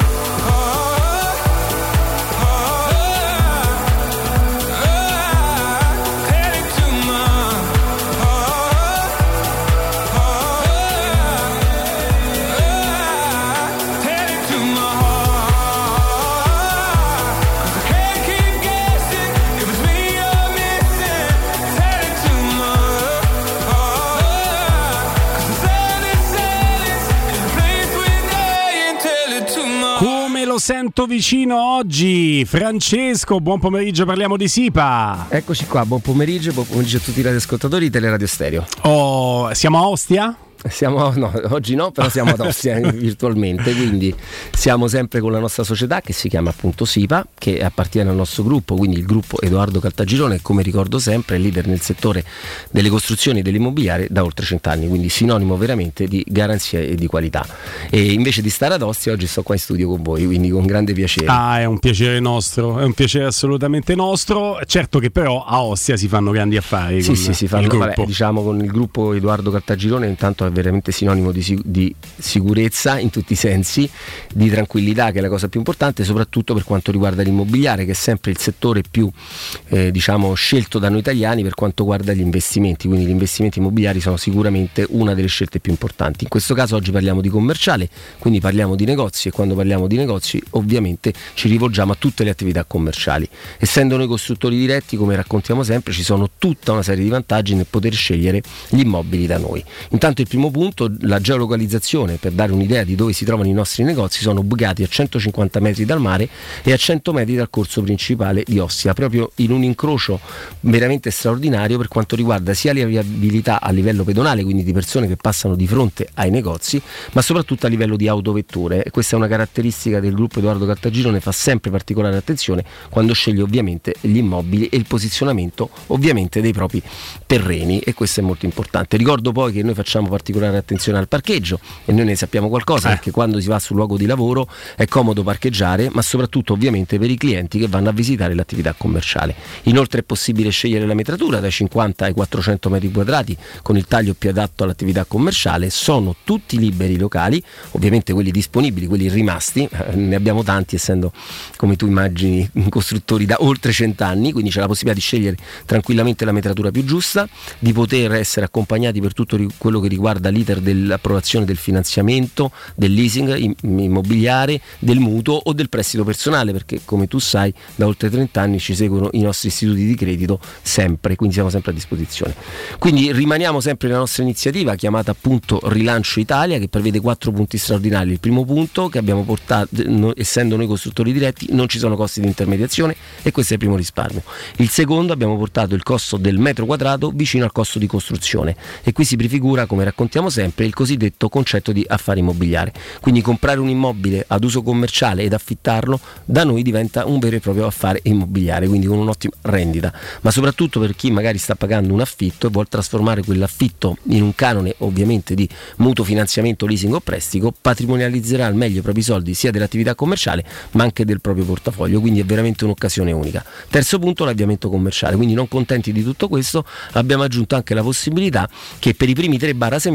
sento vicino oggi. Francesco, buon pomeriggio, parliamo di SIPA. Eccoci qua, buon pomeriggio, buon pomeriggio a tutti i radioascoltatori di Teleradio Stereo. Oh, siamo a Ostia? Siamo, no, oggi no, però siamo ad Ostia virtualmente, quindi siamo sempre con la nostra società che si chiama appunto SIPA, che appartiene al nostro gruppo, quindi il gruppo Edoardo Caltagirone, come ricordo sempre è leader nel settore delle costruzioni e dell'immobiliare da oltre cent'anni, quindi sinonimo veramente di garanzia e di qualità. E invece di stare ad Ostia oggi sto qua in studio con voi, quindi con grande piacere. Ah, è un piacere nostro, è un piacere assolutamente nostro. Certo che però a Ostia si fanno grandi affari. Sì, sì, si fanno, vabbè, diciamo con il gruppo Edoardo Caltagirone intanto è veramente sinonimo di, di sicurezza in tutti i sensi, di tranquillità, che è la cosa più importante, soprattutto per quanto riguarda l'immobiliare, che è sempre il settore più eh, diciamo scelto da noi italiani per quanto riguarda gli investimenti, quindi gli investimenti immobiliari sono sicuramente una delle scelte più importanti. In questo caso oggi parliamo di commerciale, quindi parliamo di negozi, e quando parliamo di negozi ovviamente ci rivolgiamo a tutte le attività commerciali. Essendo noi costruttori diretti, come raccontiamo sempre, ci sono tutta una serie di vantaggi nel poter scegliere gli immobili da noi. Intanto il primo punto, la geolocalizzazione, per dare un'idea di dove si trovano i nostri negozi, sono ubicati a centocinquanta metri dal mare e a cento metri dal corso principale di Ostia, proprio in un incrocio veramente straordinario per quanto riguarda sia la viabilità a livello pedonale, quindi di persone che passano di fronte ai negozi, ma soprattutto a livello di autovetture. E questa è una caratteristica del gruppo Edoardo Caltagirone, fa sempre particolare attenzione quando sceglie ovviamente gli immobili e il posizionamento ovviamente dei propri terreni, e questo è molto importante. Ricordo poi che noi facciamo particolare attenzione al parcheggio, e noi ne sappiamo qualcosa, eh. perché quando si va sul luogo di lavoro è comodo parcheggiare, ma soprattutto ovviamente per i clienti che vanno a visitare l'attività commerciale. Inoltre è possibile scegliere la metratura dai cinquanta ai quattrocento metri quadrati con il taglio più adatto all'attività commerciale. Sono tutti liberi i locali, ovviamente quelli disponibili, quelli rimasti, eh, ne abbiamo tanti, essendo, come tu immagini, costruttori da oltre cent'anni, quindi c'è la possibilità di scegliere tranquillamente la metratura più giusta, di poter essere accompagnati per tutto quello che riguarda l'iter dell'approvazione del finanziamento, del leasing immobiliare, del mutuo o del prestito personale, perché come tu sai da oltre trenta anni ci seguono i nostri istituti di credito sempre, quindi siamo sempre a disposizione. Quindi rimaniamo sempre nella nostra iniziativa chiamata appunto Rilancio Italia, che prevede quattro punti straordinari. Il primo punto che abbiamo portato, no, essendo noi costruttori diretti non ci sono costi di intermediazione, e questo è il primo risparmio. Il secondo, abbiamo portato il costo del metro quadrato vicino al costo di costruzione, e qui si prefigura, come raccontiamo sempre, il cosiddetto concetto di affare immobiliare. Quindi comprare un immobile ad uso commerciale ed affittarlo da noi diventa un vero e proprio affare immobiliare, quindi con un'ottima rendita, ma soprattutto per chi magari sta pagando un affitto e vuol trasformare quell'affitto in un canone ovviamente di mutuo, finanziamento, leasing o prestito, patrimonializzerà al meglio i propri soldi sia dell'attività commerciale ma anche del proprio portafoglio, quindi è veramente un'occasione unica. Terzo punto, l'avviamento commerciale. Quindi non contenti di tutto questo, abbiamo aggiunto anche la possibilità che per i primi tre sei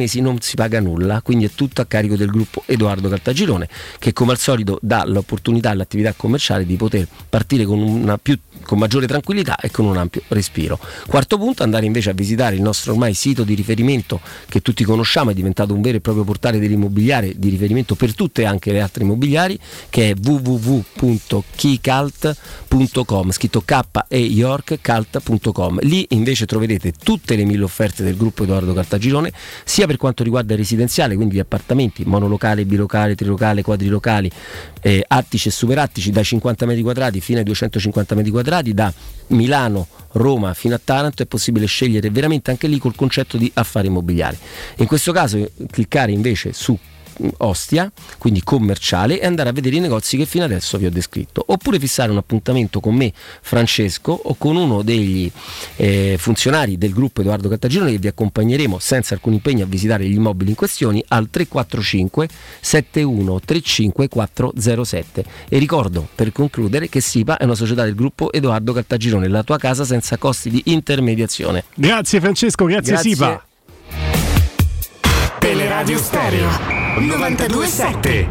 mesi non si paga nulla, quindi è tutto a carico del gruppo Edoardo Caltagirone, che come al solito dà l'opportunità all'attività commerciale di poter partire con una più con maggiore tranquillità e con un ampio respiro. Quarto punto, andare invece a visitare il nostro ormai sito di riferimento che tutti conosciamo, è diventato un vero e proprio portale dell'immobiliare di riferimento per tutte e anche le altre immobiliari, che è w w w punto keycult punto com, scritto K e York cult punto com. Lì invece troverete tutte le mille offerte del gruppo Edoardo Caltagirone, sia per quanto riguarda il residenziale, quindi gli appartamenti monolocale, bilocale, trilocale, quadrilocali, eh, attici e superattici da cinquanta metri quadrati fino ai duecentocinquanta metri quadrati, da Milano, Roma fino a Taranto. È possibile scegliere veramente anche lì col concetto di affari immobiliari. In questo caso cliccare invece su Ostia, quindi commerciale, e andare a vedere i negozi che fino adesso vi ho descritto, oppure fissare un appuntamento con me, Francesco, o con uno degli eh, funzionari del gruppo Edoardo Caltagirone, che vi accompagneremo senza alcun impegno a visitare gli immobili in questione al tre quattro cinque sette uno tre cinque quattro zero sette. E ricordo, per concludere, che SIPA è una società del gruppo Edoardo Caltagirone, la tua casa senza costi di intermediazione. Grazie Francesco, grazie, grazie. SIPA. Teleradio Stereo novantadue sette.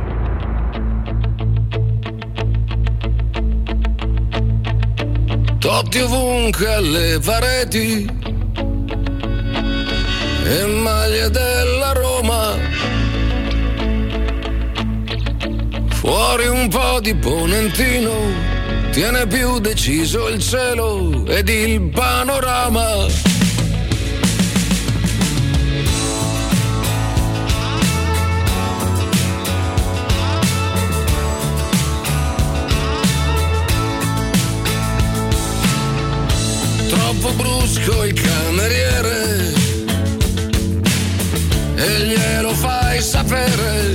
Totti ovunque alle pareti e maglie della Roma, fuori un po' di ponentino, tiene più deciso il cielo ed il panorama. Troppo brusco il cameriere e glielo fai sapere,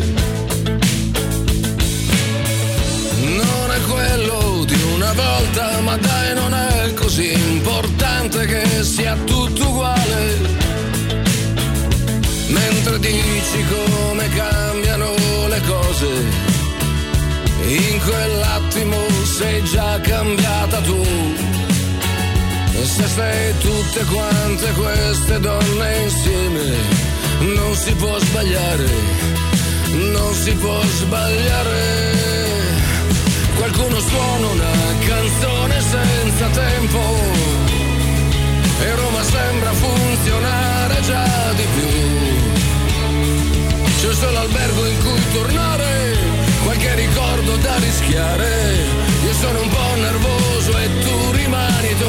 non è quello di una volta, ma dai, non è così importante che sia tutto uguale, mentre dici come cambiano le cose, in quell'attimo sei già cambiata tu. Se sei tutte quante queste donne insieme, non si può sbagliare, non si può sbagliare. Qualcuno suona una canzone senza tempo e Roma sembra funzionare già di più. C'è solo albergo in cui tornare, qualche ricordo da rischiare. Io sono un po' nervoso e tu rimani tu.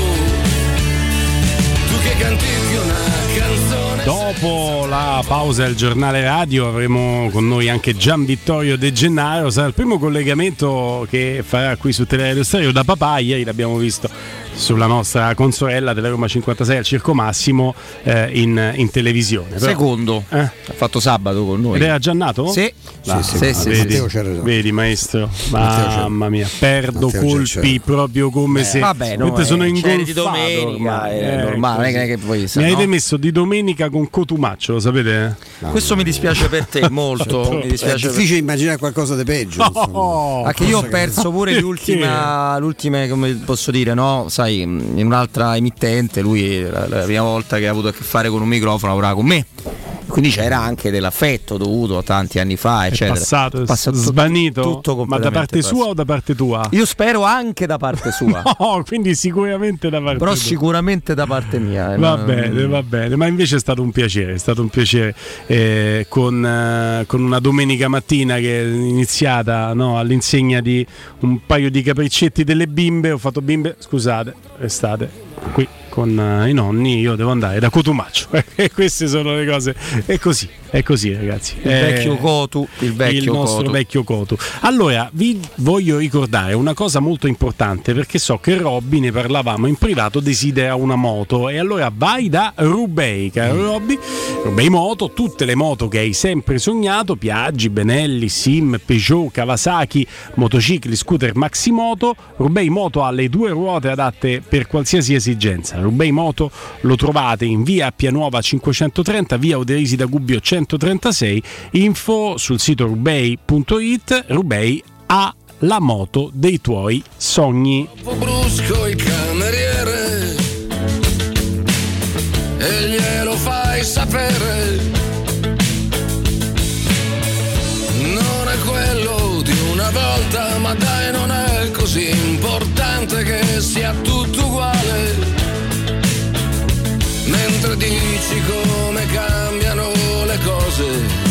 Che cantichi una canzone. Dopo la pausa del giornale radio avremo con noi anche Gian Vittorio De Gennaro. Sarà il primo collegamento che farà qui su Teleradio Stereo da papà. Ieri l'abbiamo visto sulla nostra consorella della Roma cinquantasei al Circo Massimo eh, in, in televisione. Però, secondo eh? ha fatto sabato con noi. Ed era già nato? Sì, ah, sì, sì, sì, vedi, sì. vedi maestro, mamma mia, perdo Matteo colpi proprio come eh, se vabbè, no, eh, sono ingolfato di domenica ormai. È eh, normale, non è che voi mi avete messo di domenica con Cotumaccio, lo sapete? No, questo no. Mi dispiace per te molto. Mi dispiace è difficile per... immaginare qualcosa di peggio. Oh, anche io ho perso pure l'ultima, l'ultima, come posso dire, no? Sai, in un'altra emittente, lui la, la prima volta che ha avuto a che fare con un microfono lavorava con me. Quindi c'era anche dell'affetto dovuto a tanti anni fa, eccetera. È passato, è passato svanito, tutto ma da parte passato. Sua o da parte tua? Io spero anche da parte sua. No, quindi sicuramente da parte Però tua. sicuramente da parte mia. Va non... bene, va bene, ma invece è stato un piacere, è stato un piacere eh, con, eh, con una domenica mattina che è iniziata, no, all'insegna di un paio di capriccetti delle bimbe. Ho fatto bimbe, scusate, restate qui con uh, i nonni, io devo andare da Cotumaccio e queste sono le cose, è così, è così ragazzi, il è vecchio Cotu, il, vecchio il nostro Cotu. vecchio Cotu. Allora vi voglio ricordare una cosa molto importante, perché so che Robby, ne parlavamo in privato, desidera una moto, e allora vai da Rubei, caro mm. Robby, Rubei Moto, tutte le moto che hai sempre sognato, Piaggi, Benelli, Sim, Peugeot, Kawasaki, motocicli, scooter, maximoto. Rubei Moto ha le due ruote adatte per qualsiasi esigenza. Rubei Moto lo trovate in via Appia Nuova cinquecentotrenta, via Oderisi da Gubbio centotrentasei. Info sul sito rubei punto it. Rubei ha la moto dei tuoi sogni. Brusco il cameriere e glielo fai sapere, sia tutto uguale, mentre dici come cambiano le cose.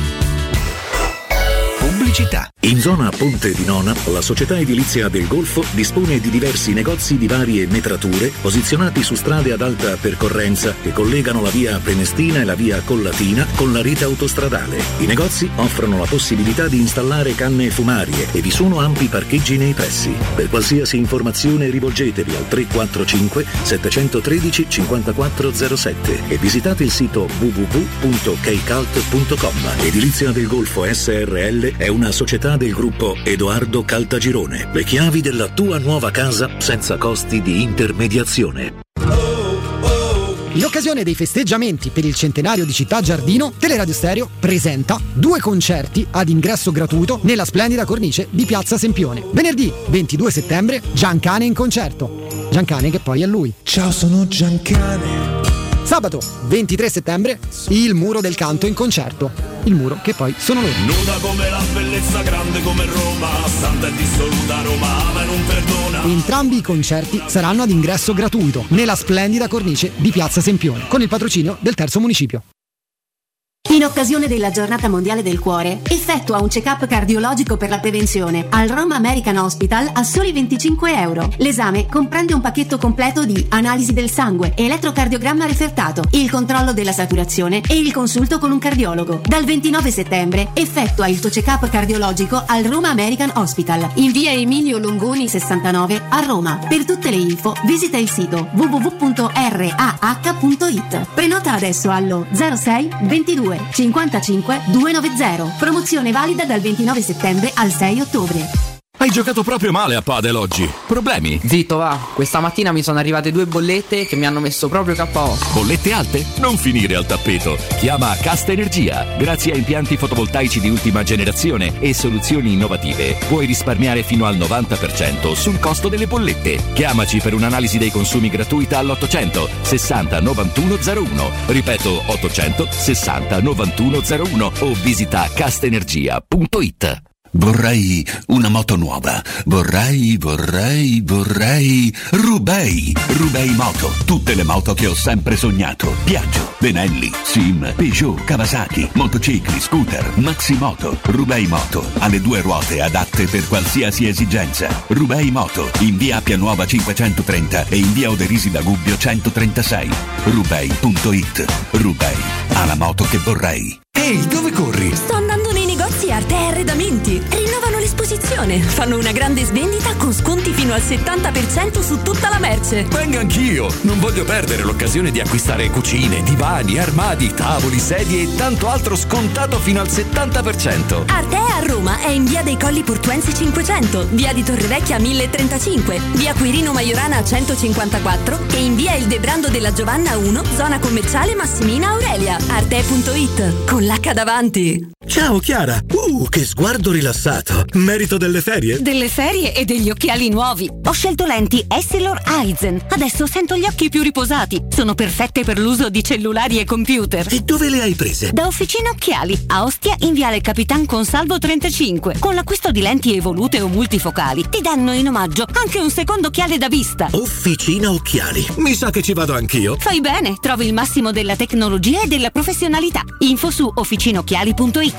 Pubblicità. In zona Ponte di Nona, la società edilizia del Golfo dispone di diversi negozi di varie metrature posizionati su strade ad alta percorrenza che collegano la via Prenestina e la via Collatina con la rete autostradale. I negozi offrono la possibilità di installare canne fumarie e vi sono ampi parcheggi nei pressi. Per qualsiasi informazione rivolgetevi al tre quattro cinque sette uno tre cinque zero sette e visitate il sito w w w punto keicalt punto com. Edilizia del Golfo S R L è una società del gruppo Edoardo Caltagirone. Le chiavi della tua nuova casa senza costi di intermediazione. In occasione dei festeggiamenti per il centenario di Città Giardino, Teleradio Stereo presenta due concerti ad ingresso gratuito nella splendida cornice di Piazza Sempione. Venerdì ventidue settembre, Giancane in concerto. Giancane che poi è lui. Ciao, sono Giancane. Sabato ventitré settembre, Il Muro del Canto in concerto. Il muro che poi sono loro. Nuda come la bellezza, grande come Roma, santa e dissoluta Roma, ma non perdona. Entrambi i concerti saranno ad ingresso gratuito nella splendida cornice di Piazza Sempione, con il patrocinio del Terzo Municipio. In occasione della Giornata Mondiale del Cuore, effettua un check-up cardiologico per la prevenzione al Roma American Hospital a soli venticinque euro. L'esame comprende un pacchetto completo di analisi del sangue, elettrocardiogramma refertato, il controllo della saturazione e il consulto con un cardiologo. Dal ventinove settembre effettua il tuo check-up cardiologico al Roma American Hospital, in via Emilio Longoni sessantanove a Roma. Per tutte le info visita il sito w w w punto r a h punto i t. Prenota adesso allo zero sei ventidue cinquantacinque duecentonovanta. Promozione valida dal ventinove settembre al sei ottobre. Hai giocato proprio male a padel oggi. Problemi? Zitto va, questa mattina mi sono arrivate due bollette che mi hanno messo proprio K O. Bollette alte? Non finire al tappeto. Chiama Casta Energia. Grazie a impianti fotovoltaici di ultima generazione e soluzioni innovative puoi risparmiare fino al novanta per cento sul costo delle bollette. Chiamaci per un'analisi dei consumi gratuita all'ottocento sessanta novantuno zero uno. Ripeto, ottocento sessanta novantuno zero uno o visita castenergia punto i t. Vorrei una moto nuova. Vorrei, vorrei, vorrei... Rubei! Rubei Moto. Tutte le moto che ho sempre sognato. Piaggio, Benelli, Sim, Peugeot, Kawasaki, motocicli, scooter, Maximoto. Rubei Moto. Ha le due ruote adatte per qualsiasi esigenza. Rubei Moto. In via Appia Nuova cinquecentotrenta e in via Oderisi da Gubbio centotrentasei. Rubei punto i t. Rubei. Ha la moto che vorrei. Ehi, dove corri? Sto andando nei negozi Arte e Arredamenti. Rinnovano l'esposizione. Fanno una grande svendita con sconti fino al settanta per cento su tutta la merce. Vengo anch'io. Non voglio perdere l'occasione di acquistare cucine, divani, armadi, tavoli, sedie e tanto altro scontato fino al settanta per cento. Arte a Roma è in via dei Colli Portuensi cinquecento, via di Torrevecchia mille e trentacinque, via Quirino Maiorana centocinquantaquattro e in via Il Debrando della Giovanna uno, zona commerciale Massimina Aurelia. arte punto i t con l'H davanti. Ciao Chiara. Uh, che sguardo rilassato. Merito delle ferie? Delle ferie e degli occhiali nuovi. Ho scelto lenti Essilor Eisen. Adesso sento gli occhi più riposati. Sono perfette per l'uso di cellulari e computer. E dove le hai prese? Da Officina Occhiali, a Ostia in viale Capitan Consalvo trentacinque. Con l'acquisto di lenti evolute o multifocali ti danno in omaggio anche un secondo occhiale da vista. Officina Occhiali. Mi sa che ci vado anch'io. Fai bene, trovi il massimo della tecnologia e della professionalità. Info su officinocchiali punto i t.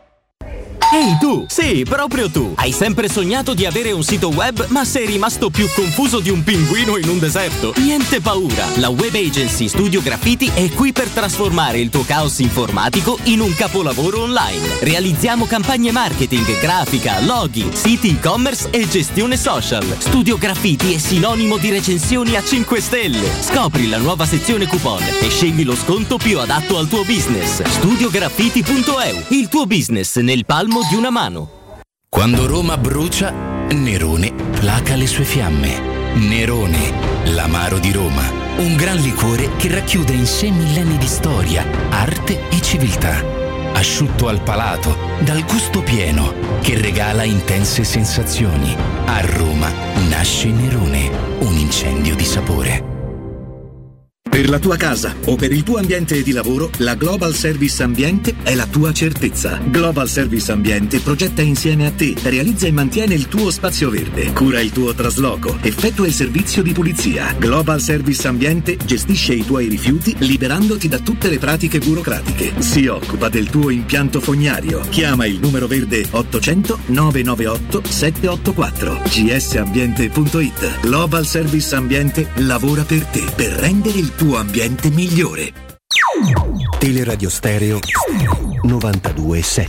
Ehi tu! Sì, proprio tu! Hai sempre sognato di avere un sito web, ma sei rimasto più confuso di un pinguino in un deserto? Niente paura! La web agency Studio Graffiti è qui per trasformare il tuo caos informatico in un capolavoro online. Realizziamo campagne marketing, grafica, loghi, siti e-commerce e gestione social. Studio Graffiti è sinonimo di recensioni a cinque stelle. Scopri la nuova sezione coupon e scegli lo sconto più adatto al tuo business. studio graffiti punto e u. Il tuo business nel palmo di una mano. Quando Roma brucia, Nerone placa le sue fiamme. Nerone, l'amaro di Roma. Un gran liquore che racchiude in sé millenni di storia, arte e civiltà. Asciutto al palato, dal gusto pieno, che regala intense sensazioni. A Roma nasce Nerone, un incendio di sapore. Per la tua casa o per il tuo ambiente di lavoro, la Global Service Ambiente è la tua certezza. Global Service Ambiente progetta insieme a te, realizza e mantiene il tuo spazio verde, cura il tuo trasloco, effettua il servizio di pulizia. Global Service Ambiente gestisce i tuoi rifiuti liberandoti da tutte le pratiche burocratiche. Si occupa del tuo impianto fognario. Chiama il numero verde ottocento nove nove otto sette otto quattro g s ambiente punto i t. Global Service Ambiente lavora per te, per rendere il tuo ambiente migliore. Teleradio Stereo novantadue sette.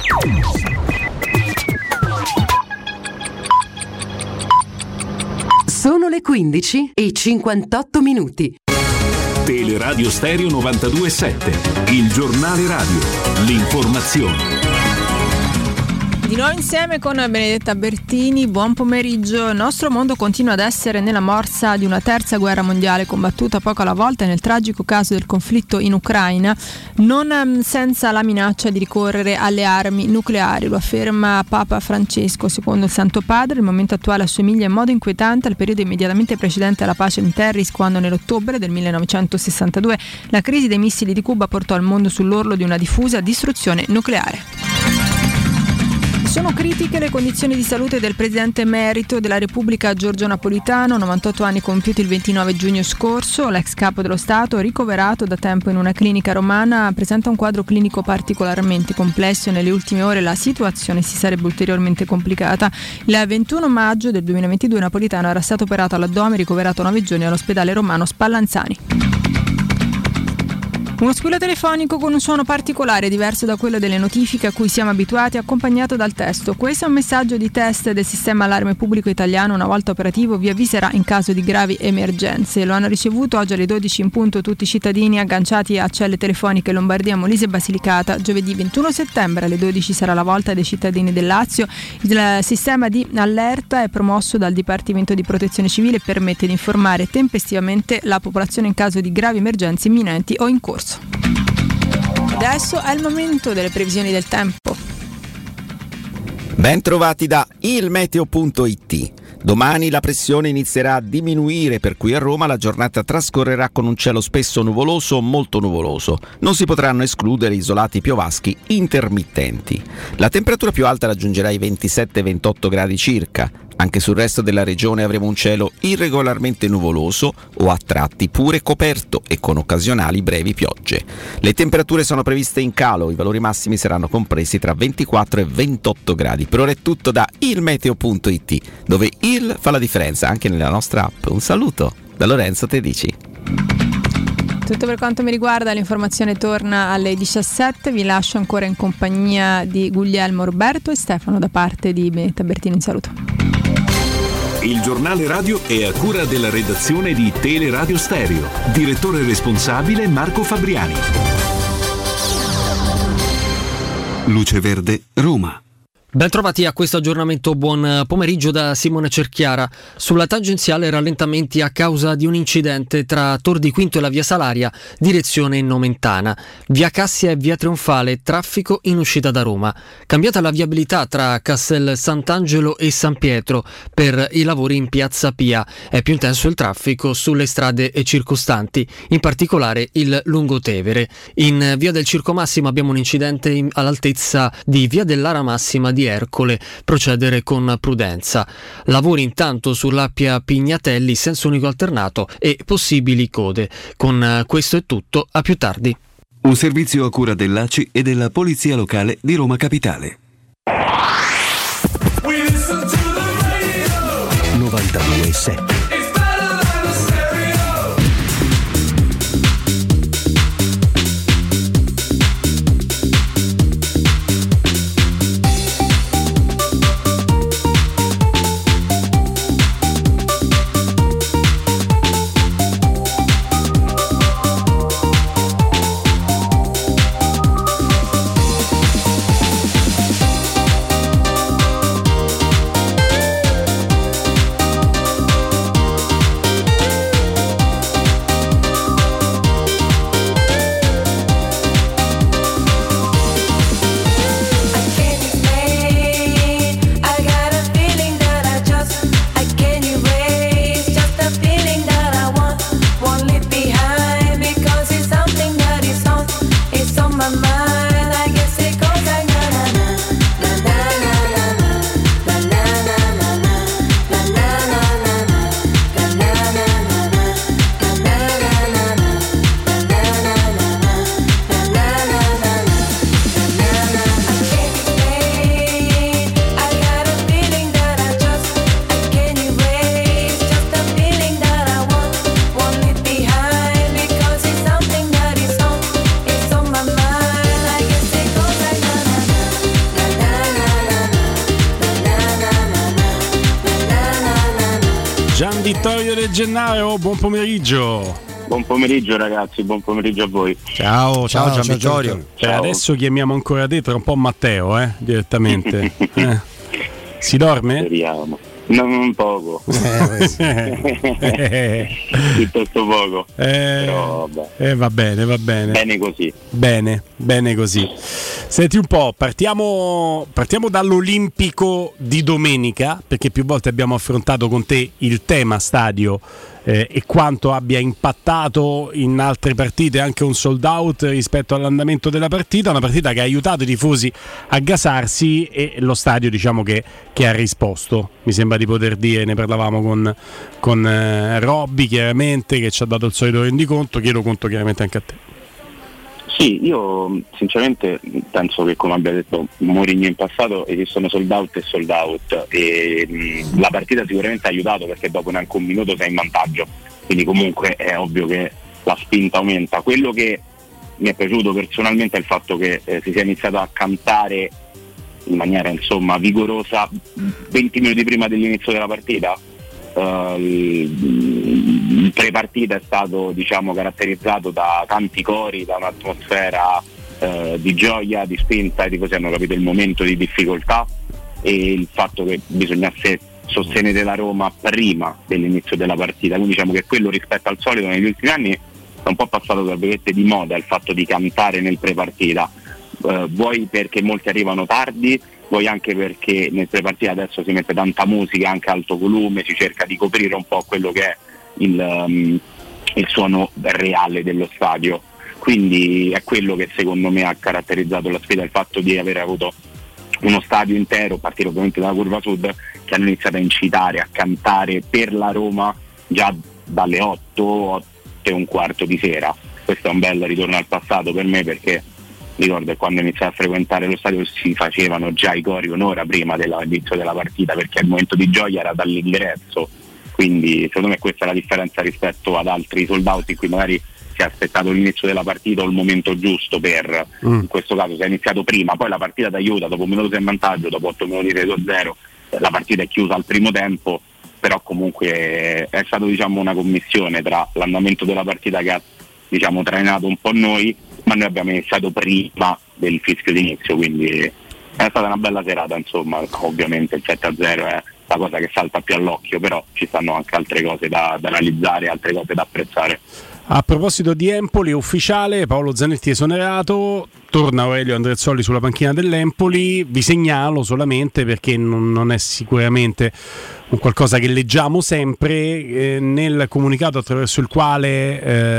Sono le quindici e cinquantotto minuti. Teleradio Stereo novantadue sette, il giornale radio, l'informazione. Di nuovo insieme con Benedetta Bertini, buon pomeriggio. Il nostro mondo continua ad essere nella morsa di una terza guerra mondiale combattuta poco alla volta nel tragico caso del conflitto in Ucraina, non senza la minaccia di ricorrere alle armi nucleari, lo afferma Papa Francesco. Secondo il Santo Padre, il momento attuale assomiglia in modo inquietante al periodo immediatamente precedente alla Pacem Terris, quando nell'ottobre del millenovecentosessantadue la crisi dei missili di Cuba portò il mondo sull'orlo di una diffusa distruzione nucleare. Sono critiche le condizioni di salute del presidente emerito della Repubblica Giorgio Napolitano, novantotto anni compiuti il ventinove giugno scorso. L'ex capo dello Stato, ricoverato da tempo in una clinica romana, presenta un quadro clinico particolarmente complesso e nelle ultime ore la situazione si sarebbe ulteriormente complicata. Il ventuno maggio del duemilaventidue Napolitano era stato operato all'addome e ricoverato nove giorni all'ospedale romano Spallanzani. Uno squillo telefonico con un suono particolare, diverso da quello delle notifiche a cui siamo abituati, accompagnato dal testo. Questo è un messaggio di test del sistema allarme pubblico italiano. Una volta operativo vi avviserà in caso di gravi emergenze. Lo hanno ricevuto oggi alle dodici in punto tutti i cittadini agganciati a celle telefoniche Lombardia, Molise e Basilicata. Giovedì ventuno settembre alle dodici sarà la volta dei cittadini del Lazio. Il sistema di allerta è promosso dal Dipartimento di Protezione Civile e permette di informare tempestivamente la popolazione in caso di gravi emergenze imminenti o in corso. Adesso è il momento delle previsioni del tempo. Ben trovati da il meteo punto i t. Domani la pressione inizierà a diminuire, per cui a Roma la giornata trascorrerà con un cielo spesso nuvoloso o molto nuvoloso. Non si potranno escludere isolati piovaschi intermittenti. La temperatura più alta raggiungerà i ventisette ventotto gradi circa. Anche sul resto della regione avremo un cielo irregolarmente nuvoloso o a tratti pure coperto e con occasionali brevi piogge. Le temperature sono previste in calo, i valori massimi saranno compresi tra ventiquattro e ventotto gradi. Per ora è tutto da il meteo punto i t, dove il fa la differenza anche nella nostra app. Un saluto da Lorenzo Tedici. Tutto per quanto mi riguarda, l'informazione torna alle diciassette. Vi lascio ancora in compagnia di Guglielmo, Roberto e Stefano da parte di Benetta Bertini. Un saluto. Il giornale radio è a cura della redazione di Teleradio Stereo. Direttore responsabile Marco Fabriani. Luce Verde, Roma. Ben trovati a questo aggiornamento, buon pomeriggio da Simone Cerchiara. Sulla tangenziale rallentamenti a causa di un incidente tra Tor di Quinto e la via Salaria, direzione Nomentana. Via Cassia e via Trionfale, traffico in uscita da Roma. Cambiata la viabilità tra Castel Sant'Angelo e San Pietro per i lavori in piazza Pia. È più intenso il traffico sulle strade circostanti, in particolare il Lungotevere. In via del Circo Massimo abbiamo un incidente in, all'altezza di via dell'Ara Massima di Ercole, procedere con prudenza. Lavori intanto sull'Appia Pignatelli, senso unico alternato e possibili code. Con questo è tutto, a più tardi. Un servizio a cura dell'A C I e della Polizia Locale di Roma Capitale. novantadue sette. Vittorio De Gennaro, buon pomeriggio. Buon pomeriggio ragazzi, buon pomeriggio a voi. Ciao, ciao, ciao Gian Vittorio. Cioè, adesso chiamiamo ancora te, tra un po' Matteo, eh, direttamente. eh. Si dorme? Speriamo. Non poco. Eh, Piuttosto poco. Eh, Però vabbè. eh, va bene, va bene. Bene così. Bene, bene così. Senti un po', partiamo, partiamo dall'Olimpico di domenica, perché più volte abbiamo affrontato con te il tema stadio eh, e quanto abbia impattato in altre partite anche un sold out rispetto all'andamento della partita, una partita che ha aiutato i tifosi a gasarsi e lo stadio diciamo che, che ha risposto, mi sembra di poter dire, ne parlavamo con, con eh, Robby chiaramente che ci ha dato il solito rendiconto, chiedo conto chiaramente anche a te. Sì, io sinceramente penso che, come abbia detto Mourinho in passato, esistono sold out e sold out e mh, la partita sicuramente ha aiutato perché dopo neanche un minuto sei in vantaggio, quindi comunque è ovvio che la spinta aumenta. Quello che mi è piaciuto personalmente è il fatto che eh, si sia iniziato a cantare in maniera insomma vigorosa venti minuti prima dell'inizio della partita. Uh, il pre-partita è stato diciamo caratterizzato da tanti cori, da un'atmosfera uh, di gioia, di spinta, i tifosi hanno capito il momento di difficoltà e il fatto che bisognasse sostenere la Roma prima dell'inizio della partita, quindi diciamo che quello rispetto al solito negli ultimi anni è un po' passato tra virgolette di moda, il fatto di cantare nel pre-partita, uh, vuoi perché molti arrivano tardi, poi anche perché nel pre-partita adesso si mette tanta musica anche a alto volume, si cerca di coprire un po' quello che è il, um, il suono reale dello stadio, quindi è quello che secondo me ha caratterizzato la sfida, il fatto di aver avuto uno stadio intero, a partire ovviamente dalla curva sud, che hanno iniziato a incitare, a cantare per la Roma già dalle otto, otto e un quarto di sera. Questo è un bel ritorno al passato per me, perché ricordo che quando iniziai a frequentare lo stadio si facevano già i cori un'ora prima dell'inizio della partita, perché il momento di gioia era dall'ingresso, quindi secondo me questa è la differenza rispetto ad altri sold out in cui magari si è aspettato l'inizio della partita o il momento giusto per, mm. in questo caso si è iniziato prima, poi la partita ti aiuta, dopo un minuto sei in vantaggio, dopo otto minuti sei a zero, la partita è chiusa al primo tempo, però comunque è stato diciamo una commissione tra l'andamento della partita che ha diciamo trainato un po' noi, ma noi abbiamo iniziato prima del fischio d'inizio, quindi è stata una bella serata, insomma. Ovviamente il sette a zero è la cosa che salta più all'occhio, però ci stanno anche altre cose da, da analizzare, altre cose da apprezzare. A proposito di Empoli, ufficiale, Paolo Zanetti esonerato, torna Aurelio Andrezzoli sulla panchina dell'Empoli, vi segnalo solamente perché non, non è sicuramente un qualcosa che leggiamo sempre eh, nel comunicato attraverso il quale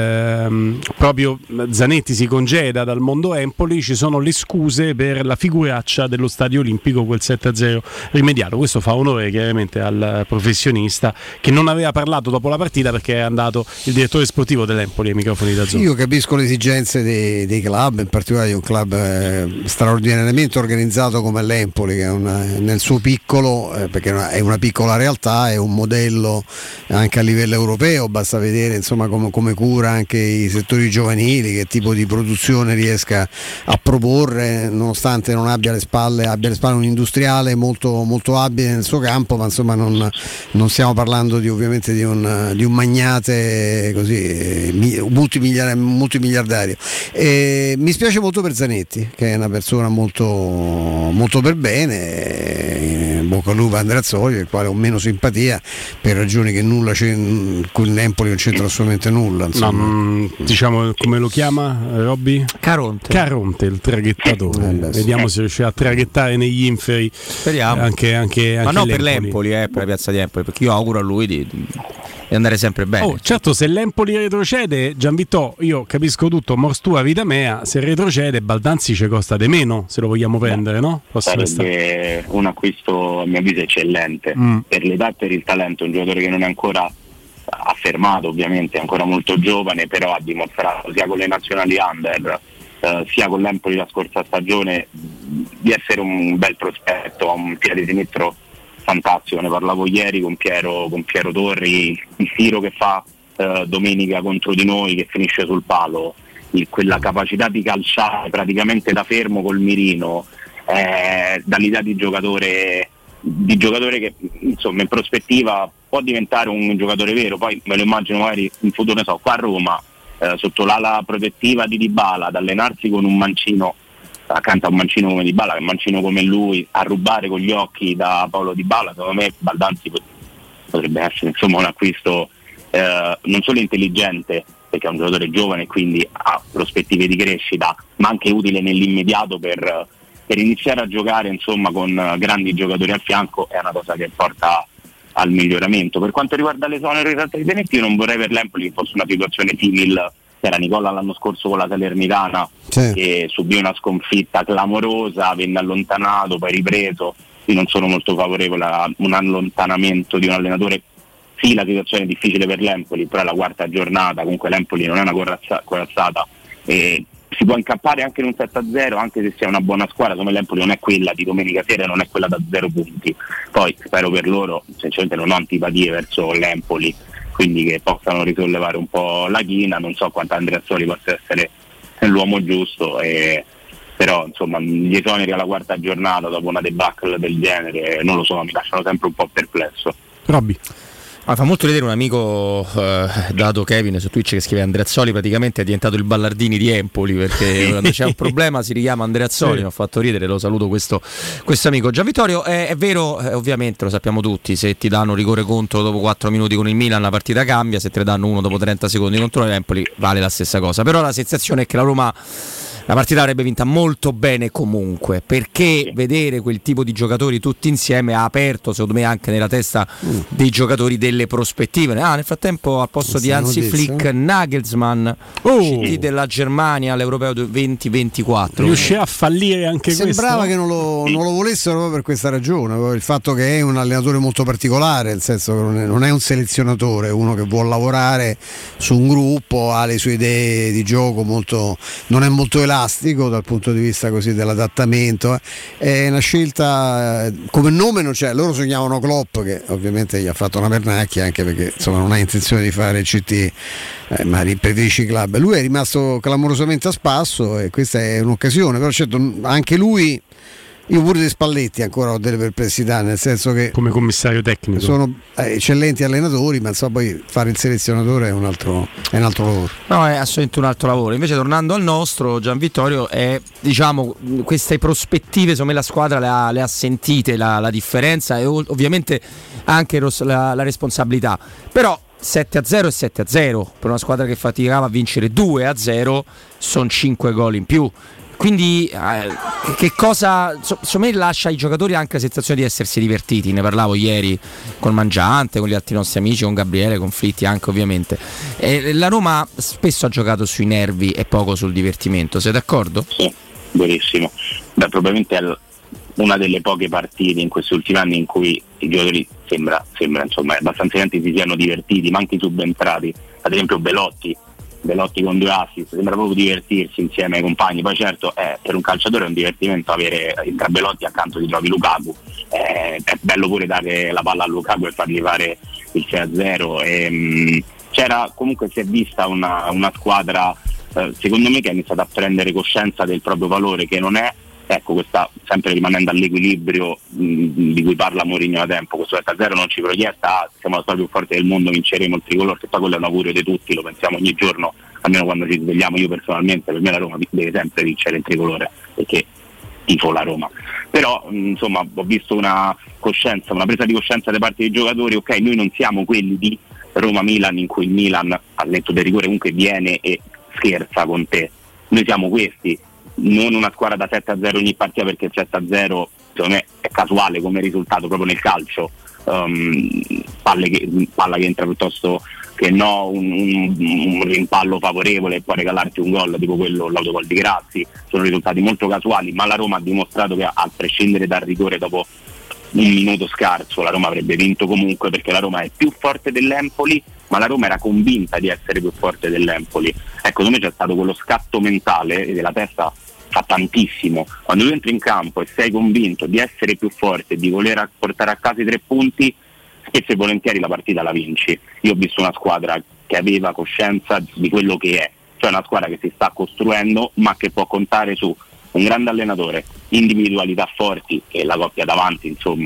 eh, proprio Zanetti si congeda dal mondo Empoli, ci sono le scuse per la figuraccia dello Stadio Olimpico, quel sette a zero rimediato. Questo fa onore chiaramente al professionista che non aveva parlato dopo la partita perché è andato il direttore sportivo dell'Empoli ai microfoni da Zoom. Io capisco le esigenze dei, dei club, in particolare di un club eh, straordinariamente organizzato come l'Empoli, che è una, nel suo piccolo, eh, perché è una piccola realtà, è un modello anche a livello europeo, basta vedere insomma come, come cura anche i settori giovanili, che tipo di produzione riesca a proporre, nonostante non abbia le spalle, abbia le spalle un industriale molto, molto abile nel suo campo, ma insomma non, non stiamo parlando di, ovviamente di un, di un magnate così multimiliardario, multimiliardario. E mi spiace molto per Zanetti, che è una persona molto, molto per bene, bocca al lupo Andreazzoli, il quale ho meno simpatia per ragioni che nulla con l'Empoli non c'entra assolutamente nulla, no, diciamo come lo chiama Robby? Caronte Caronte, il traghettatore. Eh, vediamo se riuscirà a traghettare negli inferi. Speriamo anche, anche, anche ma non l'Empoli. Per l'Empoli, eh, per la piazza di Empoli, perché io auguro a lui di, di andare sempre bene. Oh, certo, se l'Empoli retrocede, Gianvittò, io capisco tutto, mors tua vita mea, se retrocede Baldanzi ci costa di meno, se lo vogliamo prendere, no? Sarebbe stare un acquisto a mio avviso eccellente, mm. per l'età e per il talento, un giocatore che non è ancora affermato, ovviamente è ancora molto giovane, però ha dimostrato sia con le nazionali under eh, sia con l'Empoli la scorsa stagione di essere un bel prospetto, a un piede sinistro fantastico. Ne parlavo ieri con Piero, con Piero Torri, il tiro che fa eh, domenica contro di noi, che finisce sul palo, il, quella capacità di calciare praticamente da fermo col mirino, eh, dall'idea di giocatore di giocatore che insomma in prospettiva può diventare un giocatore vero. Poi me lo immagino magari in futuro, ne so, qua a Roma, eh, sotto l'ala protettiva di Dybala, ad allenarsi con un mancino accanto a un mancino come Dybala, che un mancino come lui, a rubare con gli occhi da Paolo Dybala. Secondo me Baldanzi potrebbe essere insomma un acquisto eh, non solo intelligente, perché è un giocatore giovane e quindi ha prospettive di crescita, ma anche utile nell'immediato per, per iniziare a giocare insomma con grandi giocatori al fianco. È una cosa che porta al miglioramento. Per quanto riguarda l'esonero in realtà di Benetti, io non vorrei per l'Empoli che fosse una situazione simile. C'era Nicola l'anno scorso con la Salernitana, sì, che subì una sconfitta clamorosa, venne allontanato, poi ripreso. Io non sono molto favorevole a un allontanamento di un allenatore. Sì, la situazione è difficile per l'Empoli, però è la quarta giornata, comunque l'Empoli non è una corazza- corazzata e si può incappare anche in un sette a zero, anche se sia una buona squadra. Come l'Empoli non è quella di domenica sera, non è quella da zero punti. Poi spero per loro, sinceramente non ho antipatie verso l'Empoli, quindi che possano risollevare un po' la china. Non so quanto Andreazzoli possa essere l'uomo giusto, e, però insomma gli esoneri alla quarta giornata dopo una debacle del genere, non lo so, mi lasciano sempre un po' perplesso. Robby. Ah, fa molto vedere un amico eh, dato Kevin su Twitch che scrive: Andreazzoli praticamente è diventato il Ballardini di Empoli, perché quando c'è un problema si richiama Andreazzoli. Sì. Mi ha fatto ridere, lo saluto questo, questo amico. Gian Vittorio, è, è vero, eh, ovviamente lo sappiamo tutti, se ti danno rigore contro dopo quattro minuti con il Milan la partita cambia, se te ne danno uno dopo trenta secondi contro l'Empoli vale la stessa cosa. Però la sensazione è che la Roma la partita l'avrebbe vinta molto bene comunque, perché vedere quel tipo di giocatori tutti insieme ha aperto secondo me anche nella testa mm. dei giocatori delle prospettive. Ah, nel frattempo al posto di Hansi Flick, Nagelsmann, oh. C D della Germania all'Europeo venti ventiquattro, riuscì a fallire anche sembrava questo. Sembrava che non lo, non lo volessero proprio per questa ragione, il fatto che è un allenatore molto particolare, nel senso che non è, non è un selezionatore, è uno che vuole lavorare su un gruppo, ha le sue idee di gioco molto, non è molto elastico dal punto di vista così dell'adattamento. È una scelta, come nome non c'è, loro sognavano Klopp, che ovviamente gli ha fatto una pernacchia, anche perché insomma non ha intenzione di fare il C T, eh, ma preferisce i club. Lui è rimasto clamorosamente a spasso e questa è un'occasione, però certo anche lui, io pure di Spalletti ancora ho delle perplessità, nel senso che come commissario tecnico sono eh, eccellenti allenatori, ma insomma poi fare il selezionatore è un altro, è un altro lavoro. No, è assolutamente un altro lavoro. Invece tornando al nostro, Gian Vittorio, è, diciamo, queste prospettive, insomma la squadra le ha, le ha sentite la, la differenza e ovviamente anche la, la responsabilità. Però sette a zero e sette a zero per una squadra che faticava a vincere due a zero sono cinque gol in più. Quindi eh, che cosa, secondo me lascia ai giocatori anche la sensazione di essersi divertiti. Ne parlavo ieri con Mangiante, con gli altri nostri amici, con Gabriele, con Flitti anche ovviamente. E la Roma spesso ha giocato sui nervi e poco sul divertimento, sei d'accordo? Sì, verissimo. Beh, probabilmente è una delle poche partite in questi ultimi anni in cui i giocatori sembra, sembra insomma abbastanza si siano divertiti, ma anche i subentrati, ad esempio Belotti Belotti con due assist, sembra proprio divertirsi insieme ai compagni. Poi certo è, per un calciatore è un divertimento avere tra Belotti accanto ti trovi Lukaku, eh, è bello pure dare la palla a Lukaku e fargli fare il sei a zero. E, mh, c'era comunque, si è vista una, una squadra eh, secondo me che ha iniziato a prendere coscienza del proprio valore, che non è, ecco, questa, sempre rimanendo all'equilibrio mh, di cui parla Mourinho da tempo, questo sette a zero non ci proietta, siamo la squadra più forte del mondo, vinceremo il tricolore, che poi quello è un augurio di tutti, lo pensiamo ogni giorno, almeno quando ci svegliamo. Io personalmente, per me la Roma deve sempre vincere il tricolore, perché tifo la Roma. Però mh, insomma ho visto una coscienza, una presa di coscienza da parte dei giocatori. Ok, noi non siamo quelli di Roma-Milan in cui il Milan al netto del rigore comunque viene e scherza con te, noi siamo questi, non una squadra da sette a zero ogni partita, perché il sette a zero secondo me è casuale come risultato proprio nel calcio. Um, palle che, palla che entra piuttosto che no, un, un, un rimpallo favorevole e poi regalarti un gol tipo quello, l'autogol di Grazzi, sono risultati molto casuali, ma la Roma ha dimostrato che a prescindere dal rigore dopo un minuto scarso la Roma avrebbe vinto comunque, perché la Roma è più forte dell'Empoli, ma la Roma era convinta di essere più forte dell'Empoli. Ecco, secondo me c'è stato quello scatto mentale e della testa fa tantissimo. Quando tu entri in campo e sei convinto di essere più forte, di voler portare a casa i tre punti, spesso e volentieri la partita la vinci. Io ho visto una squadra che aveva coscienza di quello che è, cioè una squadra che si sta costruendo, ma che può contare su un grande allenatore, individualità forti, e la coppia davanti insomma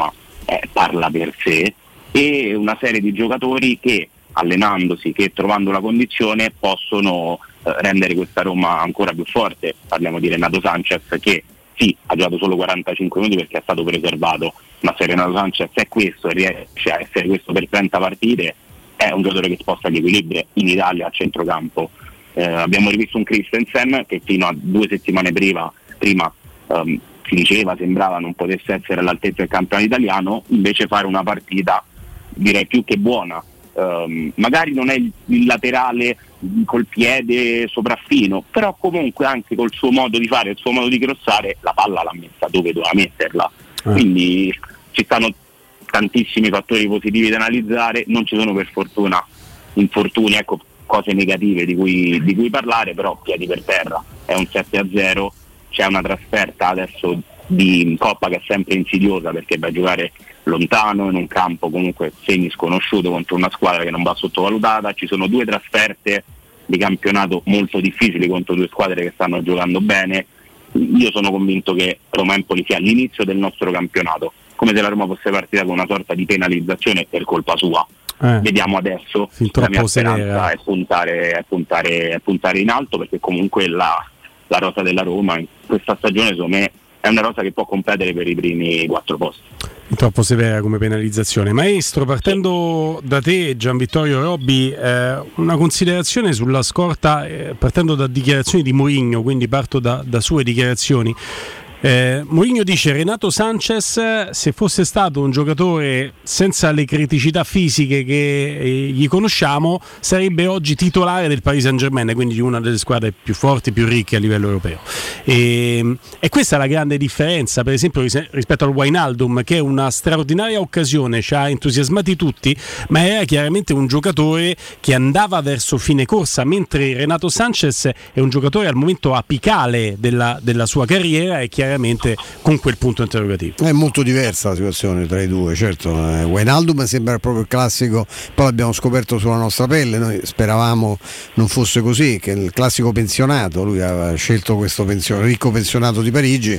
eh, parla per sé, e una serie di giocatori che allenandosi, che trovando la condizione possono eh, rendere questa Roma ancora più forte. Parliamo di Renato Sanchez, che sì, ha giocato solo quarantacinque minuti perché è stato preservato, ma se Renato Sanchez è questo e riesce a essere questo per trenta partite, è un giocatore che sposta gli equilibri in Italia a centrocampo. Eh, abbiamo rivisto un Christensen che fino a due settimane prima, prima um, si diceva, sembrava non potesse essere all'altezza del campionato italiano, invece fare una partita direi più che buona. Um, magari non è il, il laterale col piede sopraffino, però comunque anche col suo modo di fare, il suo modo di crossare, la palla l'ha messa dove doveva metterla. Eh. Quindi ci stanno tantissimi fattori positivi da analizzare, non ci sono per fortuna infortuni, ecco, cose negative di cui, di cui parlare, però piedi per terra, è un sette a zero, c'è una trasferta adesso di Coppa che è sempre insidiosa perché va a giocare lontano in un campo comunque semi sconosciuto contro una squadra che non va sottovalutata. Ci sono due trasferte di campionato molto difficili contro due squadre che stanno giocando bene. Io sono convinto che Roma-Empoli sia all'inizio del nostro campionato, come se la Roma fosse partita con una sorta di penalizzazione per colpa sua. Eh. Vediamo adesso, la mia speranza è puntare, è, puntare, è puntare in alto, perché comunque la, la rosa della Roma in questa stagione secondo me è una rosa che può competere per i primi quattro posti. Troppo severa come penalizzazione. Maestro, partendo da te, Gian Vittorio Robbi, eh, una considerazione sulla scorta, eh, partendo da dichiarazioni di Mourinho, quindi parto da, da sue dichiarazioni. Eh, Mourinho dice: Renato Sanchez, se fosse stato un giocatore senza le criticità fisiche che eh, gli conosciamo, sarebbe oggi titolare del Paris Saint-Germain, quindi di una delle squadre più forti, più ricche a livello europeo. E, e questa è la grande differenza, per esempio, rispetto al Wijnaldum, che è una straordinaria occasione, ci ha entusiasmati tutti, ma era chiaramente un giocatore che andava verso fine corsa, mentre Renato Sanchez è un giocatore al momento apicale della, della sua carriera e chiaramente con quel punto interrogativo. È molto diversa la situazione tra i due, certo. eh, Wijnaldum sembra proprio il classico, poi l'abbiamo scoperto sulla nostra pelle, noi speravamo non fosse così, che il classico pensionato, lui aveva scelto questo pension- ricco pensionato di Parigi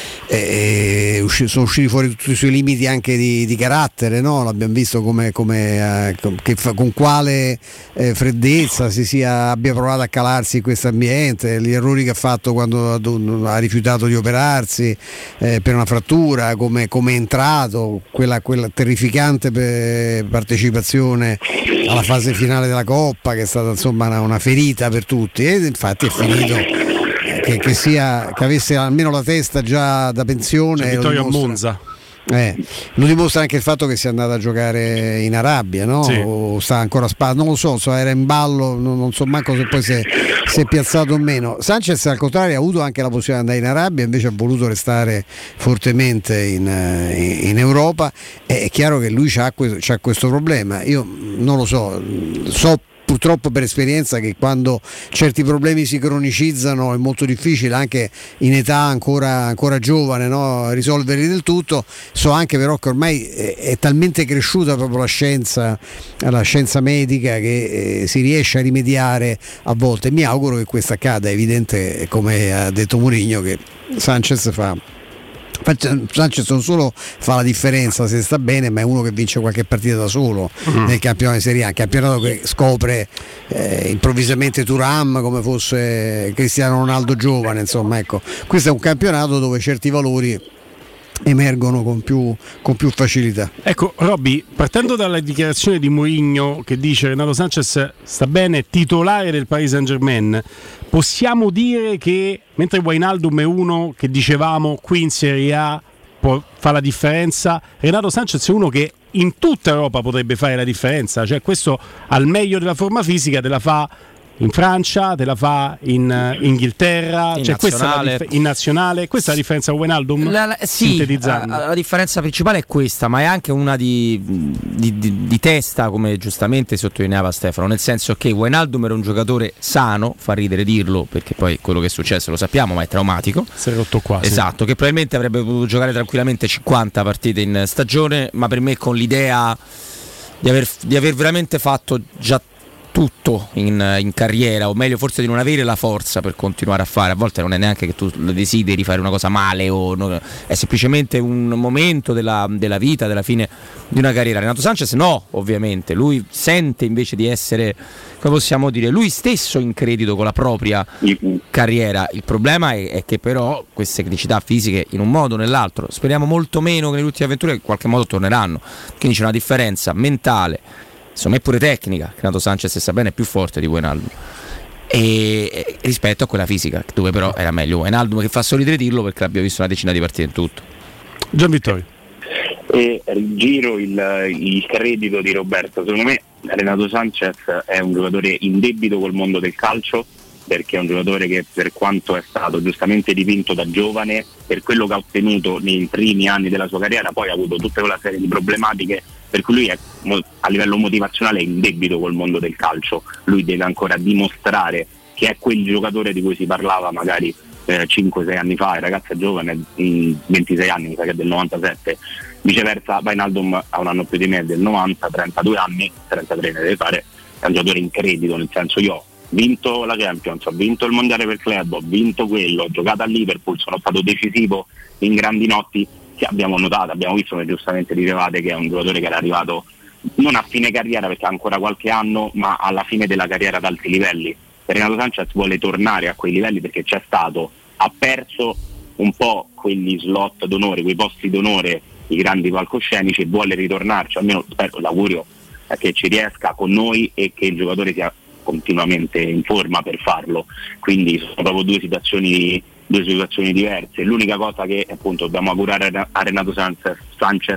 e, e usci- sono usciti fuori tutti i suoi limiti anche di, di carattere, no? L'abbiamo visto come, come eh, che fa, con quale eh, freddezza si sia, abbia provato a calarsi in questo ambiente, gli errori che ha fatto quando ha, ha rifiutato di operare Eh, per una frattura, come è entrato, quella, quella terrificante partecipazione alla fase finale della Coppa, che è stata insomma una, una ferita per tutti, e infatti è finito eh, che, che, sia, che avesse almeno la testa già da pensione. Vittorio a Monza. Eh, lo dimostra anche il fatto che sia andato a giocare in Arabia, no? Sì. O sta ancora a Spa, non lo so, so, era in ballo, non, non so manco se poi si è, si è piazzato o meno. Sanchez al contrario ha avuto anche la possibilità di andare in Arabia, invece ha voluto restare fortemente in, in, in Europa. È chiaro che lui c'ha questo, c'ha questo problema, io non lo so, so purtroppo per esperienza che quando certi problemi si cronicizzano è molto difficile anche in età ancora, ancora giovane, no? Risolverli del tutto. So anche però che ormai è, è talmente cresciuta proprio la scienza, la scienza medica, che eh, si riesce a rimediare a volte. Mi auguro che questo accada. È evidente, come ha detto Mourinho, che Sanchez fa Sanchez non solo fa la differenza se sta bene, ma è uno che vince qualche partita da solo mm. nel campionato di Serie A, un campionato che scopre eh, improvvisamente Thuram come fosse Cristiano Ronaldo giovane, insomma, ecco, questo è un campionato dove certi valori emergono con più, con più facilità. Ecco Robby, partendo dalla dichiarazione di Mourinho che dice Renato Sanchez sta bene, titolare del Paris Saint-Germain, possiamo dire che mentre Wijnaldum è uno che dicevamo qui in Serie A può fa la differenza, Renato Sanchez è uno che in tutta Europa potrebbe fare la differenza, cioè questo al meglio della forma fisica te la fa in Francia, te la fa in uh, Inghilterra, in cioè nazionale. Questa è la dif- in nazionale, questa è la differenza con Wijnaldum? La, la, sì, la, la differenza principale è questa, ma è anche una di, di, di, di testa, come giustamente sottolineava Stefano, nel senso che Wijnaldum era un giocatore sano, fa ridere dirlo perché poi quello che è successo lo sappiamo, ma è traumatico, si è rotto qua, esatto, sì. Che probabilmente avrebbe potuto giocare tranquillamente cinquanta partite in stagione, ma per me con l'idea di aver, di aver veramente fatto già tutto in, in carriera, o meglio forse di non avere la forza per continuare a fare. A volte non è neanche che tu desideri fare una cosa male, o no, è semplicemente un momento della, della vita, della fine di una carriera. Renato Sanchez no, ovviamente, lui sente invece di essere, come possiamo dire, lui stesso in credito con la propria carriera. Il problema è, è che però queste criticità fisiche in un modo o nell'altro, speriamo molto meno che nelle ultime avventure, in qualche modo torneranno, quindi c'è una differenza mentale, insomma è pure tecnica. Renato Sanchez, sa bene, è più forte di Wijnaldum, e, e rispetto a quella fisica, dove però era meglio Wijnaldum, che fa sorridere dirlo perché l'abbiamo visto una decina di partite in tutto. Gian Vittorio. E giro il, il credito di Roberto. Secondo me Renato Sanchez è un giocatore in debito col mondo del calcio, perché è un giocatore che, per quanto è stato giustamente dipinto da giovane, per quello che ha ottenuto nei primi anni della sua carriera, poi ha avuto tutta quella serie di problematiche, per cui lui è, a livello motivazionale, è in debito col mondo del calcio. Lui deve ancora dimostrare che è quel giocatore di cui si parlava magari eh, cinque sei anni fa. Il ragazzo è giovane, ventisei anni, mi sa che è del novantasette. Viceversa Wijnaldum ha un anno più di me, è del novanta, trentadue anni, trentatré ne deve fare. È un giocatore in credito, nel senso, io ho vinto la Champions, ho vinto il mondiale per club, ho vinto quello, ho giocato a Liverpool, sono stato decisivo in grandi notti. Che abbiamo notato, abbiamo visto, che giustamente dicevate, che è un giocatore che era arrivato non a fine carriera perché ha ancora qualche anno, ma alla fine della carriera ad alti livelli. Renato Sanchez vuole tornare a quei livelli perché c'è stato, ha perso un po' quegli slot d'onore, quei posti d'onore, i grandi palcoscenici, e vuole ritornarci, almeno spero, l'augurio è che ci riesca con noi e che il giocatore sia continuamente in forma per farlo. Quindi sono proprio due situazioni due situazioni diverse. L'unica cosa che appunto dobbiamo augurare a Renato Sanchez, Sanchez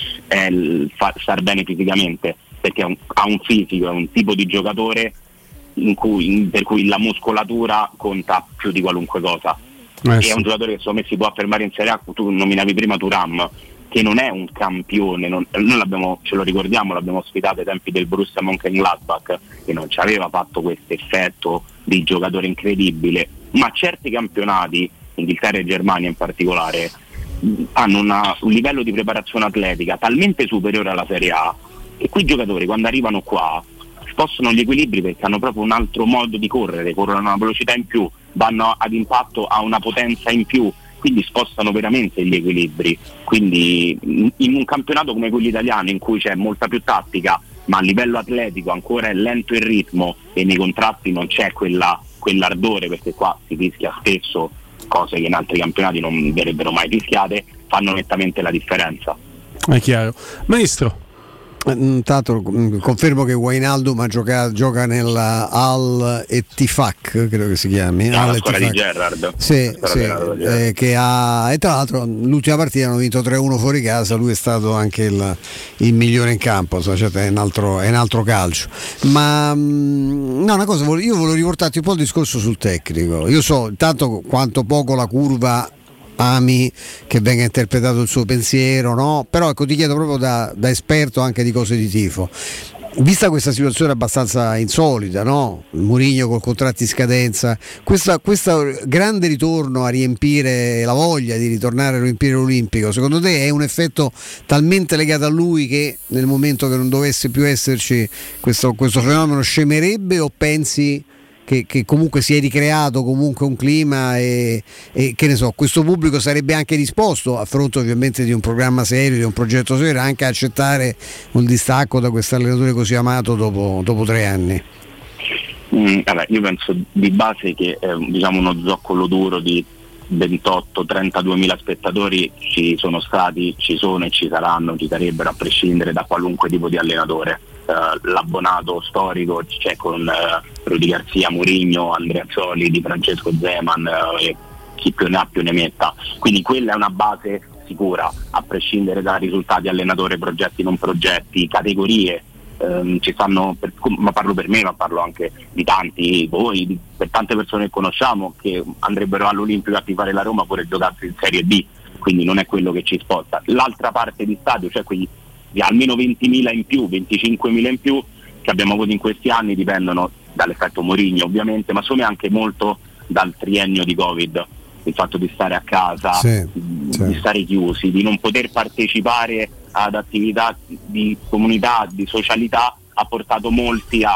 è il far star bene fisicamente, perché ha un, ha un fisico, è un tipo di giocatore in cui, in, per cui la muscolatura conta più di qualunque cosa. Eh sì. È un giocatore che secondo me si può affermare in Serie A. Tu nominavi prima Thuram, che non è un campione, non, noi l'abbiamo, ce lo ricordiamo, l'abbiamo ospitato ai tempi del Borussia Mönchengladbach, che non ci aveva fatto questo effetto di giocatore incredibile, ma certi campionati, Inghilterra e Germania in particolare, hanno una, un livello di preparazione atletica talmente superiore alla Serie A, che quei giocatori quando arrivano qua spostano gli equilibri, perché hanno proprio un altro modo di correre, corrono a una velocità in più, vanno ad impatto a una potenza in più, quindi spostano veramente gli equilibri. Quindi in un campionato come quello italiano, in cui c'è molta più tattica, ma a livello atletico ancora è lento il ritmo, e nei contrasti non c'è quella, quell'ardore, perché qua si fischia spesso cose che in altri campionati non verrebbero mai fischiate, fanno nettamente la differenza. È chiaro. Maestro. Intanto confermo che Wijnaldum ha giocato, gioca nella Al Ettifaq, credo che si chiami, ah, la squadra di Gerrard, sì, sì, eh, che ha, e tra l'altro l'ultima partita hanno vinto tre uno fuori casa, lui è stato anche il, il migliore in campo, insomma, certo, è un altro, è un altro calcio. Ma no, una cosa, io volevo riportarti un po' il discorso sul tecnico. Io so intanto quanto poco la curva ami che venga interpretato il suo pensiero, no? Però ecco, ti chiedo proprio da, da esperto anche di cose di tifo, vista questa situazione abbastanza insolita, no? Mourinho col contratto in scadenza, questo grande ritorno a riempire, la voglia di ritornare a riempire l'Olimpico, secondo te è un effetto talmente legato a lui che nel momento che non dovesse più esserci questo, questo fenomeno scemerebbe, o pensi Che, che comunque si è ricreato comunque un clima e, e che ne so, questo pubblico sarebbe anche disposto, a fronte ovviamente di un programma serio, di un progetto serio, anche a accettare un distacco da questo allenatore così amato dopo, dopo tre anni? Mm, vabbè, io penso di base che eh, diciamo uno zoccolo duro di ventotto trentadue mila spettatori ci sono stati, ci sono e ci saranno, ci sarebbero, a prescindere da qualunque tipo di allenatore. Uh, l'abbonato storico c'è con uh, Rudy Garcia, Mourinho, Andrea Zoli, Di Francesco, Zeman uh, e chi più ne ha più ne metta, quindi quella è una base sicura, a prescindere da risultati, allenatore, progetti, non progetti, categorie. Um, ci stanno, per, ma parlo per me, ma parlo anche di tanti voi, di, per tante persone che conosciamo, che andrebbero all'Olimpico a tifare la Roma pure giocarsi in Serie D, quindi non è quello che ci sposta. L'altra parte di stadio, cioè quegli di almeno ventimila in più, venticinquemila in più che abbiamo avuto in questi anni, dipendono dall'effetto Mourinho ovviamente, ma sono anche molto dal triennio di Covid, il fatto di stare a casa, sì, di sì. stare chiusi, di non poter partecipare ad attività di comunità, di socialità, ha portato molti a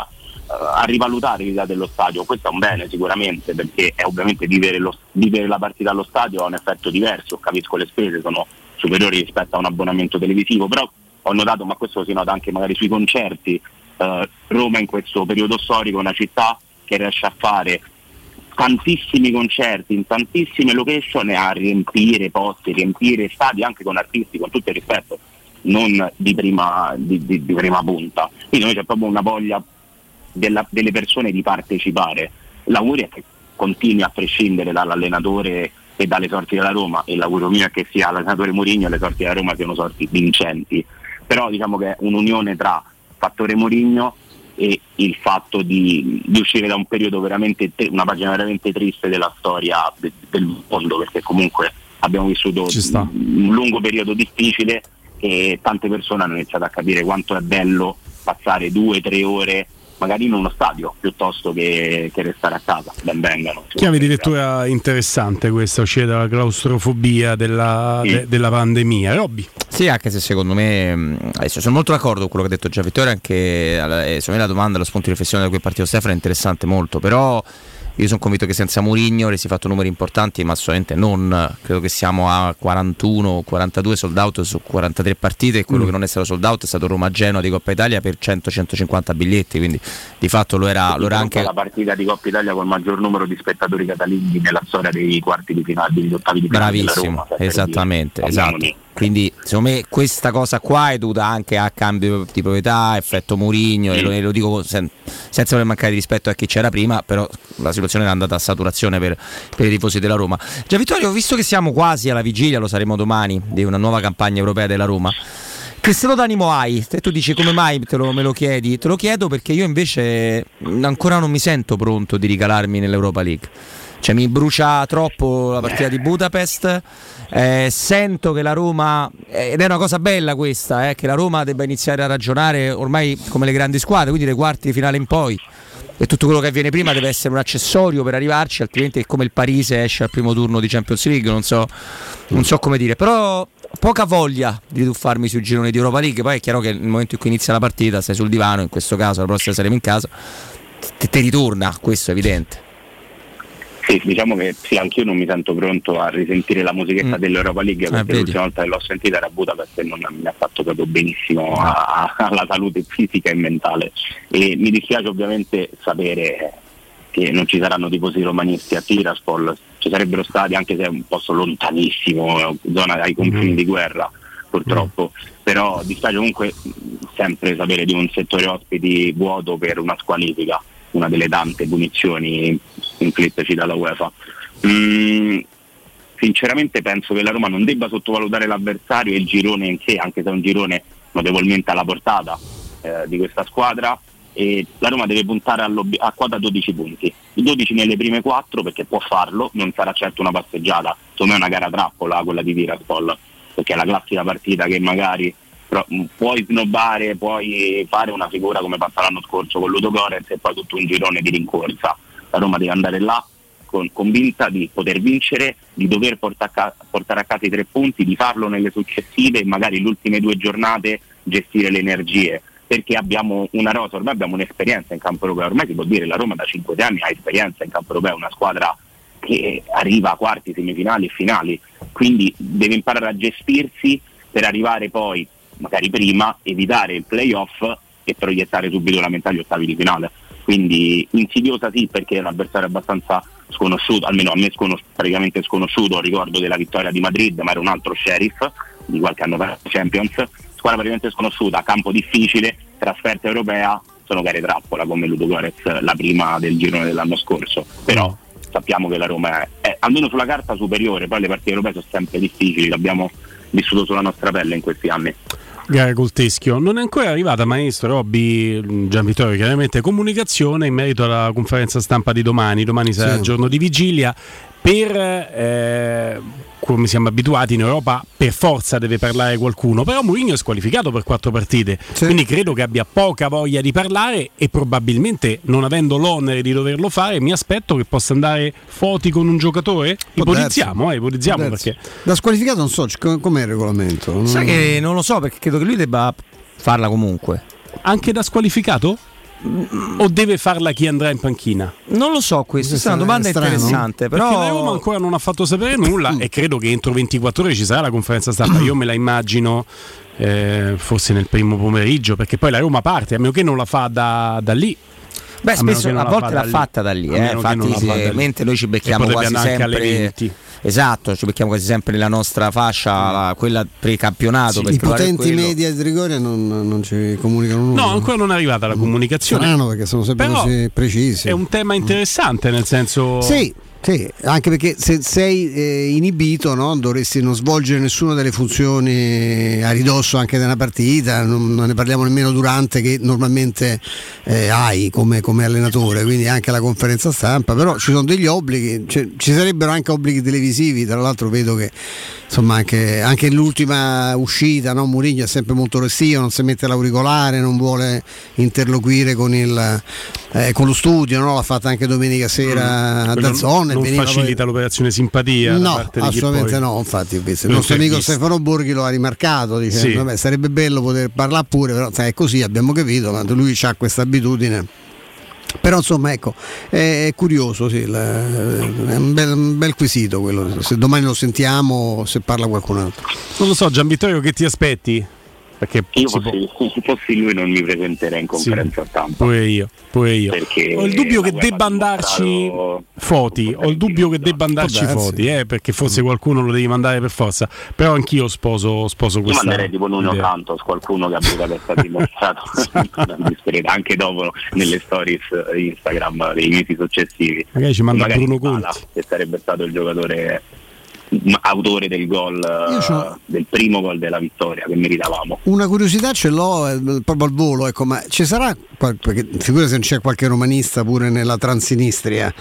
a rivalutare l'idea dello stadio. Questo è un bene sicuramente, perché è ovviamente vivere, lo, vivere la partita allo stadio ha un effetto diverso. Capisco, le spese sono superiori rispetto a un abbonamento televisivo, però ho notato, ma questo si nota anche magari sui concerti, eh, Roma in questo periodo storico è una città che riesce a fare tantissimi concerti in tantissime location e a riempire posti, riempire stadi anche con artisti, con tutto il rispetto, non di prima, di, di, di prima punta. Quindi noi c'è proprio una voglia della, delle persone di partecipare. L'augurio è che continui a prescindere dall'allenatore e dalle sorti della Roma, e l'augurio mio è che sia l'allenatore Mourinho e le sorti della Roma siano sorti vincenti. Però diciamo che è un'unione tra fattore Mourinho e il fatto di, di uscire da un periodo veramente, una pagina veramente triste della storia de, del mondo, perché comunque abbiamo vissuto un lungo periodo difficile e tante persone hanno iniziato a capire quanto è bello passare due, tre ore magari in uno stadio piuttosto che, che restare a casa. Ben vengano. Chiave di lettura interessante questa, uscire dalla claustrofobia della, sì. de, della pandemia. Robby. Sì, anche se secondo me, adesso sono molto d'accordo con quello che ha detto già Vittorio, anche secondo me la domanda, lo spunto di riflessione da cui è partito Stefano è interessante molto, però io sono convinto che senza Mourinho avresti fatto numeri importanti, ma assolutamente non, credo che siamo a quarantuno quarantadue sold out su quarantatré partite, e quello mm. che non è stato sold out è stato Roma-Genoa di Coppa Italia per cento centocinquanta biglietti, quindi di fatto lo era, lo era anche la partita di Coppa Italia con il maggior numero di spettatori casalinghi nella storia dei quarti di finale, degli ottavi di finale. Bravissimo, Roma, esattamente, esatto. Quindi secondo me questa cosa qua è dovuta anche a cambio di proprietà, effetto Mourinho, sì. e, lo, e lo dico sen- senza voler mancare di rispetto a chi c'era prima, però la situazione è andata a saturazione per, per i tifosi della Roma. Già Vittorio, visto che siamo quasi alla vigilia, lo saremo domani, di una nuova campagna europea della Roma, che stato d'animo hai? Se tu dici come mai te lo, me lo chiedi? Te lo chiedo perché io invece ancora non mi sento pronto di ricalarmi nell'Europa League. Cioè mi brucia troppo la partita di Budapest, eh, sento che la Roma, ed è una cosa bella questa, eh, che la Roma debba iniziare a ragionare ormai come le grandi squadre, quindi dai quarti di finale in poi, e tutto quello che avviene prima deve essere un accessorio per arrivarci, altrimenti è come il Parise esce al primo turno di Champions League, non so, non so come dire, però poca voglia di tuffarmi sui gironi di Europa League. Poi è chiaro che nel momento in cui inizia la partita sei sul divano, in questo caso la prossima saremo in casa, te, te ritorna, questo è evidente. Sì, diciamo che sì, anch'io non mi sento pronto a risentire la musichetta mm. dell'Europa League, perché ah, l'ultima volta che l'ho sentita era Budapest e non mi ha fatto proprio benissimo a, a, alla salute fisica e mentale, e mi dispiace ovviamente sapere che non ci saranno tifosi romanisti a Tiraspol. Ci sarebbero stati, anche se è un posto lontanissimo, zona ai confini mm. di guerra purtroppo, mm. però dispiace comunque sempre sapere di un settore ospiti vuoto per una squalifica, una delle tante punizioni inflitteci dalla UEFA. Mm, sinceramente penso che la Roma non debba sottovalutare l'avversario e il girone in sé, anche se è un girone notevolmente alla portata eh, di questa squadra, e la Roma deve puntare a quota dodici punti, i dodici nelle prime quattro, perché può farlo, non sarà certo una passeggiata, secondo me è una gara trappola quella di Tiraspol, perché è la classica partita che magari puoi snobbare, puoi fare una figura come fatta l'anno scorso con Ludogorets e poi tutto un girone di rincorsa. La Roma deve andare là con, convinta di poter vincere, di dover portare a, ca- portare a casa i tre punti, di farlo nelle successive e magari le ultime due giornate gestire le energie, perché abbiamo una rosa, ormai abbiamo un'esperienza in campo europeo, ormai si può dire la Roma da cinque anni ha esperienza in campo europeo, una squadra che arriva a quarti, semifinali e finali, quindi deve imparare a gestirsi per arrivare poi magari prima, evitare il playoff e proiettare subito la metà agli ottavi di finale. Quindi insidiosa sì, perché è un avversario abbastanza sconosciuto, almeno a me sconos- praticamente sconosciuto, ricordo della vittoria di Madrid, ma era un altro Sheriff di qualche anno fa, Champions, squadra praticamente sconosciuta, campo difficile, trasferta europea, sono gare trappola come Ludogorets, la prima del girone dell'anno scorso, però sappiamo che la Roma è, è almeno sulla carta superiore, poi le partite europee sono sempre difficili, l'abbiamo vissuto sulla nostra pelle in questi anni. Gara col teschio. Non è ancora arrivata, maestro Robby, Gian Vittorio, chiaramente comunicazione in merito alla conferenza stampa di domani. Domani sarà il sì. giorno di vigilia. Per eh, come siamo abituati in Europa, per forza deve parlare qualcuno, però Mourinho è squalificato per quattro partite, sì. quindi credo che abbia poca voglia di parlare e probabilmente, non avendo l'onere di doverlo fare, mi aspetto che possa andare foti con un giocatore. Ipotizziamo, eh, ipotizziamo perché da squalificato non so com'è il regolamento, non sai che non lo so, perché credo che lui debba farla comunque. Anche da squalificato? o deve farla chi andrà in panchina? Non lo so, questo è una domanda interessante, però perché la Roma ancora non ha fatto sapere nulla e credo che entro ventiquattro ore ci sarà la conferenza stampa. Io me la immagino eh, forse nel primo pomeriggio, perché poi la Roma parte, a meno che non la fa da, da lì. Beh, spesso a volte l'ha fatta da lì, eh. Infatti se, mentre noi ci becchiamo quasi sempre esatto, ci becchiamo quasi sempre nella nostra fascia, la, quella pre-campionato. Sì, per i potenti quello. media di Trigoria non, non ci comunicano nulla. No, ancora non è arrivata la comunicazione. Strano, perché sono sempre Però così precisi. È un tema interessante, nel senso. Sì. Sì, anche perché se sei eh, inibito, no, dovresti non svolgere nessuna delle funzioni a ridosso anche di una partita, non, non ne parliamo nemmeno durante, che normalmente eh, hai come, come allenatore, quindi anche la conferenza stampa, però ci sono degli obblighi, cioè, ci sarebbero anche obblighi televisivi, tra l'altro vedo che insomma anche, anche l'ultima uscita, no, Mourinho è sempre molto restio, non si mette l'auricolare, non vuole interloquire con, il, eh, con lo studio, no? L'ha fatta anche domenica sera mm. a DAZN. Non facilita poi l'operazione simpatia? No, da parte assolutamente di no. Infatti, il nostro amico Stefano Borghi lo ha rimarcato dicendo: sì. Vabbè, sarebbe bello poter parlare pure, però sai, è così, abbiamo capito, ma lui ha questa abitudine. Però insomma, ecco, è, è curioso, sì, la, è un bel, un bel quesito quello. Se domani lo sentiamo, se parla qualcun altro. Non lo so, Gian Vittorio, che ti aspetti? Perché io fossi, può... fossi lui non mi presenterei in conferenza sì, stampa. Pure io, pure io. Perché ho il dubbio che debba andarci dimostrato... Foti, ho il dubbio che debba andarci Foti, eh, perché forse qualcuno lo devi mandare per forza. Però anch'io sposo, sposo questa. Io manderei tipo Nuno Santos, qualcuno che ha avuto che è stato dimostrato anche dopo nelle stories Instagram dei mesi successivi. Magari ci manda Magari Bruno Conti, che sarebbe stato il giocatore autore del gol, del primo gol della vittoria che meritavamo. Una curiosità ce l'ho eh, proprio al volo, ecco, ma ci sarà, perché figura se non c'è qualche romanista pure nella Transinistria,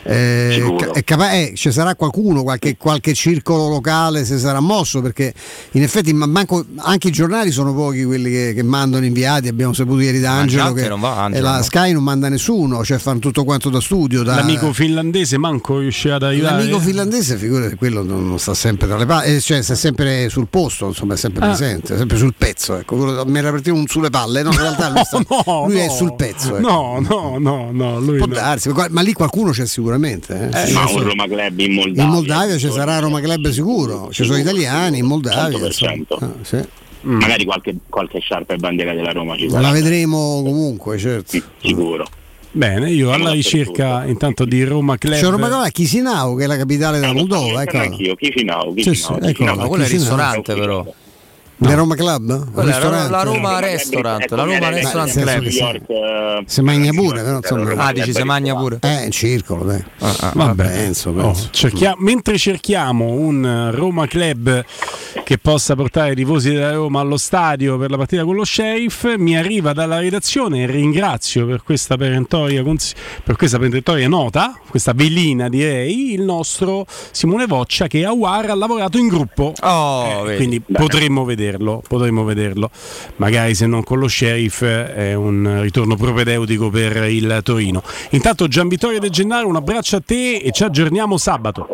eh, è capa- eh, ci sarà qualcuno, qualche, qualche circolo locale si sarà mosso, perché in effetti manco, anche i giornali sono pochi quelli che, che mandano inviati, abbiamo saputo ieri da Angelo che va, Angelo, e la no. Sky non manda nessuno, cioè fanno tutto quanto da studio. Da, l'amico finlandese manco riuscirà ad arrivare. L'amico finlandese, figura che quello non non sta sempre tra le palle, cioè sta sempre sul posto, insomma è sempre ah. presente, è sempre sul pezzo, ecco. Mi era partito un sulle palle, no, in realtà lui, sta, no, lui no, è sul pezzo, ecco. no no no no lui può no. darsi, ma lì qualcuno c'è sicuramente, eh. Eh, sì, ma so. un Roma Club in Moldavia, in Moldavia ci sarà Roma Club sicuro, ci sono italiani in Moldavia, ah, sì. mm. magari qualche, qualche sciarpa e bandiera della Roma ci sarà. La vedremo comunque, certo, sì, sicuro. Bene, io alla ricerca intanto di Roma Club. C'è Roma Club a Chisinau, che è la capitale della Moldova, ecco. Anch'io, Chisinau, Chisinau, sì, sì, ecco, ma quello è il ristorante però. No. La Roma Club? La, la Roma Restaurant, la Roma Restaurant Club. Si, si magna pure, però insomma. Ah, dici si magna pure. Eh, in circolo, dai. Ah, ah, vabbè, penso, penso. Oh, cerchiamo, mentre cerchiamo un Roma Club che possa portare i tifosi della Roma allo stadio per la partita con lo Sheriff, mi arriva dalla redazione, e ringrazio per questa perentoria per questa perentoria nota, questa velina direi, il nostro Simone Voccia, che a U A R ha lavorato in gruppo. Oh, eh, quindi bene. potremmo vederlo. Potremmo vederlo, magari se non con lo Sheriff è un ritorno propedeutico per il Torino. Intanto Gian Vittorio De Gennaro, un abbraccio a te e ci aggiorniamo sabato.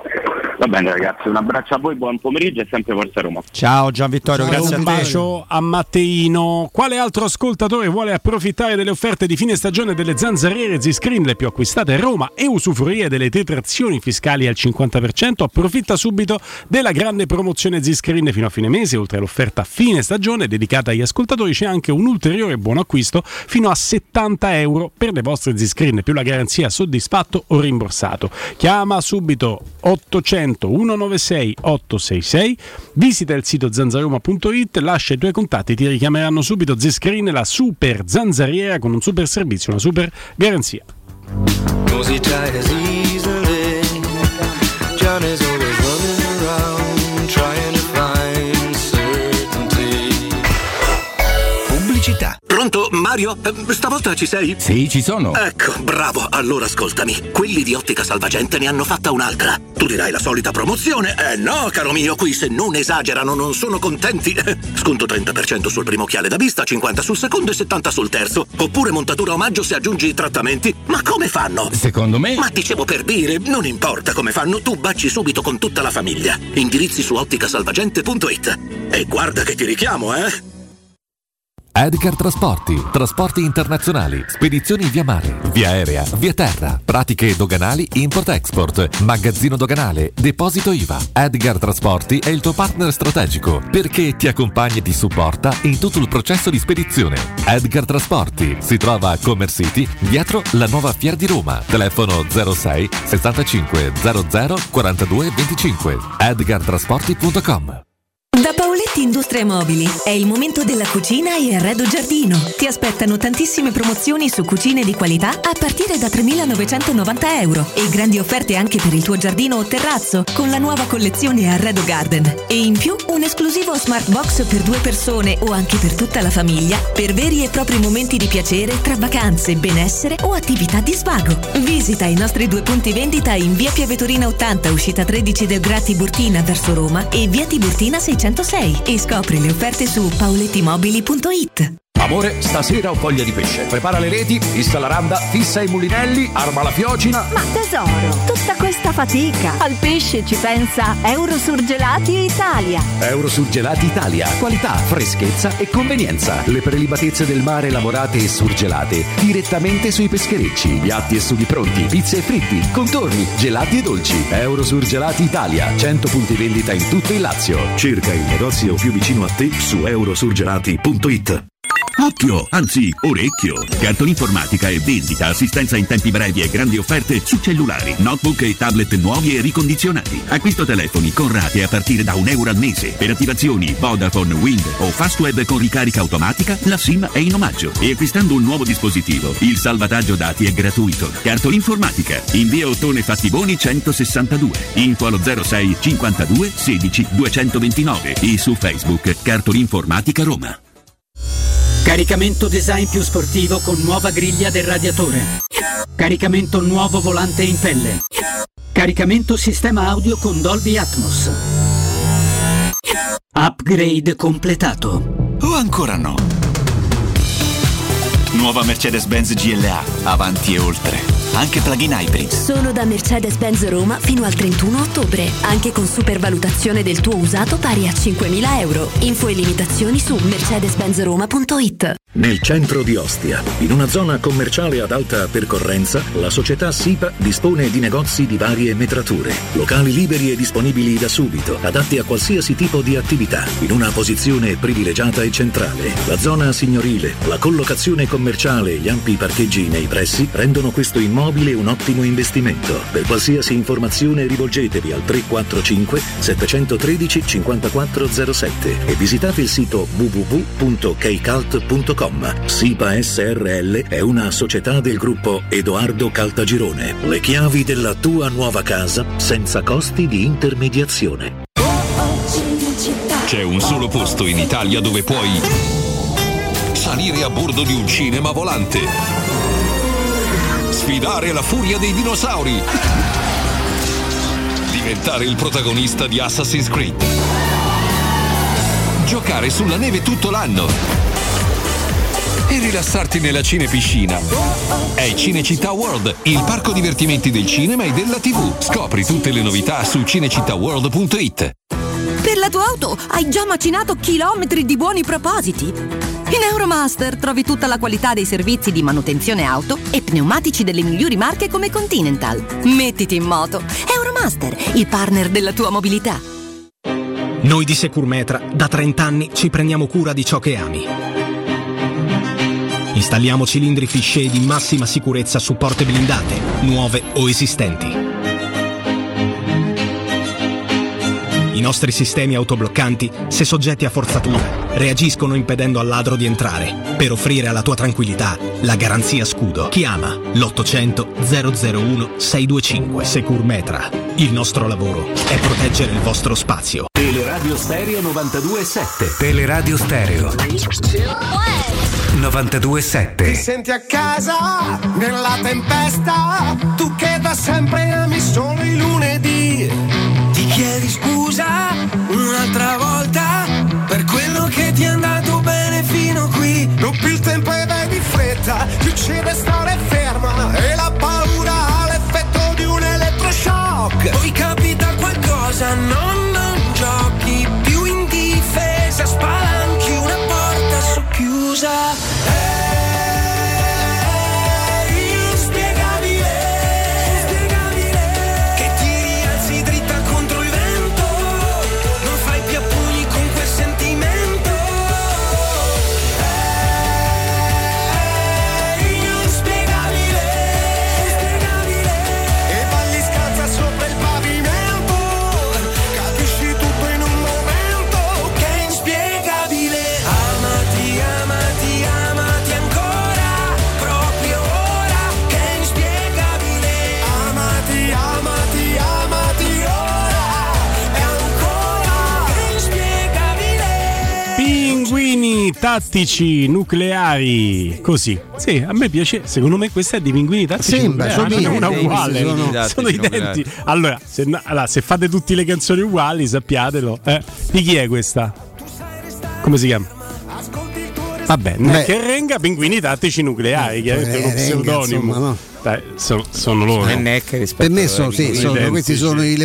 Va bene ragazzi, un abbraccio a voi, buon pomeriggio e sempre Forza Roma. Ciao Gian Vittorio, Ciao, grazie un a te. bacio a Matteino. Quale altro ascoltatore vuole approfittare delle offerte di fine stagione delle zanzariere Z-Screen, le più acquistate a Roma, e usufruire delle detrazioni fiscali al cinquanta per cento? Approfitta subito della grande promozione Z-Screen fino a fine mese. Oltre all'offerta fine stagione dedicata agli ascoltatori, c'è anche un ulteriore buono acquisto fino a settanta euro per le vostre Z-Screen, più la garanzia soddisfatto o rimborsato. Chiama subito ottocento centonovantasei ottocentosessantasei, visita il sito zanzaroma punto it, lascia i tuoi contatti, ti richiameranno subito. Z-Screen, la super zanzariera con un super servizio, una super garanzia. Pubblicità. Pronto, Mario? Eh, stavolta ci sei? Sì, ci sono. Ecco, bravo. Allora ascoltami. Quelli di Ottica Salvagente ne hanno fatta un'altra. Tu dirai la solita promozione. Eh no, caro mio, qui se non esagerano non sono contenti. Sconto trenta per cento sul primo occhiale da vista, cinquanta sul secondo e settanta sul terzo. Oppure montatura omaggio se aggiungi i trattamenti. Ma come fanno? Secondo me... Ma dicevo per dire, non importa come fanno, tu baci subito con tutta la famiglia. Indirizzi su ottica salvagente punto it. E guarda che ti richiamo, eh? Edgar Trasporti, trasporti internazionali, spedizioni via mare, via aerea, via terra, pratiche doganali import-export, magazzino doganale, deposito I V A. Edgar Trasporti è il tuo partner strategico perché ti accompagna e ti supporta in tutto il processo di spedizione. Edgar Trasporti si trova a Commerce City, dietro la nuova Fiera di Roma. Telefono zero sei sessantacinque zero zero quarantadue venticinque. edgar trasporti punto com. Da Paoletti Industrie Mobili è il momento della cucina e arredo giardino. Ti aspettano tantissime promozioni su cucine di qualità a partire da tremilanovecentonovanta euro e grandi offerte anche per il tuo giardino o terrazzo con la nuova collezione Arredo Garden. E in più un esclusivo smart box per due persone o anche per tutta la famiglia per veri e propri momenti di piacere tra vacanze, benessere o attività di svago. Visita i nostri due punti vendita in via Piavetorina ottanta, uscita tredici del Gra Tiburtina verso Roma e via Tiburtina seicentosei e scopri le offerte su paolettimobili punto it. Amore, stasera ho voglia di pesce. Prepara le reti, fissa la randa, fissa i mulinelli, arma la fiocina. Ma tesoro, tutta questa fatica. Al pesce ci pensa Eurosurgelati Italia. Eurosurgelati Italia. Qualità, freschezza e convenienza. Le prelibatezze del mare lavorate e surgelate direttamente sui pescherecci. Piatti e sughi pronti, pizze e fritti, contorni, gelati e dolci. Eurosurgelati Italia. cento punti vendita in tutto il Lazio. Cerca il negozio più vicino a te su eurosurgelati punto it. Occhio, anzi orecchio. Cartolinformatica e vendita, assistenza in tempi brevi e grandi offerte su cellulari, notebook e tablet nuovi e ricondizionati. Acquisto telefoni con rate a partire da un euro al mese. Per attivazioni Vodafone, Wind o Fastweb con ricarica automatica, la SIM è in omaggio. E acquistando un nuovo dispositivo, il salvataggio dati è gratuito. Cartolinformatica, in via Ottone Fattiboni centosessantadue. Info allo zero sei cinquantadue sedici duecentoventinove e su Facebook Cartolinformatica Roma. Caricamento design più sportivo con nuova griglia del radiatore. Caricamento nuovo volante in pelle. Caricamento sistema audio con Dolby Atmos. Upgrade completato. O ancora no? Nuova Mercedes-Benz G L A, avanti e oltre. Anche plug-in hybrid. Solo da Mercedes-Benz Roma fino al trentuno ottobre. Anche con supervalutazione del tuo usato pari a cinquemila euro. Info e limitazioni su mercedes benz roma punto it. Nel centro di Ostia, in una zona commerciale ad alta percorrenza, la società SIPA dispone di negozi di varie metrature. Locali liberi e disponibili da subito, adatti a qualsiasi tipo di attività. In una posizione privilegiata e centrale. La zona signorile, la collocazione commerciale e gli ampi parcheggi nei pressi rendono questo immobile un ottimo investimento. Per qualsiasi informazione rivolgetevi al tre quattro cinque sette uno tre cinque zero sette e visitate il sito w w w punto keycult punto com. SIPA S R L è una società del gruppo Edoardo Caltagirone. Le chiavi della tua nuova casa senza costi di intermediazione. C'è un solo posto in Italia dove puoi salire a bordo di un cinema volante, sfidare la furia dei dinosauri, diventare il protagonista di Assassin's Creed, giocare sulla neve tutto l'anno e rilassarti nella cinepiscina. È Cinecittà World, il parco divertimenti del cinema e della tivù. Scopri tutte le novità su cinecittà world punto it. Per la tua auto hai già macinato chilometri di buoni propositi. In Euromaster trovi tutta la qualità dei servizi di manutenzione auto e pneumatici delle migliori marche come Continental. Mettiti in moto. Euromaster, il partner della tua mobilità. Noi di Securmetra da trenta anni ci prendiamo cura di ciò che ami. Installiamo cilindri Fichet di massima sicurezza su porte blindate, nuove o esistenti. I nostri sistemi autobloccanti, se soggetti a forzatura, reagiscono impedendo al ladro di entrare, per offrire alla tua tranquillità la garanzia scudo. Chiama l'ottocento zero zero uno sei due cinque. Securmetra. Il nostro lavoro è proteggere il vostro spazio. Teleradio Stereo novantadue sette. Teleradio Stereo novantadue sette. Ti senti a casa nella tempesta, tu che da sempre ami solo i lunedì. Ti chiedi scusa un'altra volta per quello che ti è andato bene fino qui. Non più il tempo e vai di fretta, ti uccide stare ferma e la paura ha l'effetto di un elettroshock. Poi capita qualcosa, non, non giochi più in difesa, spalanchi una porta socchiusa. Pinguini tattici nucleari, così. Sì, a me piace, secondo me questa è di pinguini tattici Sembra, nucleari, sono una identi, uguale, sono- sono identi. Allora se, allora, se fate tutte le canzoni uguali, sappiatelo. Eh. Di chi è questa? Come si chiama? Vabbè, Beh. che renga pinguini tattici nucleari, chiaramente è uno Eh, Renga, pseudonimo. insomma, no. Dai, sono, sono loro. Per me sono, sì, sono- questi sono i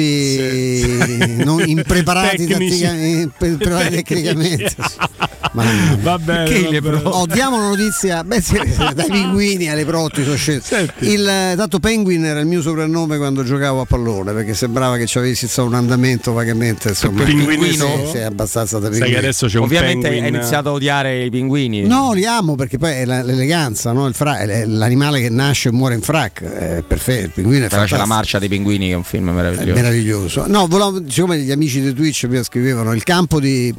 leprotti non impreparati, Tecnici. tattica- impreparati tecnicamente. Ma Va bene, Che va le bene. pro- oh, diamo una notizia. Beh, sì, dai pinguini alle protti sono scelti. Il tanto Penguin era il mio soprannome quando giocavo a pallone, perché sembrava che ci avessi stato un andamento vagamente, insomma. Pinguino? Sì, sì, abbastanza da Sai pinguino. che adesso c'è un Ovviamente penguin- hai iniziato a odiare i pinguini. No, li amo perché poi è la- l'eleganza, no? Il fra- è l'animale che nasce e muore in frac. È perfetto. Il pinguino è Però c'è la fantastico. marcia dei pinguini, che è un film È meraviglioso. meraviglioso. No, volevo, siccome gli amici di Twitch mi scrivevano, il campo di,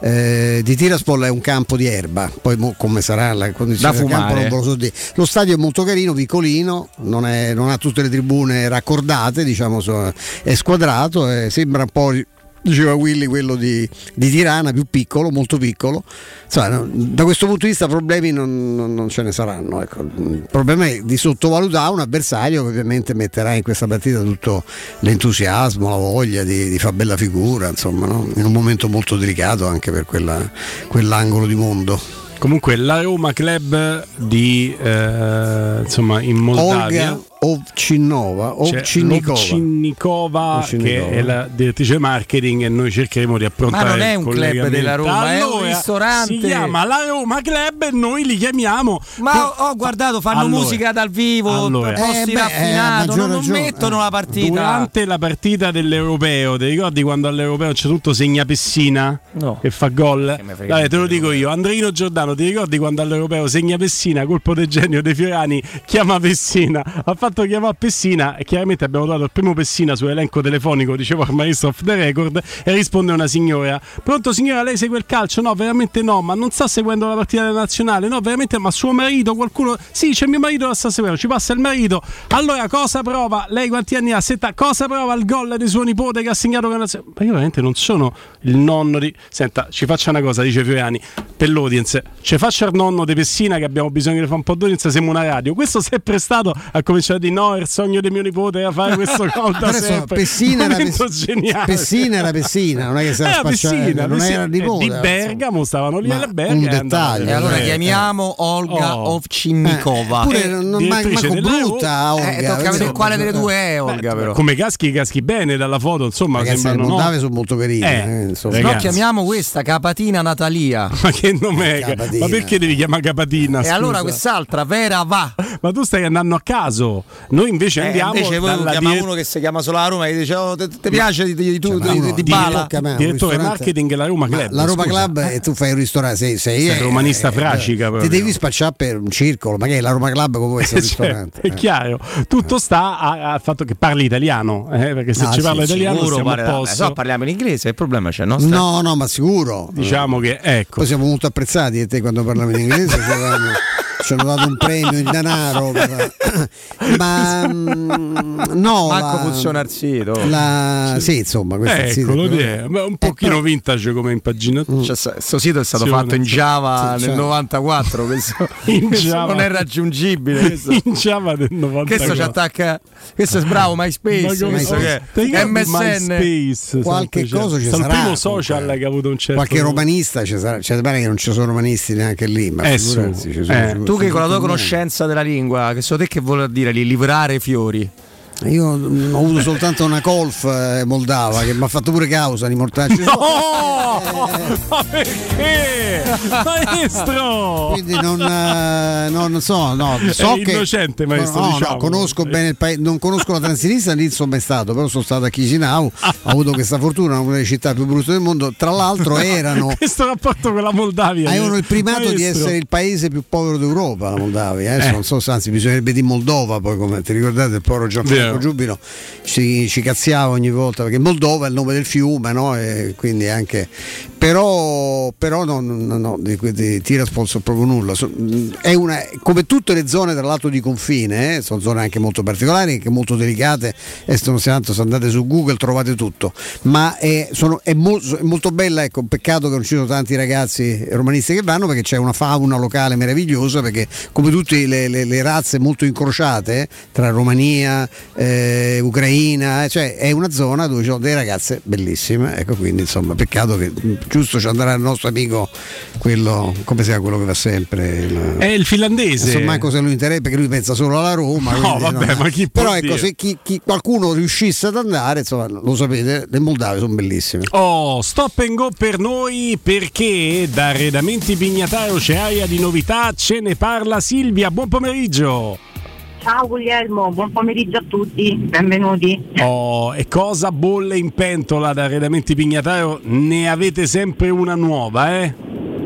eh, di Tiraspol è un campo di erba, poi mo, come sarà la condizione Da del campo fumare. non ve lo so dire. Lo stadio è molto carino, piccolino, non, è, non ha tutte le tribune raccordate, diciamo, so- è squadrato e sembra un po', diceva Willy, quello di, di Tirana, più piccolo, molto piccolo. Insomma, no, da questo punto di vista problemi non, non- non ce ne saranno. Ecco. Il problema è di sottovalutare un avversario che ovviamente metterà in questa partita tutto l'entusiasmo, la voglia di, di fare bella figura, insomma, no? In un momento molto delicato anche per quella- quell'angolo di mondo. Comunque la Roma Club di eh, insomma in Moldavia. Olga Ovchinova, C'è Ovchinnikova. Ovchinnikova, Ovchinnikova. che è la direttrice marketing, e noi cercheremo di approntare. Ma non è il un club collegamento. della Roma, è un Allora, ristorante. Si chiama la Roma Club e noi li chiamiamo. Ma ho, ho guardato, fanno Allora, musica dal vivo, allora. posti Eh, beh, raffinato, eh, non, maggior non ragione. mettono la partita. Durante la partita dell'Europeo, ti ricordi quando all'Europeo c'è tutto segna Pessina No. che fa gol? Che me frega Dai, te lo dico io, Andrino Giordano, ti ricordi quando all'Europeo segna Pessina, colpo del genio dei Fiorani, chiama Pessina, ha fatto chiamare Pessina e chiaramente abbiamo dato il primo Pessina sull'elenco telefonico, dicevo al maestro off the record, e risponde una signora: pronto signora, lei segue il calcio? No, veramente no. Ma non sta seguendo la partita della nazionale? No, veramente, ma suo marito, qualcuno? Sì, c'è mio marito, la sta seguendo, ci passa il marito. Allora cosa prova? Lei quanti anni ha? Setta. Cosa prova il gol di suo nipote che ha segnato con la nazionale? Ma io veramente non sono il nonno di... Senta, ci faccia una cosa, dice Fiorani, per l'audience, ci faccia il nonno di Pessina che abbiamo bisogno di fare un po' d'audience, siamo una radio. Questo si è prestato a cominciare a dire no, è il sogno di mio nipote a fare questo gol da Adesso sempre. Pessina era, Momento Pess- geniale. Pessina era Pessina, non è che si era Era spacciato, Pessina, non Pessina. era nipote. Di Bergamo, stavano lì Ma alla Berga un e andavano dettaglio. E allora Eh, chiamiamo Olga Oh. Ovchinnikova. Eh, pure Eh, non direttrice manco della brutta Olga, eh, tocca vedere insomma. quale delle due è Olga, però. Come caschi, caschi bene dalla foto, insomma, Ragazzi, le sembrano moldave no. sono molto carine, Eh, eh, insomma. No, ragazzi. chiamiamo questa Capatina Natalia. Ma che nome è? Capatina. Ma perché devi chiamare Capatina? E scusa? allora quest'altra Vera va. Ma tu stai andando a caso. Noi invece Eh, andiamo invece voi dalla chiama dire- uno che si chiama solo la Roma e dice oh, ti ti piace di, di, tu, Cioè, ma di, uno- di di- Bala? tocca a me, un direttore ristorante- marketing della Roma Ma Club. la Roma scusa. Club e tu fai un ristorante, sei, sei, Sei eh, romanista eh, fracica eh, proprio. ti devi spacciare per un circolo, ma che è la Roma Club come può essere un Cioè, ristorante? è chiaro, tutto sta a- al fatto che parli italiano, eh, perché se Ah, ci sì, parla italiano Sicuro, siamo pare- a posto. eh, no, parliamo in inglese, il problema c'è, no? No, no, ma sicuro. Diciamo che ecco. Poi siamo molto apprezzati e te quando parlavi in inglese ci avevamo- ci hanno dato un premio in denaro per- ma mm, no, Manco la- funziona il sito. la- sì, insomma, questo è il sito. Eccolo, è un pochino però- vintage come impaginatura. Cioè, questo sito è stato Sì, fatto in Java sì, nel cioè- novantaquattro. Questo, In questo Java. non è raggiungibile. Questo, In Java del novantaquattro. questo ci attacca. Questo è bravo, MySpace. Ma come Questo so- che ti è ricordi M S N. MySpace, Qualche sempre, cosa ci cioè, sarà, il primo comunque. social che ha avuto un certo Qualche romanista ci sarà, cioè pare che non ci sono romanisti neanche lì, ma Eh, figurarsi, su. ci sono- Eh. ci sono- Tu che con la tua tutto il conoscenza della lingua, che so te che vuol dire li livrare fiori? mondo. Io mm, ho avuto soltanto una colf eh, moldava che mi ha fatto pure causa di mortacci. No! Ma perché? Maestro! Quindi non, eh, non so, no, so È che innocente, maestro, no, diciamo. no, conosco bene il paese, non conosco la Transilista, lì non sono mai stato, però sono stato a Chisinau, ho avuto questa fortuna, una delle città più brutte del mondo. Tra l'altro erano Questo rapporto con la Moldavia. avevano il primato Maestro. di essere il paese più povero d'Europa, la Moldavia. Adesso Eh. non so se anzi bisognerebbe di Moldova, poi come ti ricordate il povero Gianfranco Marco Giubilo ci, ci cazziava ogni volta perché Moldova è il nome del fiume, no? E quindi anche però, però no, no, no, di, di Tiraspol so proprio nulla. È una, come tutte le zone tra l'altro di confine, eh, sono zone anche molto particolari, anche molto delicate, e se andate su Google trovate tutto, ma è, sono, è, mo, è molto bella, ecco, un peccato che non ci sono tanti ragazzi romanisti che vanno, perché c'è una fauna locale meravigliosa, perché come tutte le, le, le razze molto incrociate eh, tra Romania, eh, Ucraina, eh, cioè è una zona dove ci sono delle ragazze bellissime, ecco, quindi insomma peccato che giusto ci andrà il nostro amico, quello, come si chiama quello che va sempre? Il, è il finlandese. Non so manco se lui interessa, perché lui pensa solo alla Roma. No, vabbè, non... ma chi però può ecco, dire? se chi, chi, qualcuno riuscisse ad andare, insomma, lo sapete, le Moldave sono bellissime. Oh, stop and go per noi, perché da Arredamenti Pignataro c'è aria di novità, ce ne parla Silvia, buon pomeriggio. Ciao Guglielmo, buon pomeriggio a tutti, benvenuti. Oh, e cosa bolle in pentola da Arredamenti Pignataro? Ne avete sempre una nuova, eh?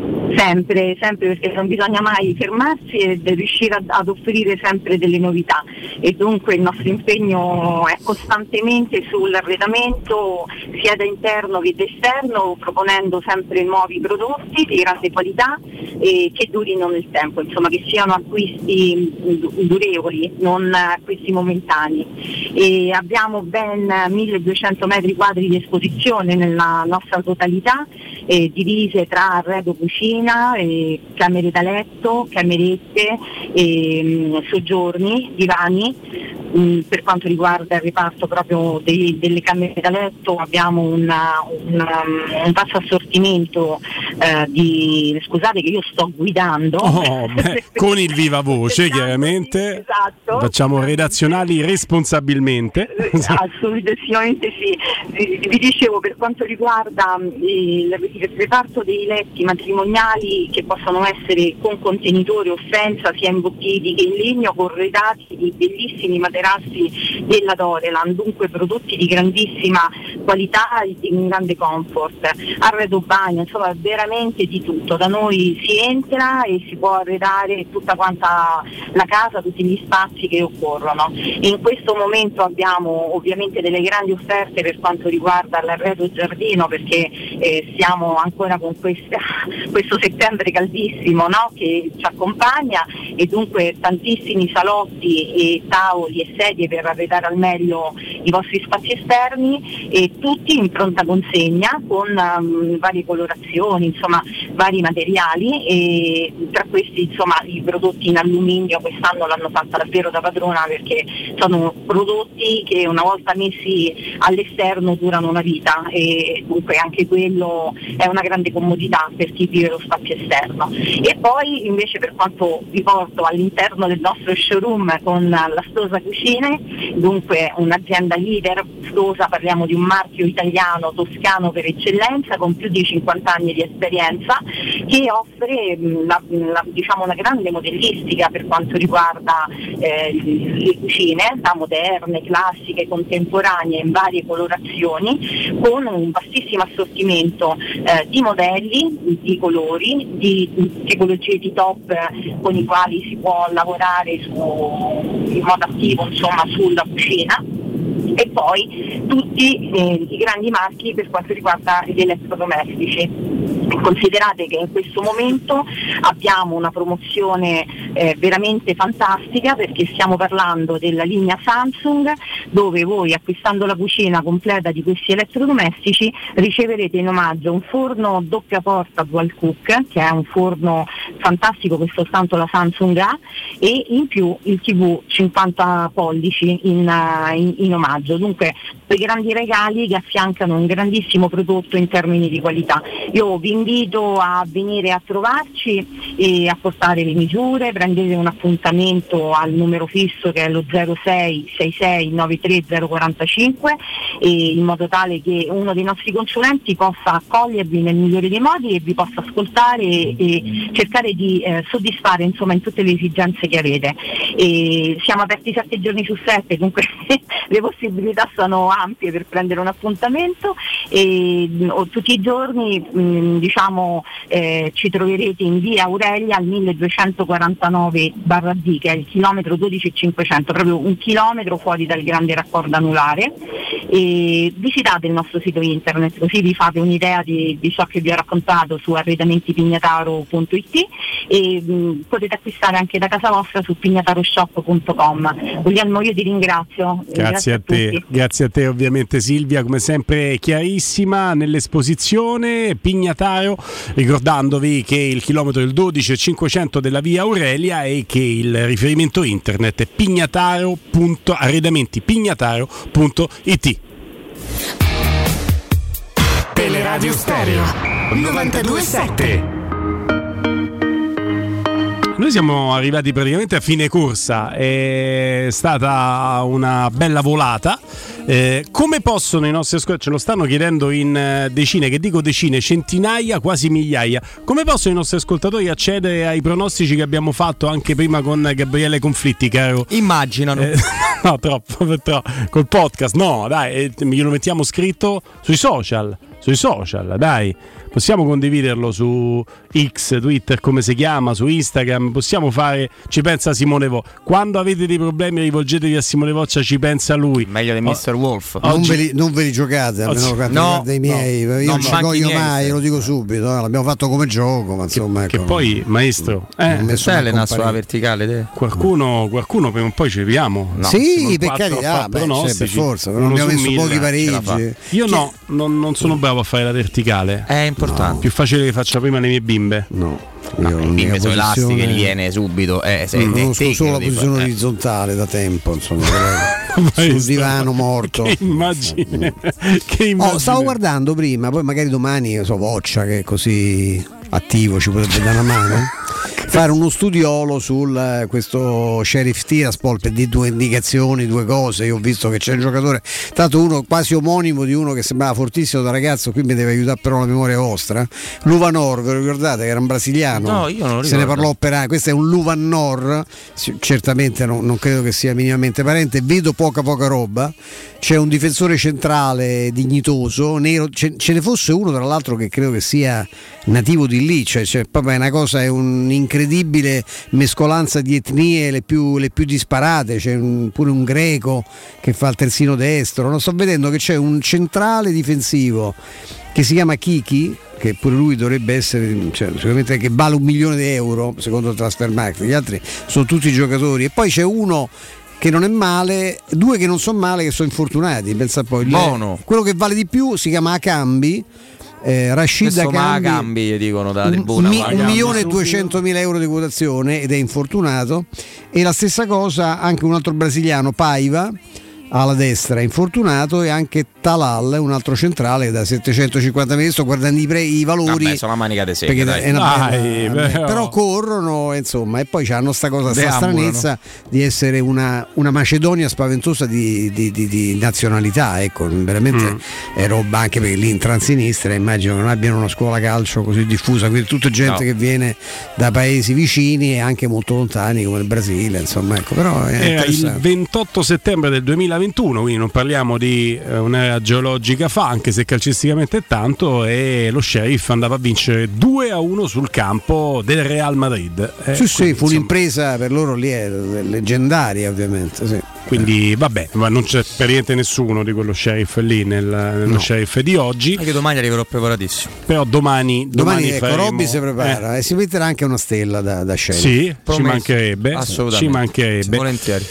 Sempre, sempre, perché non bisogna mai fermarsi e riuscire ad, ad offrire sempre delle novità, e dunque il nostro impegno è costantemente sull'arredamento sia da interno che da esterno, proponendo sempre nuovi prodotti di grande qualità e che durino nel tempo, insomma che siano acquisti durevoli, non acquisti momentanei. E abbiamo ben milleduecento metri quadri di esposizione nella nostra totalità, eh, divise tra arredo cucina, E camere da letto, camerette, e, mh, soggiorni, divani. Mh, per quanto riguarda il reparto proprio dei, delle camere da letto abbiamo una, una, un vasto assortimento eh, di, scusate che io sto guidando, oh, beh, con il viva voce chiaramente, esatto. Facciamo redazionali responsabilmente. Assolutamente sì. Vi dicevo, per quanto riguarda il, il reparto dei letti matrimoniali, che possono essere con contenitori o senza, sia imbottiti che in legno, corredati di bellissimi materassi della Doreland, dunque prodotti di grandissima qualità e di un grande comfort, arredo bagno, insomma veramente di tutto. Da noi si entra e si può arredare tutta quanta la casa, tutti gli spazi che occorrono. In questo momento abbiamo ovviamente delle grandi offerte per quanto riguarda l'arredo giardino, perché eh, siamo ancora con questa, questo settembre caldissimo, no? Che ci accompagna, e dunque tantissimi salotti e tavoli e sedie per arredare al meglio i vostri spazi esterni, e tutti in pronta consegna con um, varie colorazioni, insomma vari materiali, e tra questi insomma i prodotti in alluminio quest'anno l'hanno fatta davvero da padrona, perché sono prodotti che una volta messi all'esterno durano una vita, e dunque anche quello è una grande comodità per chi vive lo spazio esterno. E poi invece per quanto vi porto all'interno del nostro showroom con la Stosa Cucine, dunque un'azienda leader. Stosa, parliamo di un marchio italiano toscano per eccellenza con più di cinquanta anni di esperienza, che offre la, la, diciamo una grande modellistica per quanto riguarda eh, le cucine, da moderne, classiche, contemporanee, in varie colorazioni, con un vastissimo assortimento eh, di modelli, di colori, di tipologie di top con i quali si può lavorare su, in modo attivo, insomma, sulla cucina. E poi tutti eh, i grandi marchi per quanto riguarda gli elettrodomestici. Considerate che in questo momento abbiamo una promozione eh, veramente fantastica, perché stiamo parlando della linea Samsung, dove voi, acquistando la cucina completa di questi elettrodomestici, riceverete in omaggio un forno doppia porta dual cook, che è un forno fantastico che soltanto la Samsung ha, e in più il tivù cinquanta pollici in, uh, in, in omaggio. Dunque quei grandi regali che affiancano un grandissimo prodotto in termini di qualità. Io vi invito a venire a trovarci e a portare le misure, prendete un appuntamento al numero fisso che è lo zero sei sei sei nove tre zero quattro cinque, e in modo tale che uno dei nostri consulenti possa accogliervi nel migliore dei modi e vi possa ascoltare e, e cercare di eh, soddisfare insomma in tutte le esigenze che avete. E siamo aperti sette giorni su sette, dunque le vostre possibilità sono ampie per prendere un appuntamento e mh, tutti i giorni mh, diciamo eh, ci troverete in via Aurelia al milleduecentoquarantanove barra D, che è il chilometro dodici e cinquecento, proprio un chilometro fuori dal grande raccordo anulare. E visitate il nostro sito internet, così vi fate un'idea di, di ciò che vi ho raccontato su arredamenti pignataro punto it e mh, potete acquistare anche da casa vostra su pignataroshop punto com. Guglielmo, io ti ringrazio. Grazie, grazie a, a te, tutti. Grazie a te ovviamente Silvia, come sempre chiarissima nell'esposizione Pignataro, ricordandovi che il chilometro è il dodici e cinquecento della via Aurelia e che il riferimento internet è pignataro. arredamenti pignataro punto it. Teleradio Stereo novantadue sette. Noi siamo arrivati praticamente a fine corsa, è stata una bella volata. Eh, come possono i nostri ascoltatori, ce lo stanno chiedendo in decine, che dico decine, centinaia, quasi migliaia, come possono i nostri ascoltatori accedere ai pronostici che abbiamo fatto anche prima con Gabriele Conflitti, caro? Immaginano. Eh, no, troppo, troppo, col podcast, no, dai, glielo mettiamo scritto sui social, sui social, dai. Possiamo condividerlo su X, Twitter, come si chiama, su Instagram, possiamo fare Ci pensa Simone Vo. Quando avete dei problemi rivolgetevi a Simone Voccia, ci pensa lui. Meglio di mister Wolf. Non, ve li, non ve li giocate, almeno oggi, quanto no, riguarda i miei. no, Io non non ci voglio miei, mai, lo dico subito. No? L'abbiamo fatto come gioco, ma insomma. Che, ecco, che poi, maestro, eh, Selena sulla verticale te. Qualcuno, qualcuno prima o poi ci arriviamo. No, sì, per carità, beh, cioè, per forza, non abbiamo messo pochi pareggi. Io no, non, non sono bravo a fare la verticale. È importante. No. Più facile che faccia prima le mie bimbe. No. No, le bimbe sono elastiche, gli viene subito. Eh, se non conosco solo la posizione eh. orizzontale da tempo, insomma, sul divano morto. Che immagine. Che immagine. Oh, stavo guardando prima, poi magari domani, so, Voccia che è così attivo ci potrebbe dare una mano. Fare uno studiolo sul questo Sheriff Tiraspol per dire due indicazioni, due cose. Io ho visto che c'è un giocatore, tanto uno quasi omonimo di uno che sembrava fortissimo da ragazzo, qui mi deve aiutare però la memoria vostra. Luvanor, ve lo ricordate che era un brasiliano? No, io non lo ricordo. Se ne parlò per anni. Questo è un Luvanor, certamente non, non credo che sia minimamente parente, vedo poca poca roba. C'è un difensore centrale dignitoso, nero, ce, ce ne fosse uno tra l'altro che credo che sia nativo di lì, cioè, cioè proprio è una cosa, è un'incredibile mescolanza di etnie le più, le più disparate. C'è un, pure un greco che fa il terzino destro. Non sto vedendo che c'è un centrale difensivo che si chiama Kiki, che pure lui dovrebbe essere, cioè, sicuramente che vale un milione di euro secondo il Transfermarkt, gli altri sono tutti giocatori. E poi c'è uno che non è male, due che non sono male che sono infortunati, pensa poi. Bono. Quello che vale di più si chiama Akambi, eh, Rashid Akambi, Akambi dicono dalla tribuna, un, mi, un milione e duecentomila euro di quotazione ed è infortunato. E la stessa cosa anche un altro brasiliano, Paiva, alla destra, infortunato, e anche Talal, un altro centrale da settecentocinquanta metri. Sto guardando i, pre, i valori. Vabbè, sono la manica de secca, dai. È una dai, bella, però. però corrono, insomma, e poi hanno sta cosa, sta stranezza di essere una, una Macedonia spaventosa di, di, di, di nazionalità, ecco, veramente mm. è roba, anche perché lì in Transinistra immagino che non abbiano una scuola calcio così diffusa, quindi tutta gente no. che viene da paesi vicini e anche molto lontani come il Brasile, insomma, ecco, però è Era il ventotto settembre del duemilaventuno, quindi non parliamo di eh, un'era geologica fa, anche se calcisticamente è tanto, e lo Sheriff andava a vincere due a uno sul campo del Real Madrid. Eh, sì, sì, fu insomma, un'impresa per loro lì, è leggendaria ovviamente, sì. Quindi vabbè, ma non c'è per niente nessuno di quello Sheriff lì nel, nello no. Sheriff di oggi. Anche domani arriverò preparatissimo. Però domani domani, domani ecco, faremo, Robby si prepara eh. e si metterà anche una stella da, da Sheriff. Sì, Promesso. ci mancherebbe. Assolutamente. Ci mancherebbe. Volentieri.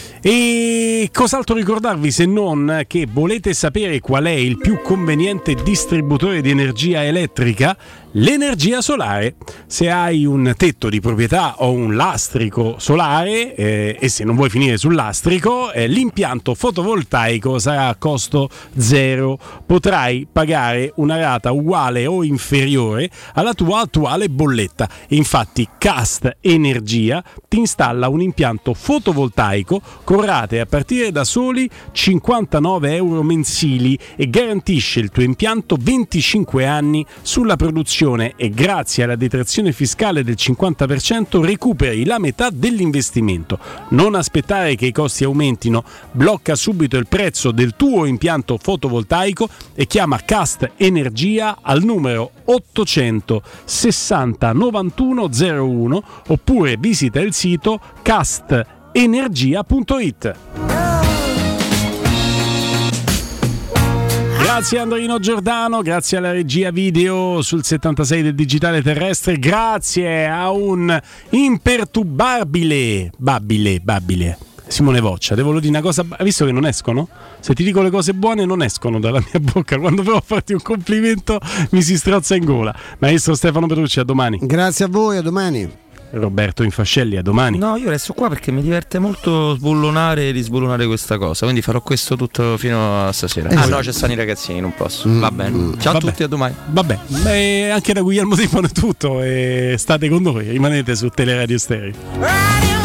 E cos'altro ricordarvi se non che volete sapere qual è il più conveniente distributore di energia elettrica? L'energia solare. Se hai un tetto di proprietà o un lastrico solare eh, e se non vuoi finire sul lastrico, eh, l'impianto fotovoltaico sarà a costo zero. Potrai pagare una rata uguale o inferiore alla tua attuale bolletta. Infatti Cast Energia ti installa un impianto fotovoltaico con rate a partire da soli cinquantanove euro mensili e garantisce il tuo impianto venticinque anni sulla produzione condizione e grazie alla detrazione fiscale del cinquanta per cento recuperi la metà dell'investimento. Non aspettare che i costi aumentino, blocca subito il prezzo del tuo impianto fotovoltaico e chiama Cast Energia al numero ottocento sessanta novantuno zero uno oppure visita il sito cast energia punto it. Grazie a Andrino Giordano, grazie alla regia video sul settantasei del digitale terrestre, grazie a un imperturbabile babile babile Simone Voccia. Devo dire una cosa, hai visto che non escono? Se ti dico le cose buone non escono dalla mia bocca, quando provo a farti un complimento mi si strozza in gola. Maestro Stefano Petrucci, a domani. Grazie a voi, a domani. Roberto Infascelli, a domani. No, io resto qua perché mi diverte molto sbullonare e risbullonare questa cosa, quindi farò questo tutto fino a stasera. Eh, ah sì. No, ci stanno i ragazzini, non posso. Mm. Va bene. Ciao Vabbè. a tutti, a domani. Vabbè, beh, anche da Guglielmo Timpano è tutto e state con noi, rimanete su Teleradio Stereo.